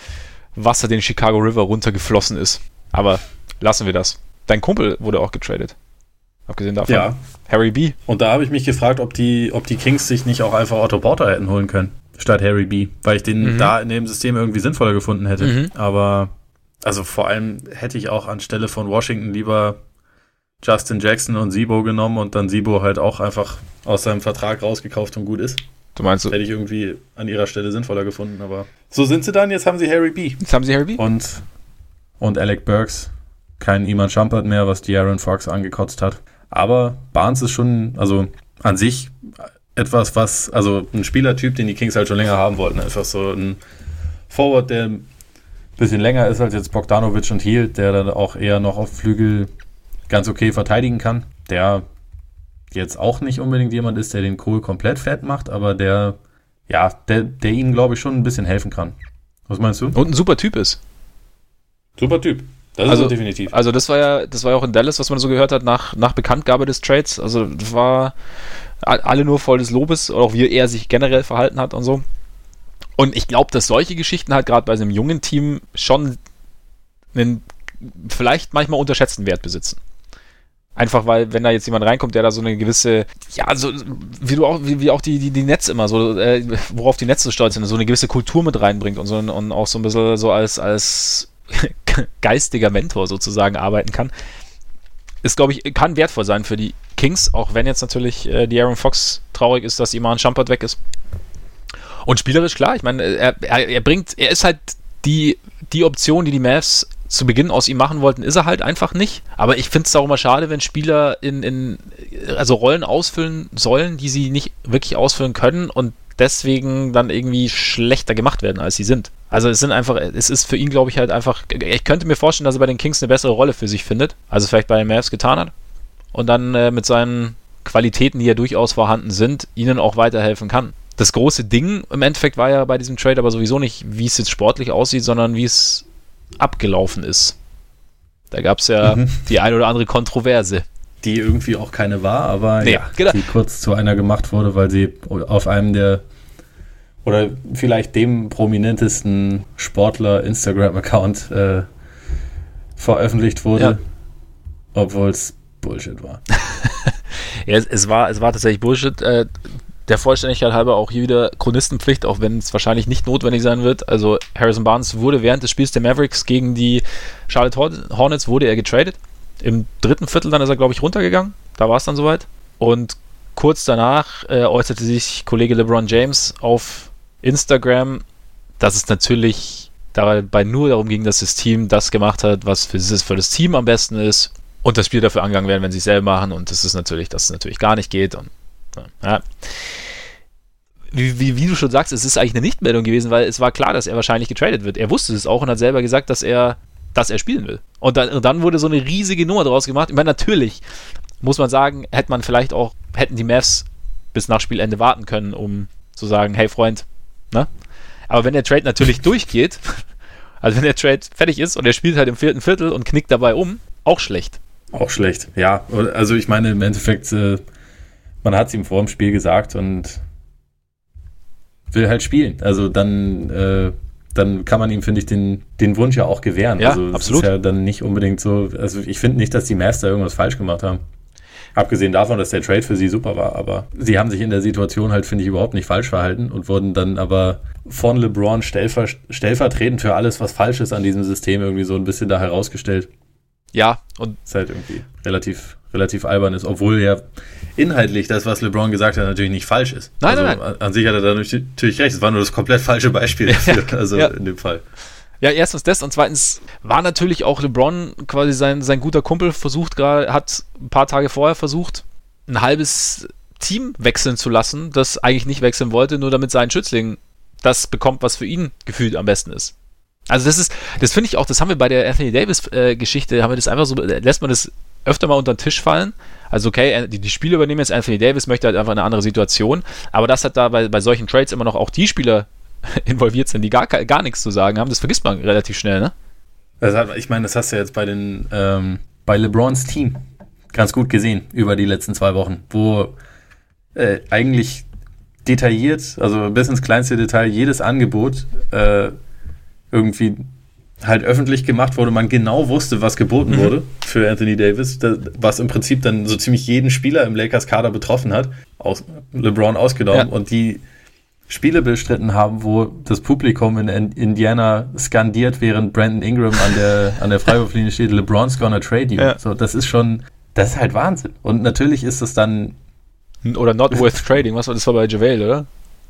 Wasser den Chicago River runtergeflossen ist. Aber lassen wir das. Dein Kumpel wurde auch getradet. Abgesehen davon.
Ja.
Harry B.
Und da habe ich mich gefragt, ob die, ob die Kings sich nicht auch einfach Otto Porter hätten holen können, statt Harry B. Weil ich den mhm. da in dem System irgendwie sinnvoller gefunden hätte. Mhm. Aber also vor allem hätte ich auch anstelle von Washington lieber Justin Jackson und Sibo genommen und dann Sibo halt auch einfach aus seinem Vertrag rausgekauft und gut ist.
Du meinst so?
Hätte ich irgendwie an ihrer Stelle sinnvoller gefunden, aber so sind sie dann, jetzt haben sie Harry B.
Jetzt haben sie Harry B.
Und, und Alec Burks, kein Iman Shumpert mehr, was De'Aaron Fox angekotzt hat. Aber Barnes ist schon, also an sich etwas, was, also ein Spielertyp, den die Kings halt schon länger haben wollten. Einfach so ein Forward, der bisschen länger ist als jetzt Bogdanovic und Hield, der dann auch eher noch auf Flügel ganz okay verteidigen kann. Der jetzt auch nicht unbedingt jemand ist, der den Kohl komplett fett macht, aber der, ja, der, der ihnen, glaube ich, schon ein bisschen helfen kann. Was meinst du?
Und ein super Typ ist.
Super Typ. Das
also,
ist definitiv.
Also das war ja, das war ja auch in Dallas, was man so gehört hat, nach, nach Bekanntgabe des Trades. Also das war alle nur voll des Lobes, auch wie er sich generell verhalten hat und so. Und ich glaube, dass solche Geschichten halt gerade bei so einem jungen Team schon einen vielleicht manchmal unterschätzten Wert besitzen. Einfach weil, wenn da jetzt jemand reinkommt, der da so eine gewisse, ja, so wie du auch, wie, wie auch die, die, die Nets immer, so, äh, worauf die Nets so stolz sind, so eine gewisse Kultur mit reinbringt und so und auch so ein bisschen so als, als geistiger Mentor sozusagen arbeiten kann, ist, glaube ich, kann wertvoll sein für die Kings, auch wenn jetzt natürlich äh, die Aaron Fox traurig ist, dass Iman Shumpert weg ist. Und spielerisch, klar, ich meine, er, er, er bringt, er ist halt die, die Option, die die Mavs zu Beginn aus ihm machen wollten, ist er halt einfach nicht. Aber ich finde es auch immer schade, wenn Spieler in, in also Rollen ausfüllen sollen, die sie nicht wirklich ausfüllen können und deswegen dann irgendwie schlechter gemacht werden, als sie sind. Also es sind einfach, es ist für ihn, glaube ich, halt einfach, ich könnte mir vorstellen, dass er bei den Kings eine bessere Rolle für sich findet, also vielleicht bei den Mavs getan hat und dann äh, mit seinen Qualitäten, die ja durchaus vorhanden sind, ihnen auch weiterhelfen kann. Das große Ding im Endeffekt war ja bei diesem Trade aber sowieso nicht, wie es jetzt sportlich aussieht, sondern wie es abgelaufen ist. Da gab es ja mhm. die ein oder andere Kontroverse.
Die irgendwie auch keine war, aber
nee,
ja,
genau.
die kurz zu einer gemacht wurde, weil sie auf einem der oder vielleicht dem prominentesten Sportler-Instagram-Account äh, veröffentlicht wurde, ja. Obwohl es Bullshit war.
ja, es, es war. Es war tatsächlich Bullshit. Äh, Der Vollständigkeit halber auch hier wieder Chronistenpflicht, auch wenn es wahrscheinlich nicht notwendig sein wird. Also Harrison Barnes wurde während des Spiels der Mavericks gegen die Charlotte Hornets wurde er getradet. Im dritten Viertel dann ist er, glaube ich, runtergegangen. Da war es dann soweit. Und kurz danach äh, äußerte sich Kollege LeBron James auf Instagram, dass es natürlich dabei nur darum ging, dass das Team das gemacht hat, was für, für das Team am besten ist. Und das Spiel dafür angegangen werden, wenn sie es selber machen. Und das ist natürlich, dass es natürlich gar nicht geht. Und ja. Wie, wie, wie du schon sagst, es ist eigentlich eine Nichtmeldung gewesen, weil es war klar, dass er wahrscheinlich getradet wird. Er wusste es auch und hat selber gesagt, dass er, dass er spielen will. Und dann, und dann wurde so eine riesige Nummer draus gemacht. Ich meine, natürlich muss man sagen, hätte man vielleicht auch, hätten die Mavs bis nach Spielende warten können, um zu sagen, hey Freund, ne? Aber wenn der Trade natürlich durchgeht, also wenn der Trade fertig ist und er spielt halt im vierten Viertel und knickt dabei um, auch schlecht.
Auch schlecht, ja. Also ich meine, im Endeffekt äh man hat es ihm vor dem Spiel gesagt und will halt spielen. Also dann, äh, dann kann man ihm, finde ich, den, den Wunsch ja auch gewähren.
Ja,
also
absolut.
Ist ja dann nicht unbedingt so, also ich finde nicht, dass die Mavs da irgendwas falsch gemacht haben. Abgesehen davon, dass der Trade für sie super war, aber sie haben sich in der Situation halt, finde ich, überhaupt nicht falsch verhalten und wurden dann aber von LeBron stellver- stellvertretend für alles, was falsch ist an diesem System, irgendwie so ein bisschen da herausgestellt.
Ja, und
ist halt irgendwie relativ, relativ albern ist, obwohl ja inhaltlich das, was LeBron gesagt hat, natürlich nicht falsch ist.
Nein,
also
nein, nein.
An sich hat er da natürlich recht. Es war nur das komplett falsche Beispiel dafür,
ja,
also
ja.
in dem Fall.
Ja, erstens das und zweitens war natürlich auch LeBron quasi sein, sein guter Kumpel versucht gerade, hat ein paar Tage vorher versucht, ein halbes Team wechseln zu lassen, das eigentlich nicht wechseln wollte, nur damit sein Schützling das bekommt, was für ihn gefühlt am besten ist. Also das ist, das finde ich auch, das haben wir bei der Anthony Davis-Geschichte, äh, haben wir das einfach so, lässt man das öfter mal unter den Tisch fallen. Also okay, die, die Spieler übernehmen jetzt, Anthony Davis möchte halt einfach eine andere Situation, aber dass halt da bei, bei solchen Trades immer noch auch die Spieler involviert sind, die gar, gar nichts zu sagen haben, das vergisst man relativ schnell, ne?
Das hat, ich meine, das hast du ja jetzt bei den, ähm, bei LeBrons Team ganz gut gesehen über die letzten zwei Wochen, wo äh, eigentlich detailliert, also bis ins kleinste Detail, jedes Angebot äh, irgendwie halt öffentlich gemacht wurde, man genau wusste, was geboten mhm. wurde für Anthony Davis, das, was im Prinzip dann so ziemlich jeden Spieler im Lakers-Kader betroffen hat, aus LeBron ausgenommen, ja. Und die Spiele bestritten haben, wo das Publikum in Indiana skandiert, während Brandon Ingram an der, an der Freiwurflinie steht, LeBron's gonna trade you. Ja. So, das ist schon, das ist halt Wahnsinn. Und natürlich ist es dann
oder not worth trading, was war das war bei JaVale, oder?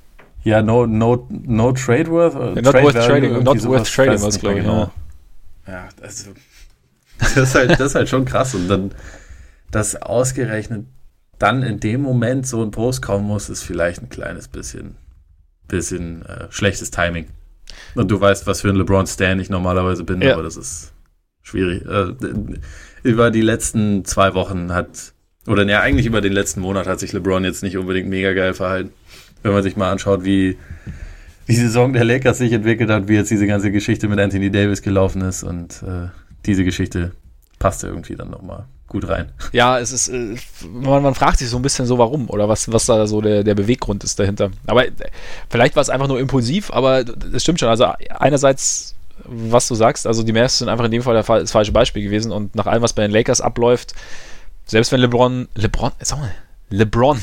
Ja, no, no, no trade worth?
Ja, not
trade
worth trading, not
sowas,
worth trading war es, glaube ich.
Genau. Ja, ja also, das, ist halt, das ist halt schon krass. Und dann, dass ausgerechnet dann in dem Moment so ein Post kommen muss, ist vielleicht ein kleines bisschen, bisschen äh, schlechtes Timing. Und du weißt, was für ein LeBron-Stan ich normalerweise bin,
ja.
aber das ist schwierig. Äh, über die letzten zwei Wochen hat, oder ja, eigentlich über den letzten Monat hat sich LeBron jetzt nicht unbedingt mega geil verhalten. Wenn man sich mal anschaut, wie die Saison der Lakers sich entwickelt hat, wie jetzt diese ganze Geschichte mit Anthony Davis gelaufen ist und äh, diese Geschichte passte irgendwie dann nochmal gut rein.
Ja, es ist, äh, man, man fragt sich so ein bisschen so, warum oder was, was da so der, der Beweggrund ist dahinter. Aber äh, vielleicht war es einfach nur impulsiv, aber es stimmt schon. Also einerseits, was du sagst, also die Mavs sind einfach in dem Fall das falsche Beispiel gewesen und nach allem, was bei den Lakers abläuft, selbst wenn LeBron, LeBron, sag mal, LeBron,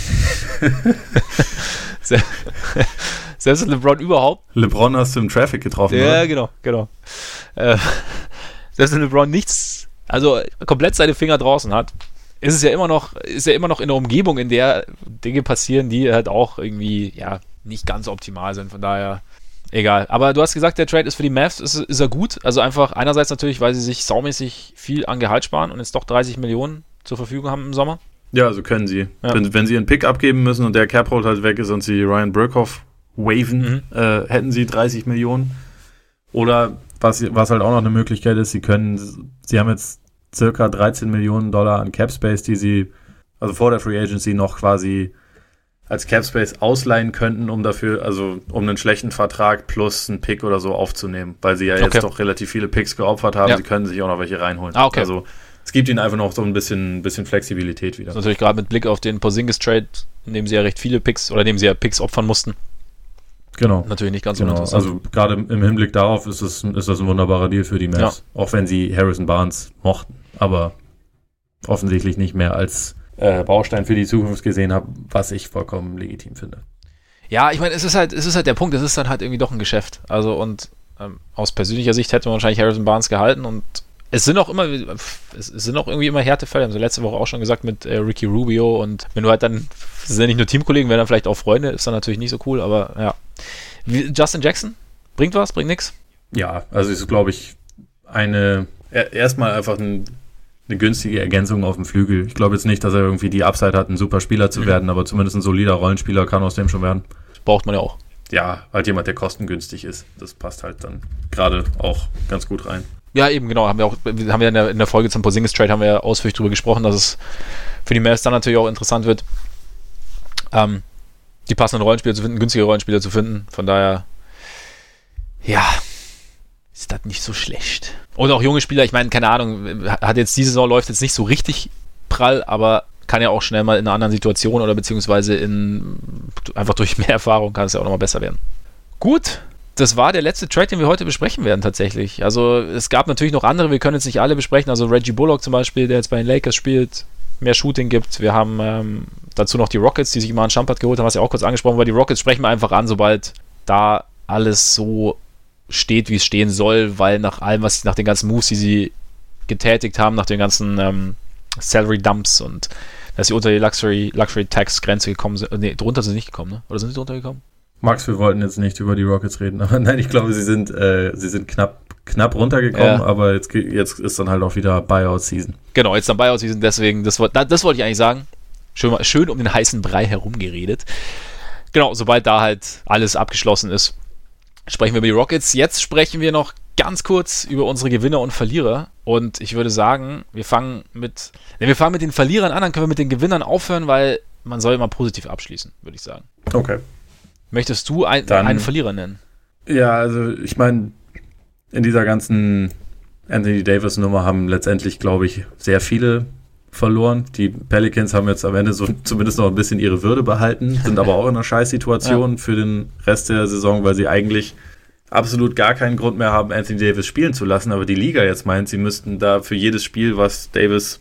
selbst wenn LeBron überhaupt,
LeBron hast du im Traffic getroffen,
ja,
oder?
genau, genau. Äh, selbst wenn LeBron nichts, also komplett seine Finger draußen hat, ist es ja immer noch, ist ja immer noch in einer Umgebung, in der Dinge passieren, die halt auch irgendwie, ja, nicht ganz optimal sind. Von daher, egal. Aber du hast gesagt, der Trade ist für die Mavs, ist, ist er gut. Also einfach einerseits natürlich, weil sie sich saumäßig viel an Gehalt sparen und jetzt doch dreißig Millionen zur Verfügung haben im Sommer.
Ja, also können sie.
Ja.
Wenn, wenn sie einen Pick abgeben müssen und der Cap-Hold halt weg ist und sie Ryan Burkhoff waven,
Mhm.
äh, hätten sie dreißig Millionen. Oder was, was halt auch noch eine Möglichkeit ist, sie können, sie haben jetzt circa dreizehn Millionen Dollar an Cap-Space, die sie, also vor der Free Agency noch quasi als Cap-Space ausleihen könnten, um dafür, also um einen schlechten Vertrag plus einen Pick oder so aufzunehmen, weil sie ja jetzt
Okay.
doch relativ viele Picks geopfert haben,
Ja.
sie können sich auch noch welche reinholen.
Ah, okay.
Also es gibt ihnen einfach noch so ein bisschen, bisschen Flexibilität wieder.
Das ist natürlich gerade mit Blick auf den Porzingis-Trade, in dem sie ja recht viele Picks, oder in dem sie ja Picks opfern mussten,
Genau.
natürlich nicht ganz
Genau,
uninteressant.
also gerade im Hinblick darauf ist es ist das ein wunderbarer Deal für die Mavs, auch wenn sie Harrison Barnes mochten, aber offensichtlich nicht mehr als äh, Baustein für die Zukunft gesehen haben, was ich vollkommen legitim finde.
Ja, ich meine, es ist halt, es ist halt der Punkt, es ist dann halt irgendwie doch ein Geschäft. Also und ähm, aus persönlicher Sicht hätte man wahrscheinlich Harrison Barnes gehalten und es sind auch immer, es sind auch irgendwie immer Härtefälle. Haben sie letzte Woche auch schon gesagt mit äh, Ricky Rubio und wenn du halt dann, das sind ja nicht nur Teamkollegen, wenn dann vielleicht auch Freunde, ist dann natürlich nicht so cool, aber ja. Wie, Justin Jackson? Bringt was? Bringt nix?
Ja, also ist, glaube ich, eine, er, erstmal einfach ein, eine günstige Ergänzung auf dem Flügel. Ich glaube jetzt nicht, dass er irgendwie die Upside hat, ein super Spieler zu mhm. werden, aber zumindest ein solider Rollenspieler kann aus dem schon werden.
Das braucht man ja auch.
Ja, halt jemand, der kostengünstig ist. Das passt halt dann gerade auch ganz gut rein.
Ja, eben, genau. Haben wir auch, haben wir in der, in der Folge zum Porzingis-Trade haben wir ja ausführlich darüber gesprochen, dass es für die Mavs dann natürlich auch interessant wird, ähm, die passenden Rollenspieler zu finden, günstige Rollenspieler zu finden. Von daher, ja, ist das nicht so schlecht. Und auch junge Spieler, ich meine, keine Ahnung, hat jetzt diese Saison läuft jetzt nicht so richtig prall, aber kann ja auch schnell mal in einer anderen Situation oder beziehungsweise in einfach durch mehr Erfahrung kann es ja auch nochmal besser werden. Gut. Das war der letzte Trade, den wir heute besprechen werden tatsächlich. Also es gab natürlich noch andere, wir können jetzt nicht alle besprechen. Also Reggie Bullock zum Beispiel, der jetzt bei den Lakers spielt, mehr Shooting gibt. Wir haben ähm, dazu noch die Rockets, die sich immer einen Shumpert geholt haben, was ja auch kurz angesprochen war. Die Rockets sprechen wir einfach an, sobald da alles so steht, wie es stehen soll, weil nach allem, was nach den ganzen Moves, die sie getätigt haben, nach den ganzen ähm, Salary Dumps und dass sie unter die Luxury, Luxury Tax Grenze gekommen sind. Ne, drunter sind sie nicht gekommen, ne? Oder sind sie drunter gekommen?
Max, wir wollten jetzt nicht über die Rockets reden, aber nein, ich glaube, sie sind, äh, sie sind knapp, knapp runtergekommen,
Ja.
aber jetzt, jetzt ist dann halt auch wieder Buyout-Season.
Genau, jetzt dann Buyout-Season, deswegen, das, das wollte ich eigentlich sagen. Schön, schön um den heißen Brei herumgeredet. Genau, sobald da halt alles abgeschlossen ist, sprechen wir über die Rockets. Jetzt sprechen wir noch ganz kurz über unsere Gewinner und Verlierer. Und ich würde sagen, wir fangen mit, ne, wir fangen mit den Verlierern an, dann können wir mit den Gewinnern aufhören, weil man soll immer positiv abschließen, würde ich sagen.
Okay.
Möchtest du ein,
Dann,
einen Verlierer nennen?
Ja, also ich meine, in dieser ganzen Anthony Davis-Nummer haben letztendlich, glaube ich, sehr viele verloren. Die Pelicans haben jetzt am Ende so zumindest noch ein bisschen ihre Würde behalten, sind aber auch in einer Scheißsituation ja. für den Rest der Saison, weil sie eigentlich absolut gar keinen Grund mehr haben, Anthony Davis spielen zu lassen, aber die Liga jetzt meint, sie müssten da für jedes Spiel, was Davis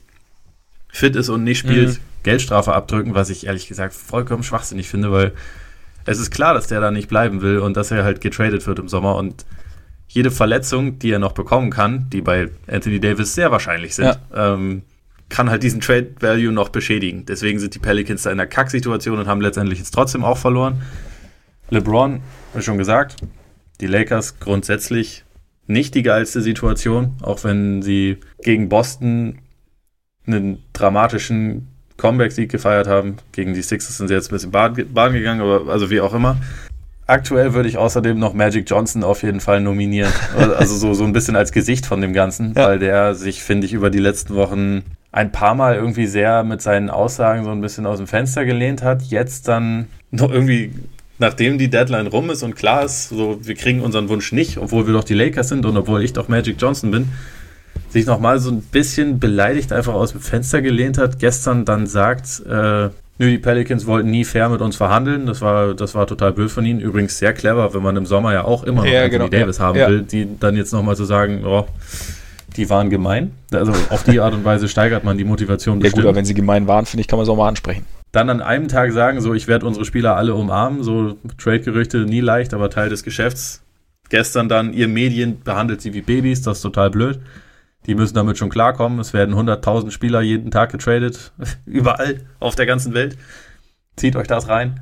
fit ist und nicht spielt, mhm. Geldstrafe abdrücken, was ich ehrlich gesagt vollkommen schwachsinnig finde, weil es ist klar, dass der da nicht bleiben will und dass er halt getradet wird im Sommer und jede Verletzung, die er noch bekommen kann, die bei Anthony Davis sehr wahrscheinlich sind, ja. ähm, kann halt diesen Trade-Value noch beschädigen. Deswegen sind die Pelicans da in einer Kacksituation und haben letztendlich jetzt trotzdem auch verloren. LeBron, wie schon gesagt, die Lakers grundsätzlich nicht die geilste Situation, auch wenn sie gegen Boston einen dramatischen Comeback-Sieg gefeiert haben. Gegen die Sixers sind sie jetzt ein bisschen Bahn gegangen, aber also wie auch immer. Aktuell würde ich außerdem noch Magic Johnson auf jeden Fall nominieren. Also so, so ein bisschen als Gesicht von dem Ganzen, ja. Weil der sich, finde ich, über die letzten Wochen ein paar Mal irgendwie sehr mit seinen Aussagen so ein bisschen aus dem Fenster gelehnt hat. Jetzt dann noch irgendwie, nachdem die Deadline rum ist und klar ist, so wir kriegen unseren Wunsch nicht, obwohl wir doch die Lakers sind und obwohl ich doch Magic Johnson bin, sich nochmal so ein bisschen beleidigt einfach aus dem Fenster gelehnt hat. Gestern dann sagt, äh, nö, die Pelicans wollten nie fair mit uns verhandeln. Das war, das war total blöd von ihnen. Übrigens sehr clever, wenn man im Sommer ja auch immer noch
ja,
Anthony
genau,
Davis
ja,
haben
ja.
will, die dann jetzt nochmal zu sagen, oh, die waren gemein. Also auf die Art und Weise steigert man die Motivation bestimmt.
Ja gut, aber wenn sie gemein waren, finde ich, kann man es auch mal ansprechen.
Dann an einem Tag sagen, so, ich werde unsere Spieler alle umarmen. So Trade-Gerüchte nie leicht, aber Teil des Geschäfts. Gestern dann, ihr Medien behandelt sie wie Babys. Das ist total blöd. Die müssen damit schon klarkommen. Es werden hunderttausend Spieler jeden Tag getradet. Überall auf der ganzen Welt. Zieht euch das rein.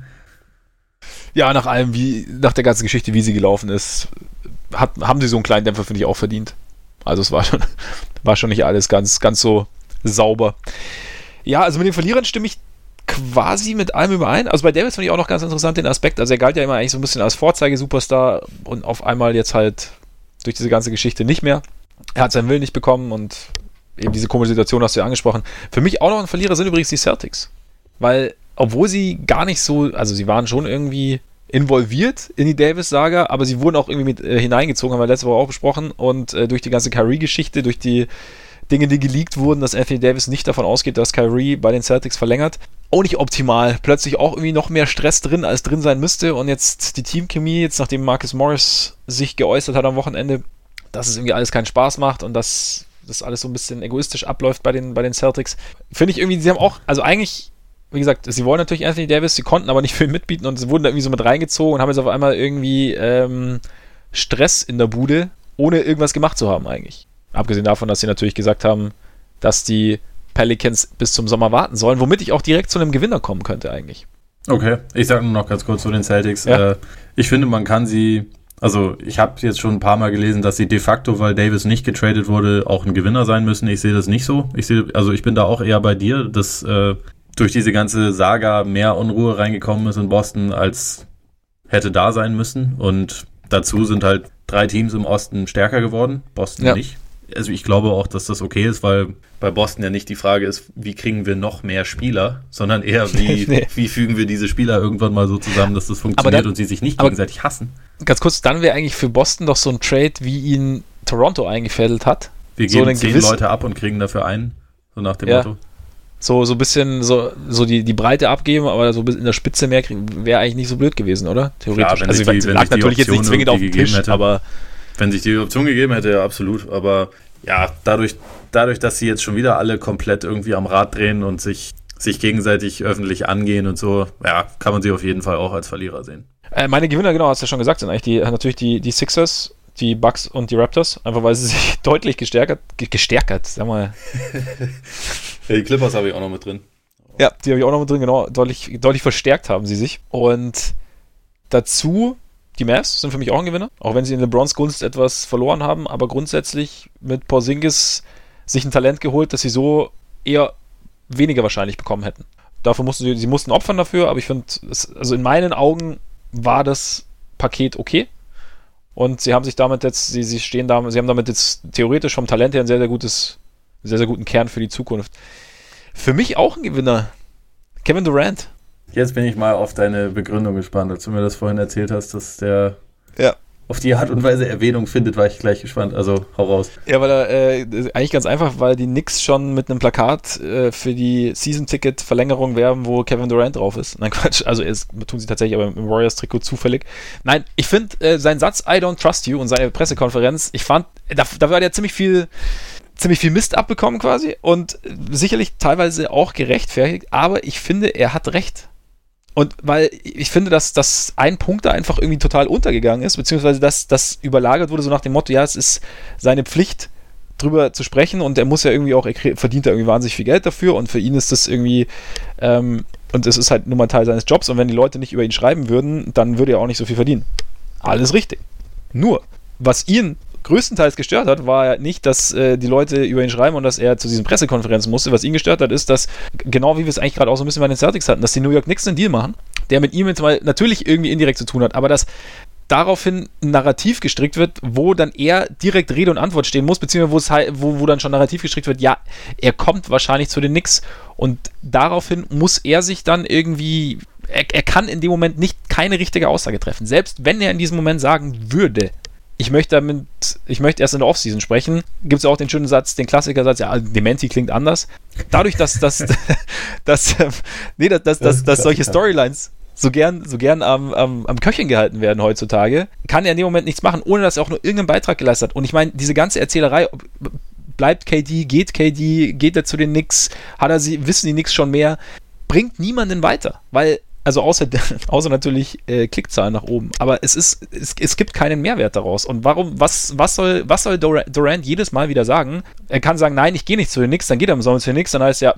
Ja, nach allem, wie, nach der ganzen Geschichte, wie sie gelaufen ist, hat, haben sie so einen kleinen Dämpfer, finde ich, auch verdient. Also es war schon, war schon nicht alles ganz, ganz so sauber. Ja, also mit den Verlierern stimme ich quasi mit allem überein. Also bei Davis fand ich auch noch ganz interessant den Aspekt. Also er galt ja immer eigentlich so ein bisschen als Vorzeige-Superstar und auf einmal jetzt halt durch diese ganze Geschichte nicht mehr. Er hat seinen Willen nicht bekommen und eben diese komische Situation hast du ja angesprochen. Für mich auch noch ein Verlierer sind übrigens die Celtics. Weil, obwohl sie gar nicht so, also sie waren schon irgendwie involviert in die Davis-Saga, aber sie wurden auch irgendwie mit äh, hineingezogen, haben wir letzte Woche auch besprochen, und äh, durch die ganze Kyrie-Geschichte, durch die Dinge, die geleakt wurden, dass Anthony Davis nicht davon ausgeht, dass Kyrie bei den Celtics verlängert. Auch nicht optimal. Plötzlich auch irgendwie noch mehr Stress drin, als drin sein müsste, und jetzt die Teamchemie, jetzt nachdem Marcus Morris sich geäußert hat am Wochenende, dass es irgendwie alles keinen Spaß macht und dass das alles so ein bisschen egoistisch abläuft bei den, bei den Celtics. Finde ich irgendwie, sie haben auch, also eigentlich, wie gesagt, sie wollen natürlich Anthony Davis, sie konnten aber nicht viel mitbieten und sie wurden da irgendwie so mit reingezogen und haben jetzt auf einmal irgendwie ähm, Stress in der Bude, ohne irgendwas gemacht zu haben eigentlich. Abgesehen davon, dass sie natürlich gesagt haben, dass die Pelicans bis zum Sommer warten sollen, womit ich auch direkt zu einem Gewinner kommen könnte eigentlich.
Okay, ich sage nur noch ganz kurz zu den Celtics. Ja. Äh, ich finde, man kann sie... Also ich habe jetzt schon ein paar Mal gelesen, dass sie de facto, weil Davis nicht getradet wurde, auch ein Gewinner sein müssen. Ich sehe das nicht so. Ich sehe, also ich bin da auch eher bei dir, dass äh, durch diese ganze Saga mehr Unruhe reingekommen ist in Boston, als hätte da sein müssen. Und dazu sind halt drei Teams im Osten stärker geworden, Boston ja. nicht. Also ich glaube auch, dass das okay ist, weil bei Boston ja nicht die Frage ist, wie kriegen wir noch mehr Spieler, sondern eher, wie, nee. wie fügen wir diese Spieler irgendwann mal so zusammen, dass das funktioniert dann, und sie sich nicht gegenseitig hassen.
Ganz kurz, dann wäre eigentlich für Boston doch so ein Trade, wie ihn Toronto eingefädelt hat.
Wir
so
geben zehn Leute ab und kriegen dafür einen, so nach dem
ja.
Motto.
So, so ein bisschen so, so die, die Breite abgeben, aber so in der Spitze mehr kriegen, wäre eigentlich nicht so blöd gewesen, oder? Theoretisch.
Klar,
also
die,
ich lag natürlich jetzt nicht zwingend auf dem Tisch,
hätte,
aber...
Wenn sich die Option gegeben hätte, ja, absolut. Aber ja, dadurch, dadurch, dass sie jetzt schon wieder alle komplett irgendwie am Rad drehen und sich, sich gegenseitig öffentlich angehen und so, ja, kann man sie auf jeden Fall auch als Verlierer sehen.
Äh, meine Gewinner, genau, hast du ja schon gesagt, sind eigentlich die, natürlich die, die Sixers, die Bucks und die Raptors, einfach weil sie sich deutlich gestärkert, gestärkert, sag mal.
Ja, die Clippers habe ich auch noch mit drin.
Ja, die habe ich auch noch mit drin, genau, deutlich, deutlich verstärkt haben sie sich. Und dazu... Die Mavs sind für mich auch ein Gewinner, auch wenn sie in LeBrons Gunst etwas verloren haben, aber grundsätzlich mit Porzingis sich ein Talent geholt, das sie so eher weniger wahrscheinlich bekommen hätten. Dafür mussten sie, sie mussten opfern dafür, aber ich finde, also in meinen Augen war das Paket okay. Und sie haben sich damit jetzt, sie, sie stehen da, sie haben damit jetzt theoretisch vom Talent her ein sehr, sehr gutes, sehr, sehr guten Kern für die Zukunft. Für mich auch ein Gewinner. Kevin Durant.
Jetzt bin ich mal auf deine Begründung gespannt, als du mir das vorhin erzählt hast, dass der
ja.
auf die Art und Weise Erwähnung findet, war ich gleich gespannt. Also, hau raus.
Ja, weil er, äh, eigentlich ganz einfach, weil die Knicks schon mit einem Plakat äh, für die Season-Ticket-Verlängerung werben, wo Kevin Durant drauf ist. Nein, Quatsch, also es tun sie tatsächlich aber im Warriors-Trikot zufällig. Nein, ich finde, äh, sein Satz I don't trust you und seine Pressekonferenz, ich fand, da, da war der ziemlich viel... ziemlich viel Mist abbekommen quasi und sicherlich teilweise auch gerechtfertigt, aber ich finde, er hat recht. Und weil ich finde, dass, dass ein Punkt da einfach irgendwie total untergegangen ist, beziehungsweise dass das überlagert wurde, so nach dem Motto, ja, es ist seine Pflicht, drüber zu sprechen und er muss ja irgendwie auch, er verdient da irgendwie wahnsinnig viel Geld dafür und für ihn ist das irgendwie, ähm, und es ist halt nur mal Teil seines Jobs und wenn die Leute nicht über ihn schreiben würden, dann würde er auch nicht so viel verdienen. Alles richtig. Nur, was ihn größtenteils gestört hat, war ja nicht, dass äh, die Leute über ihn schreiben und dass er zu diesen Pressekonferenzen musste. Was ihn gestört hat, ist, dass, genau wie wir es eigentlich gerade auch so ein bisschen bei den Celtics hatten, dass die New York Knicks einen Deal machen, der mit ihm jetzt mal natürlich irgendwie indirekt zu tun hat, aber dass daraufhin ein Narrativ gestrickt wird, wo dann er direkt Rede und Antwort stehen muss, beziehungsweise wo, wo dann schon Narrativ gestrickt wird, ja, er kommt wahrscheinlich zu den Knicks und daraufhin muss er sich dann irgendwie, er, er kann in dem Moment nicht keine richtige Aussage treffen, selbst wenn er in diesem Moment sagen würde, ich möchte damit, ich möchte erst in der Offseason sprechen, gibt es auch den schönen Satz, den Klassikersatz, ja, Dementi klingt anders. Dadurch, dass, dass, dass, nee, dass, dass, dass, dass solche Storylines so gern, so gern am, am, am Köcheln gehalten werden heutzutage, kann er in dem Moment nichts machen, ohne dass er auch nur irgendeinen Beitrag geleistet hat. Und ich meine, diese ganze Erzählerei, bleibt K D, geht K D, geht er zu den Knicks, hat er sie, wissen die Knicks schon mehr, bringt niemanden weiter, weil also außer, außer natürlich äh, Klickzahlen nach oben. Aber es ist, es, es gibt keinen Mehrwert daraus. Und warum, was, was soll, was soll Durant jedes Mal wieder sagen? Er kann sagen, nein, ich gehe nicht zu den Knicks, dann geht er im Sommer zu den Knicks, dann heißt ja,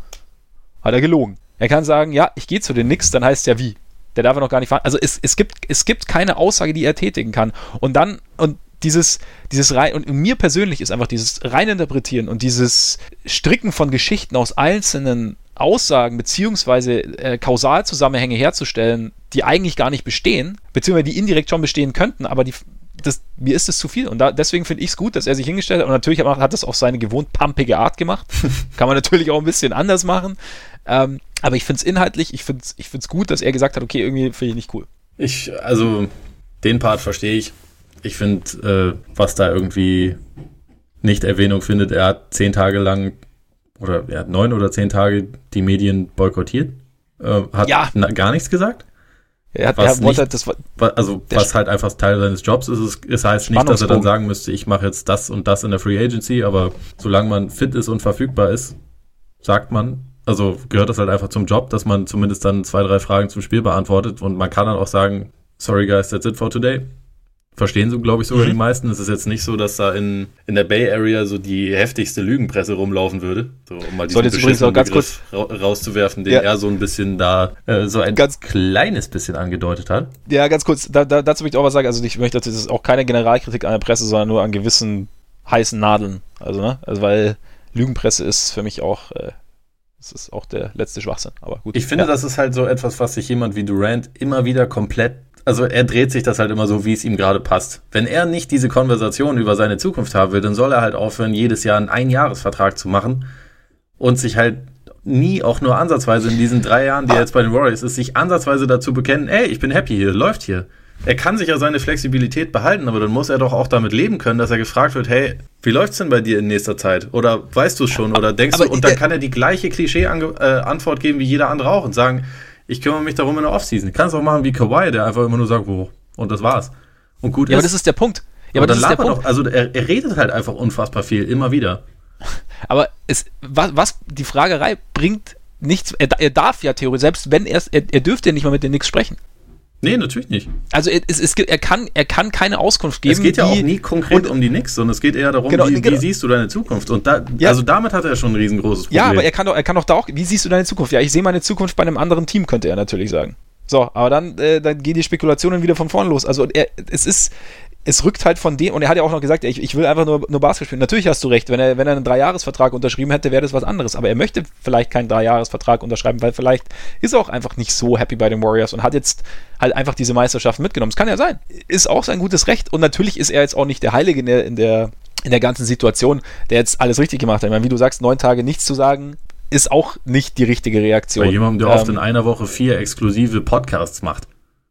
hat er gelogen. Er kann sagen, ja, ich gehe zu den Knicks, dann heißt ja wie. Der darf er noch gar nicht fahren. Also es, es gibt, es gibt keine Aussage, die er tätigen kann. Und dann, und dieses, dieses rein, und mir persönlich ist einfach dieses Reininterpretieren und dieses Stricken von Geschichten aus einzelnen Aussagen beziehungsweise äh, Kausalzusammenhänge herzustellen, die eigentlich gar nicht bestehen, beziehungsweise die indirekt schon bestehen könnten, aber die, das, mir ist es zu viel und da, deswegen finde ich es gut, dass er sich hingestellt hat und natürlich hat, hat das auf seine gewohnt pumpige Art gemacht. Kann man natürlich auch ein bisschen anders machen, ähm, aber ich finde es inhaltlich, ich finde es ich find's gut, dass er gesagt hat, okay, irgendwie finde ich nicht cool.
Ich, also den Part verstehe ich. Ich finde, äh, was da irgendwie nicht Erwähnung findet, er hat zehn Tage lang oder er hat neun oder zehn Tage die Medien boykottiert, äh, hat
ja.
na, gar nichts gesagt.
Er hat,
was
er wollte,
nicht,
das war,
also was halt einfach Teil seines Jobs ist. Es, es heißt nicht, dass er dann sagen müsste, ich mache jetzt das und das in der Free Agency, aber solange man fit ist und verfügbar ist, sagt man, also gehört das halt einfach zum Job, dass man zumindest dann zwei, drei Fragen zum Spiel beantwortet und man kann dann auch sagen, sorry guys, that's it for today. Verstehen so, glaube ich, sogar mhm. die meisten. Es ist jetzt nicht so, dass da in, in der Bay Area so die heftigste Lügenpresse rumlaufen würde. So, um mal diesen
jetzt übrigens auch ganz
Begriff kurz ra- rauszuwerfen, den
ja.
er so ein bisschen da, äh, so ein
ganz
kleines bisschen angedeutet hat.
Ja, ganz kurz, da, da, dazu möchte ich auch was sagen. Also ich möchte, das ist auch keine Generalkritik an der Presse, sondern nur an gewissen heißen Nadeln. Also, ne? Also, weil Lügenpresse ist für mich auch, äh, das ist auch der letzte Schwachsinn. Aber gut.
Ich finde, ja. das ist halt so etwas, was sich jemand wie Durant immer wieder komplett, also er dreht sich das halt immer so, wie es ihm gerade passt. Wenn er nicht diese Konversation über seine Zukunft haben will, dann soll er halt aufhören, jedes Jahr einen Einjahresvertrag zu machen und sich halt nie auch nur ansatzweise in diesen drei Jahren, die er jetzt bei den Warriors ist, sich ansatzweise dazu bekennen, ey, ich bin happy hier, läuft hier. Er kann sich ja seine Flexibilität behalten, aber dann muss er doch auch damit leben können, dass er gefragt wird, hey, wie läuft's denn bei dir in nächster Zeit? Oder weißt du es schon? Oder denkst aber du, und dann kann er die gleiche Klischee-Antwort geben wie jeder andere auch und sagen, ich kümmere mich darum in der Offseason. Ich kann es auch machen wie Kawhi, der einfach immer nur sagt, wo, und das war's. Und gut
ja,
ist.
aber das ist der Punkt. Ja,
aber,
aber das
dann
ist der Punkt.
Auch, also er, er redet halt einfach unfassbar viel, immer wieder.
Aber es, was, was die Fragerei bringt nichts, er, er darf ja theoretisch, selbst wenn er, er, er dürfte ja nicht mal mit den Knicks sprechen.
Nee, natürlich nicht.
Also es, es, er, kann, er kann keine Auskunft geben.
Es geht ja auch nie konkret und, um die Knicks, sondern es geht eher darum, genau, wie, genau. wie siehst du deine Zukunft? Und da, ja. also damit hat er schon ein riesengroßes Problem.
Ja, aber er kann doch, er kann doch da auch, wie siehst du deine Zukunft? Ja, ich sehe meine Zukunft bei einem anderen Team, könnte er natürlich sagen. So, aber dann, äh, dann gehen die Spekulationen wieder von vorn los. Also er, es ist, es rückt halt von dem, und er hat ja auch noch gesagt, ich, ich will einfach nur, nur Basketball spielen. Natürlich hast du recht, wenn er, wenn er einen Dreijahresvertrag unterschrieben hätte, wäre das was anderes. Aber er möchte vielleicht keinen Dreijahresvertrag unterschreiben, weil vielleicht ist er auch einfach nicht so happy bei den Warriors und hat jetzt halt einfach diese Meisterschaft mitgenommen. Das kann ja sein. Ist auch sein gutes Recht. Und natürlich ist er jetzt auch nicht der Heilige in der, in der, in der ganzen Situation, der jetzt alles richtig gemacht hat. Ich meine, wie du sagst, neun Tage nichts zu sagen, ist auch nicht die richtige Reaktion.
Bei jemandem, der ähm, oft in einer Woche vier exklusive Podcasts macht.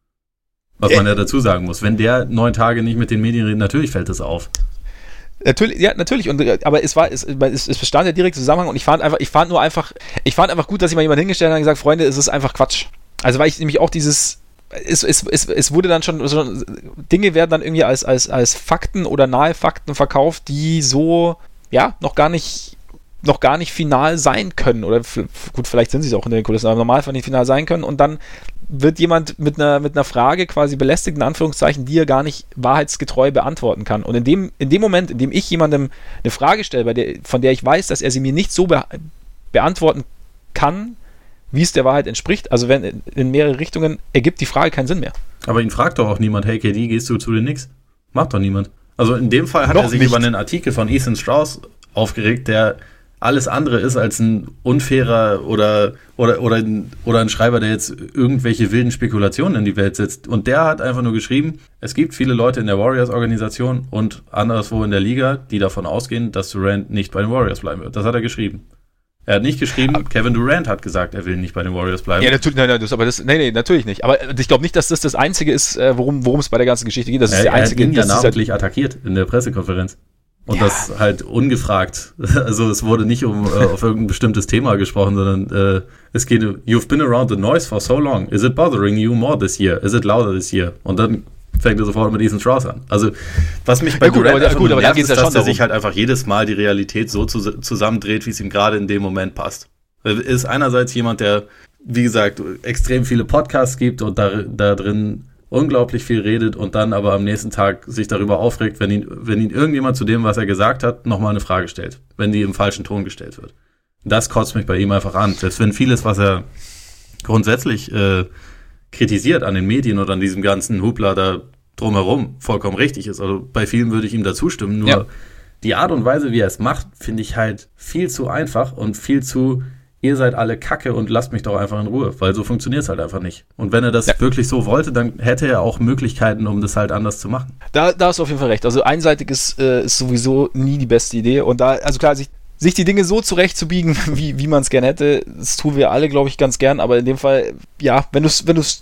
Was man äh, ja dazu sagen muss. Wenn der neun Tage nicht mit den Medien redet, natürlich fällt das auf.
Natürlich, ja, natürlich. Und, aber es war, es, es, es bestand ja direkt Zusammenhang und ich fand einfach, ich fand nur einfach, ich fand einfach gut, dass sich mal jemand hingestellt hat und gesagt, Freunde, es ist einfach Quatsch. Also weil ich nämlich auch dieses, es, es, es, es wurde dann schon, schon, Dinge werden dann irgendwie als, als, als Fakten oder nahe Fakten verkauft, die so, ja, noch gar nicht noch gar nicht final sein können. Oder f- gut, vielleicht sind sie es auch in den Kulissen, aber normal nicht final sein können. Und dann wird jemand mit einer, mit einer Frage quasi belästigt, in Anführungszeichen, die er gar nicht wahrheitsgetreu beantworten kann. Und in dem, in dem Moment, in dem ich jemandem eine Frage stelle, bei der, von der ich weiß, dass er sie mir nicht so be- beantworten kann, wie es der Wahrheit entspricht, also wenn in mehrere Richtungen, ergibt die Frage keinen Sinn mehr.
Aber ihn fragt doch auch niemand, hey K D, gehst du zu den Knicks? Macht doch niemand. Also in dem Fall hat
Noch
er sich
nicht.
über einen Artikel von Ethan Strauss aufgeregt, der alles andere ist als ein unfairer oder, oder, oder, ein, oder ein Schreiber, der jetzt irgendwelche wilden Spekulationen in die Welt setzt. Und der hat einfach nur geschrieben, es gibt viele Leute in der Warriors-Organisation und anderswo in der Liga, die davon ausgehen, dass Durant nicht bei den Warriors bleiben wird. Das hat er geschrieben. Er hat nicht geschrieben, aber Kevin Durant hat gesagt, er will nicht bei den Warriors bleiben.
Ja, natürlich, nein, nein, das, aber das, nee, nee, natürlich nicht. Aber ich glaube nicht, dass das das Einzige ist, worum, worum es bei der ganzen Geschichte geht. Das ist
er,
der einzige,
er hat ihn ja namentlich
halt
attackiert in der Pressekonferenz. Und
ja.
das halt ungefragt. Also es wurde nicht um äh, auf irgendein bestimmtes Thema gesprochen, sondern äh, es geht, you've been around the noise for so long. Is it bothering you more this year? Is it louder this year? Und dann fängt er sofort mit Ethan Strauss an. Also was mich bei
ja, gut,
Durant
aber, gut, aber
nervt, ist,
ja
dass er
darum.
sich halt einfach jedes Mal die Realität so zu, zusammendreht, wie es ihm gerade in dem Moment passt. Er ist einerseits jemand, der, wie gesagt, extrem viele Podcasts gibt und da, da drin unglaublich viel redet und dann aber am nächsten Tag sich darüber aufregt, wenn ihn, wenn ihn irgendjemand zu dem, was er gesagt hat, nochmal eine Frage stellt, wenn die im falschen Ton gestellt wird. Das kotzt mich bei ihm einfach an. Selbst wenn vieles, was er grundsätzlich äh, kritisiert an den Medien oder an diesem ganzen Hubla da drumherum vollkommen richtig ist. Also bei vielen würde ich ihm da zustimmen, nur ja. die Art und Weise, wie er es macht, finde ich halt viel zu einfach und viel zu ihr seid alle Kacke und lasst mich doch einfach in Ruhe, weil so funktioniert es halt einfach nicht. Und wenn er das ja. wirklich so wollte, dann hätte er auch Möglichkeiten, um das halt anders zu machen.
Da, da hast du auf jeden Fall recht. Also einseitig ist, äh, ist sowieso nie die beste Idee. Und da, also klar, sich, sich die Dinge so zurechtzubiegen, wie, wie man es gerne hätte, das tun wir alle, glaube ich, ganz gern. Aber in dem Fall, ja, wenn du es wenn du's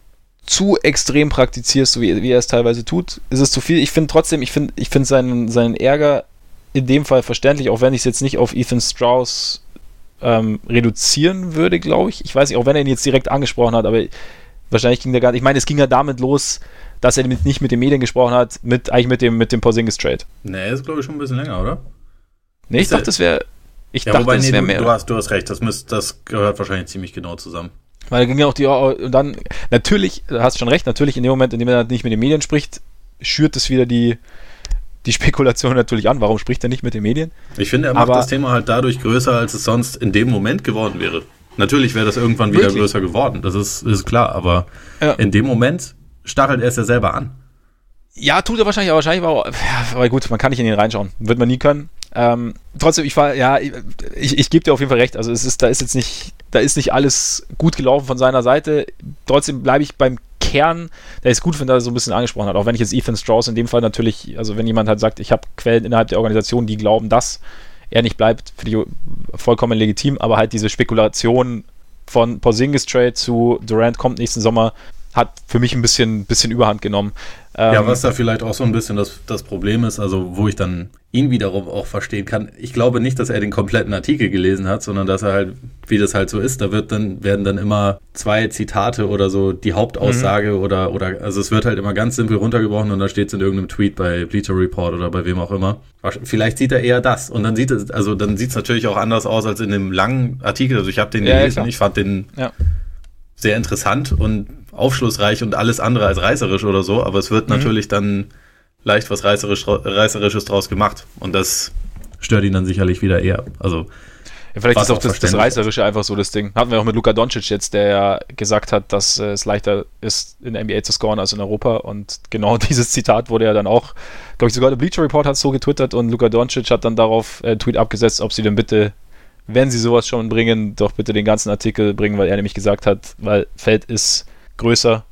zu extrem praktizierst, so wie, wie er es teilweise tut, ist es zu viel. Ich finde trotzdem, ich finde ich find seinen, seinen Ärger in dem Fall verständlich, auch wenn ich es jetzt nicht auf Ethan Strauss Ähm, reduzieren würde, glaube ich. Ich weiß nicht, auch wenn er ihn jetzt direkt angesprochen hat, aber wahrscheinlich ging der gar nicht. Ich meine, es ging ja damit los, dass er mit, nicht mit den Medien gesprochen hat, mit eigentlich mit dem, mit dem Porzingis-Trade.
Nee, das ist, glaube ich, schon ein bisschen länger, oder?
Nee, ich dachte, das wäre ich
ja,
dachte,
wobei,
das
nee,
wäre
du,
mehr.
Du hast, du hast recht, das, müsst, das gehört wahrscheinlich ziemlich genau zusammen.
Weil da ging ja auch die, und dann, natürlich, du hast schon recht, natürlich in dem Moment, in dem er nicht mit den Medien spricht, schürt es wieder die die Spekulation natürlich an. Warum spricht er nicht mit den Medien?
Ich finde, er macht Aber das Thema halt dadurch größer, als es sonst in dem Moment geworden wäre. Natürlich wäre das irgendwann wieder wirklich? größer geworden, das ist, ist klar, aber ja. in dem Moment stachelt er es ja selber an.
Ja, tut er wahrscheinlich, aber wahrscheinlich war auch, ja, aber gut, man kann nicht in ihn reinschauen. Wird man nie können. Ähm, trotzdem, ich war, ja, ich, ich, ich gebe dir auf jeden Fall recht. Also es ist, da ist jetzt nicht, da ist nicht alles gut gelaufen von seiner Seite. Trotzdem bleibe ich beim Kern, der ist gut, wenn er so ein bisschen angesprochen hat. Auch wenn ich jetzt Ethan Strauss in dem Fall natürlich, also wenn jemand halt sagt, ich habe Quellen innerhalb der Organisation, die glauben, dass er nicht bleibt, finde ich vollkommen legitim, aber halt diese Spekulation von Porzingis-Trade zu Durant kommt nächsten Sommer, hat für mich ein bisschen, bisschen Überhand genommen.
Ja, ähm, was da vielleicht auch so ein bisschen das, das Problem ist, also wo ich dann ihn wiederum auch verstehen kann. Ich glaube nicht, dass er den kompletten Artikel gelesen hat, sondern dass er halt, wie das halt so ist, da wird dann, werden dann immer zwei Zitate oder so die Hauptaussage mhm. oder, oder, also es wird halt immer ganz simpel runtergebrochen und da steht es in irgendeinem Tweet bei Bleacher Report oder bei wem auch immer. Vielleicht sieht er eher das und dann sieht es, also dann sieht es natürlich auch anders aus als in dem langen Artikel. Also ich habe den
ja,
gelesen,
ja,
ich fand den
ja.
sehr interessant und aufschlussreich und alles andere als reißerisch oder so, aber es wird mhm. natürlich dann leicht was Reißerisch, Reißerisches draus gemacht und das stört ihn dann sicherlich wieder eher. Also
ja, vielleicht ist auch das, das Reißerische einfach so das Ding. Hatten wir auch mit Luka Doncic jetzt, der ja gesagt hat, dass äh, es leichter ist, in der N B A zu scoren als in Europa und genau dieses Zitat wurde ja dann auch, glaube ich, sogar der Bleacher Report hat es so getwittert und Luka Doncic hat dann darauf äh, Tweet abgesetzt, ob sie denn bitte, wenn sie sowas schon bringen, doch bitte den ganzen Artikel bringen, weil er nämlich gesagt hat, weil Feld ist größer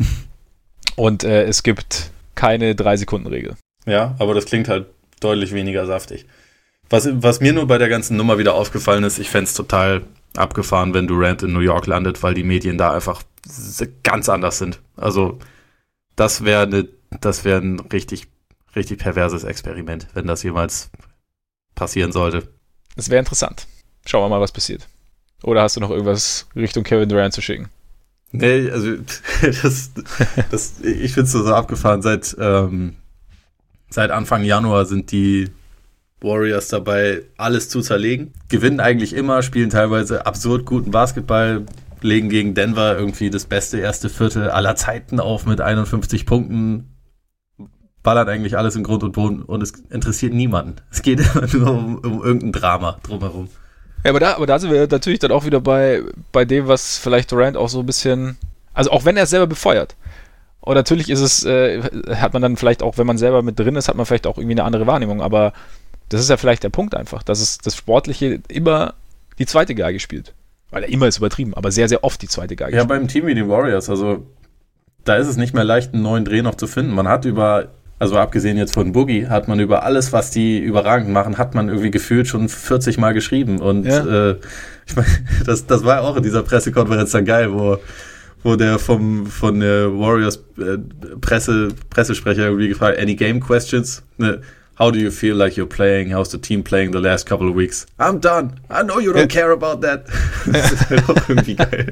und äh, es gibt keine drei-Sekunden-Regel.
Ja, aber das klingt halt deutlich weniger saftig. Was, was mir nur bei der ganzen Nummer wieder aufgefallen ist, ich fände es total abgefahren, wenn Durant in New York landet, weil die Medien da einfach ganz anders sind. Also das wäre ne, das wäre ein richtig, richtig perverses Experiment, wenn das jemals passieren sollte.
Das wäre interessant. Schauen wir mal, was passiert. Oder hast du noch irgendwas Richtung Kevin Durant zu schicken?
Nee, also das, das, ich finde es so abgefahren. Seit, ähm, seit Anfang Januar sind die Warriors dabei, alles zu zerlegen. Gewinnen eigentlich immer, spielen teilweise absurd guten Basketball, legen gegen Denver irgendwie das beste erste Viertel aller Zeiten auf mit einundfünfzig Punkten, ballert eigentlich alles in Grund und Boden und es interessiert niemanden. Es geht immer nur um, um irgendein Drama drumherum.
Ja, aber da, aber da sind wir natürlich dann auch wieder bei, bei dem, was vielleicht Durant auch so ein bisschen, also auch wenn er es selber befeuert. Und natürlich ist es, äh, hat man dann vielleicht auch, wenn man selber mit drin ist, hat man vielleicht auch irgendwie eine andere Wahrnehmung, aber Das ist ja vielleicht der Punkt einfach, dass es das Sportliche immer die zweite Geige spielt. Weil er immer ist übertrieben, aber sehr, sehr oft die zweite Geige
Ja,
spielt.
beim Team wie den Warriors, also da ist es nicht mehr leicht, einen neuen Dreh noch zu finden. Man hat über, also abgesehen jetzt von Boogie, hat man über alles, was die überragend machen, hat man irgendwie gefühlt schon vierzig Mal geschrieben. Und ja. äh, ich meine, das, das war auch in dieser Pressekonferenz dann geil, wo, wo der vom von der Warriors äh, Presse, Pressesprecher irgendwie gefragt, any game questions? Ne? How do you feel like you're playing? How's the team playing the last couple of weeks? I'm done. I know you don't care about that. Das ist halt auch irgendwie geil.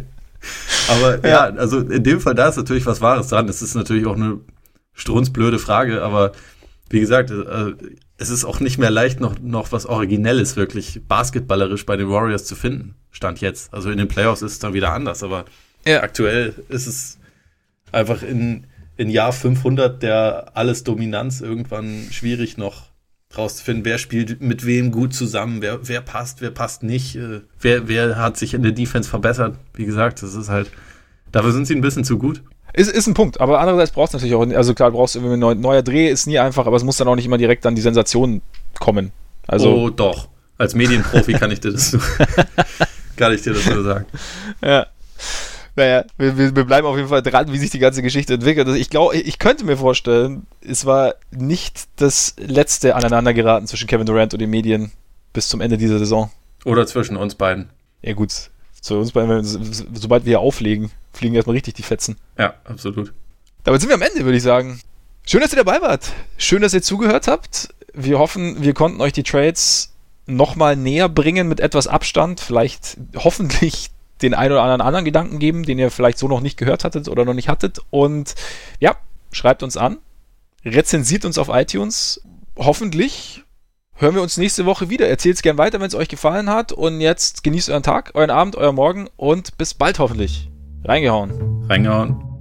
Aber ja. ja, also in dem Fall, da ist natürlich was Wahres dran. Es ist natürlich auch eine strunzblöde Frage, aber wie gesagt, es ist auch nicht mehr leicht, noch, noch was Originelles wirklich basketballerisch bei den Warriors zu finden. Stand jetzt. Also in den Playoffs ist es dann wieder anders, aber ja. aktuell ist es einfach in in Jahr fünfhundert der alles Dominanz irgendwann schwierig noch rauszufinden, wer spielt mit wem gut zusammen, wer, wer passt, wer passt nicht, äh, wer, wer hat sich in der Defense verbessert. Wie gesagt, das ist halt, dafür sind sie ein bisschen zu gut.
Ist, ist ein Punkt, aber andererseits brauchst du natürlich auch, also klar, du brauchst irgendwie ein neuer, neuer Dreh, ist nie einfach, aber es muss dann auch nicht immer direkt an die Sensation kommen. Also,
oh doch, als Medienprofi kann ich dir das so, kann ich dir das so sagen.
Ja. Naja, wir, wir bleiben auf jeden Fall dran, wie sich die ganze Geschichte entwickelt. Also ich glaube, ich könnte mir vorstellen, es war nicht das letzte Aneinandergeraten zwischen Kevin Durant und den Medien bis zum Ende dieser Saison.
Oder zwischen uns beiden.
Ja gut, zu uns beiden, sobald wir hier auflegen, fliegen erstmal richtig die Fetzen.
Ja, absolut.
Damit sind wir am Ende, würde ich sagen. Schön, dass ihr dabei wart. Schön, dass ihr zugehört habt. Wir hoffen, wir konnten euch die Trades nochmal näher bringen mit etwas Abstand. Vielleicht hoffentlich den einen oder anderen anderen Gedanken geben, den ihr vielleicht so noch nicht gehört hattet oder noch nicht hattet. Und ja, schreibt uns an, rezensiert uns auf iTunes. Hoffentlich hören wir uns nächste Woche wieder. Erzählt es gern weiter, wenn es euch gefallen hat. Und jetzt genießt euren Tag, euren Abend, euren Morgen und bis bald hoffentlich. Reingehauen.
Reingehauen.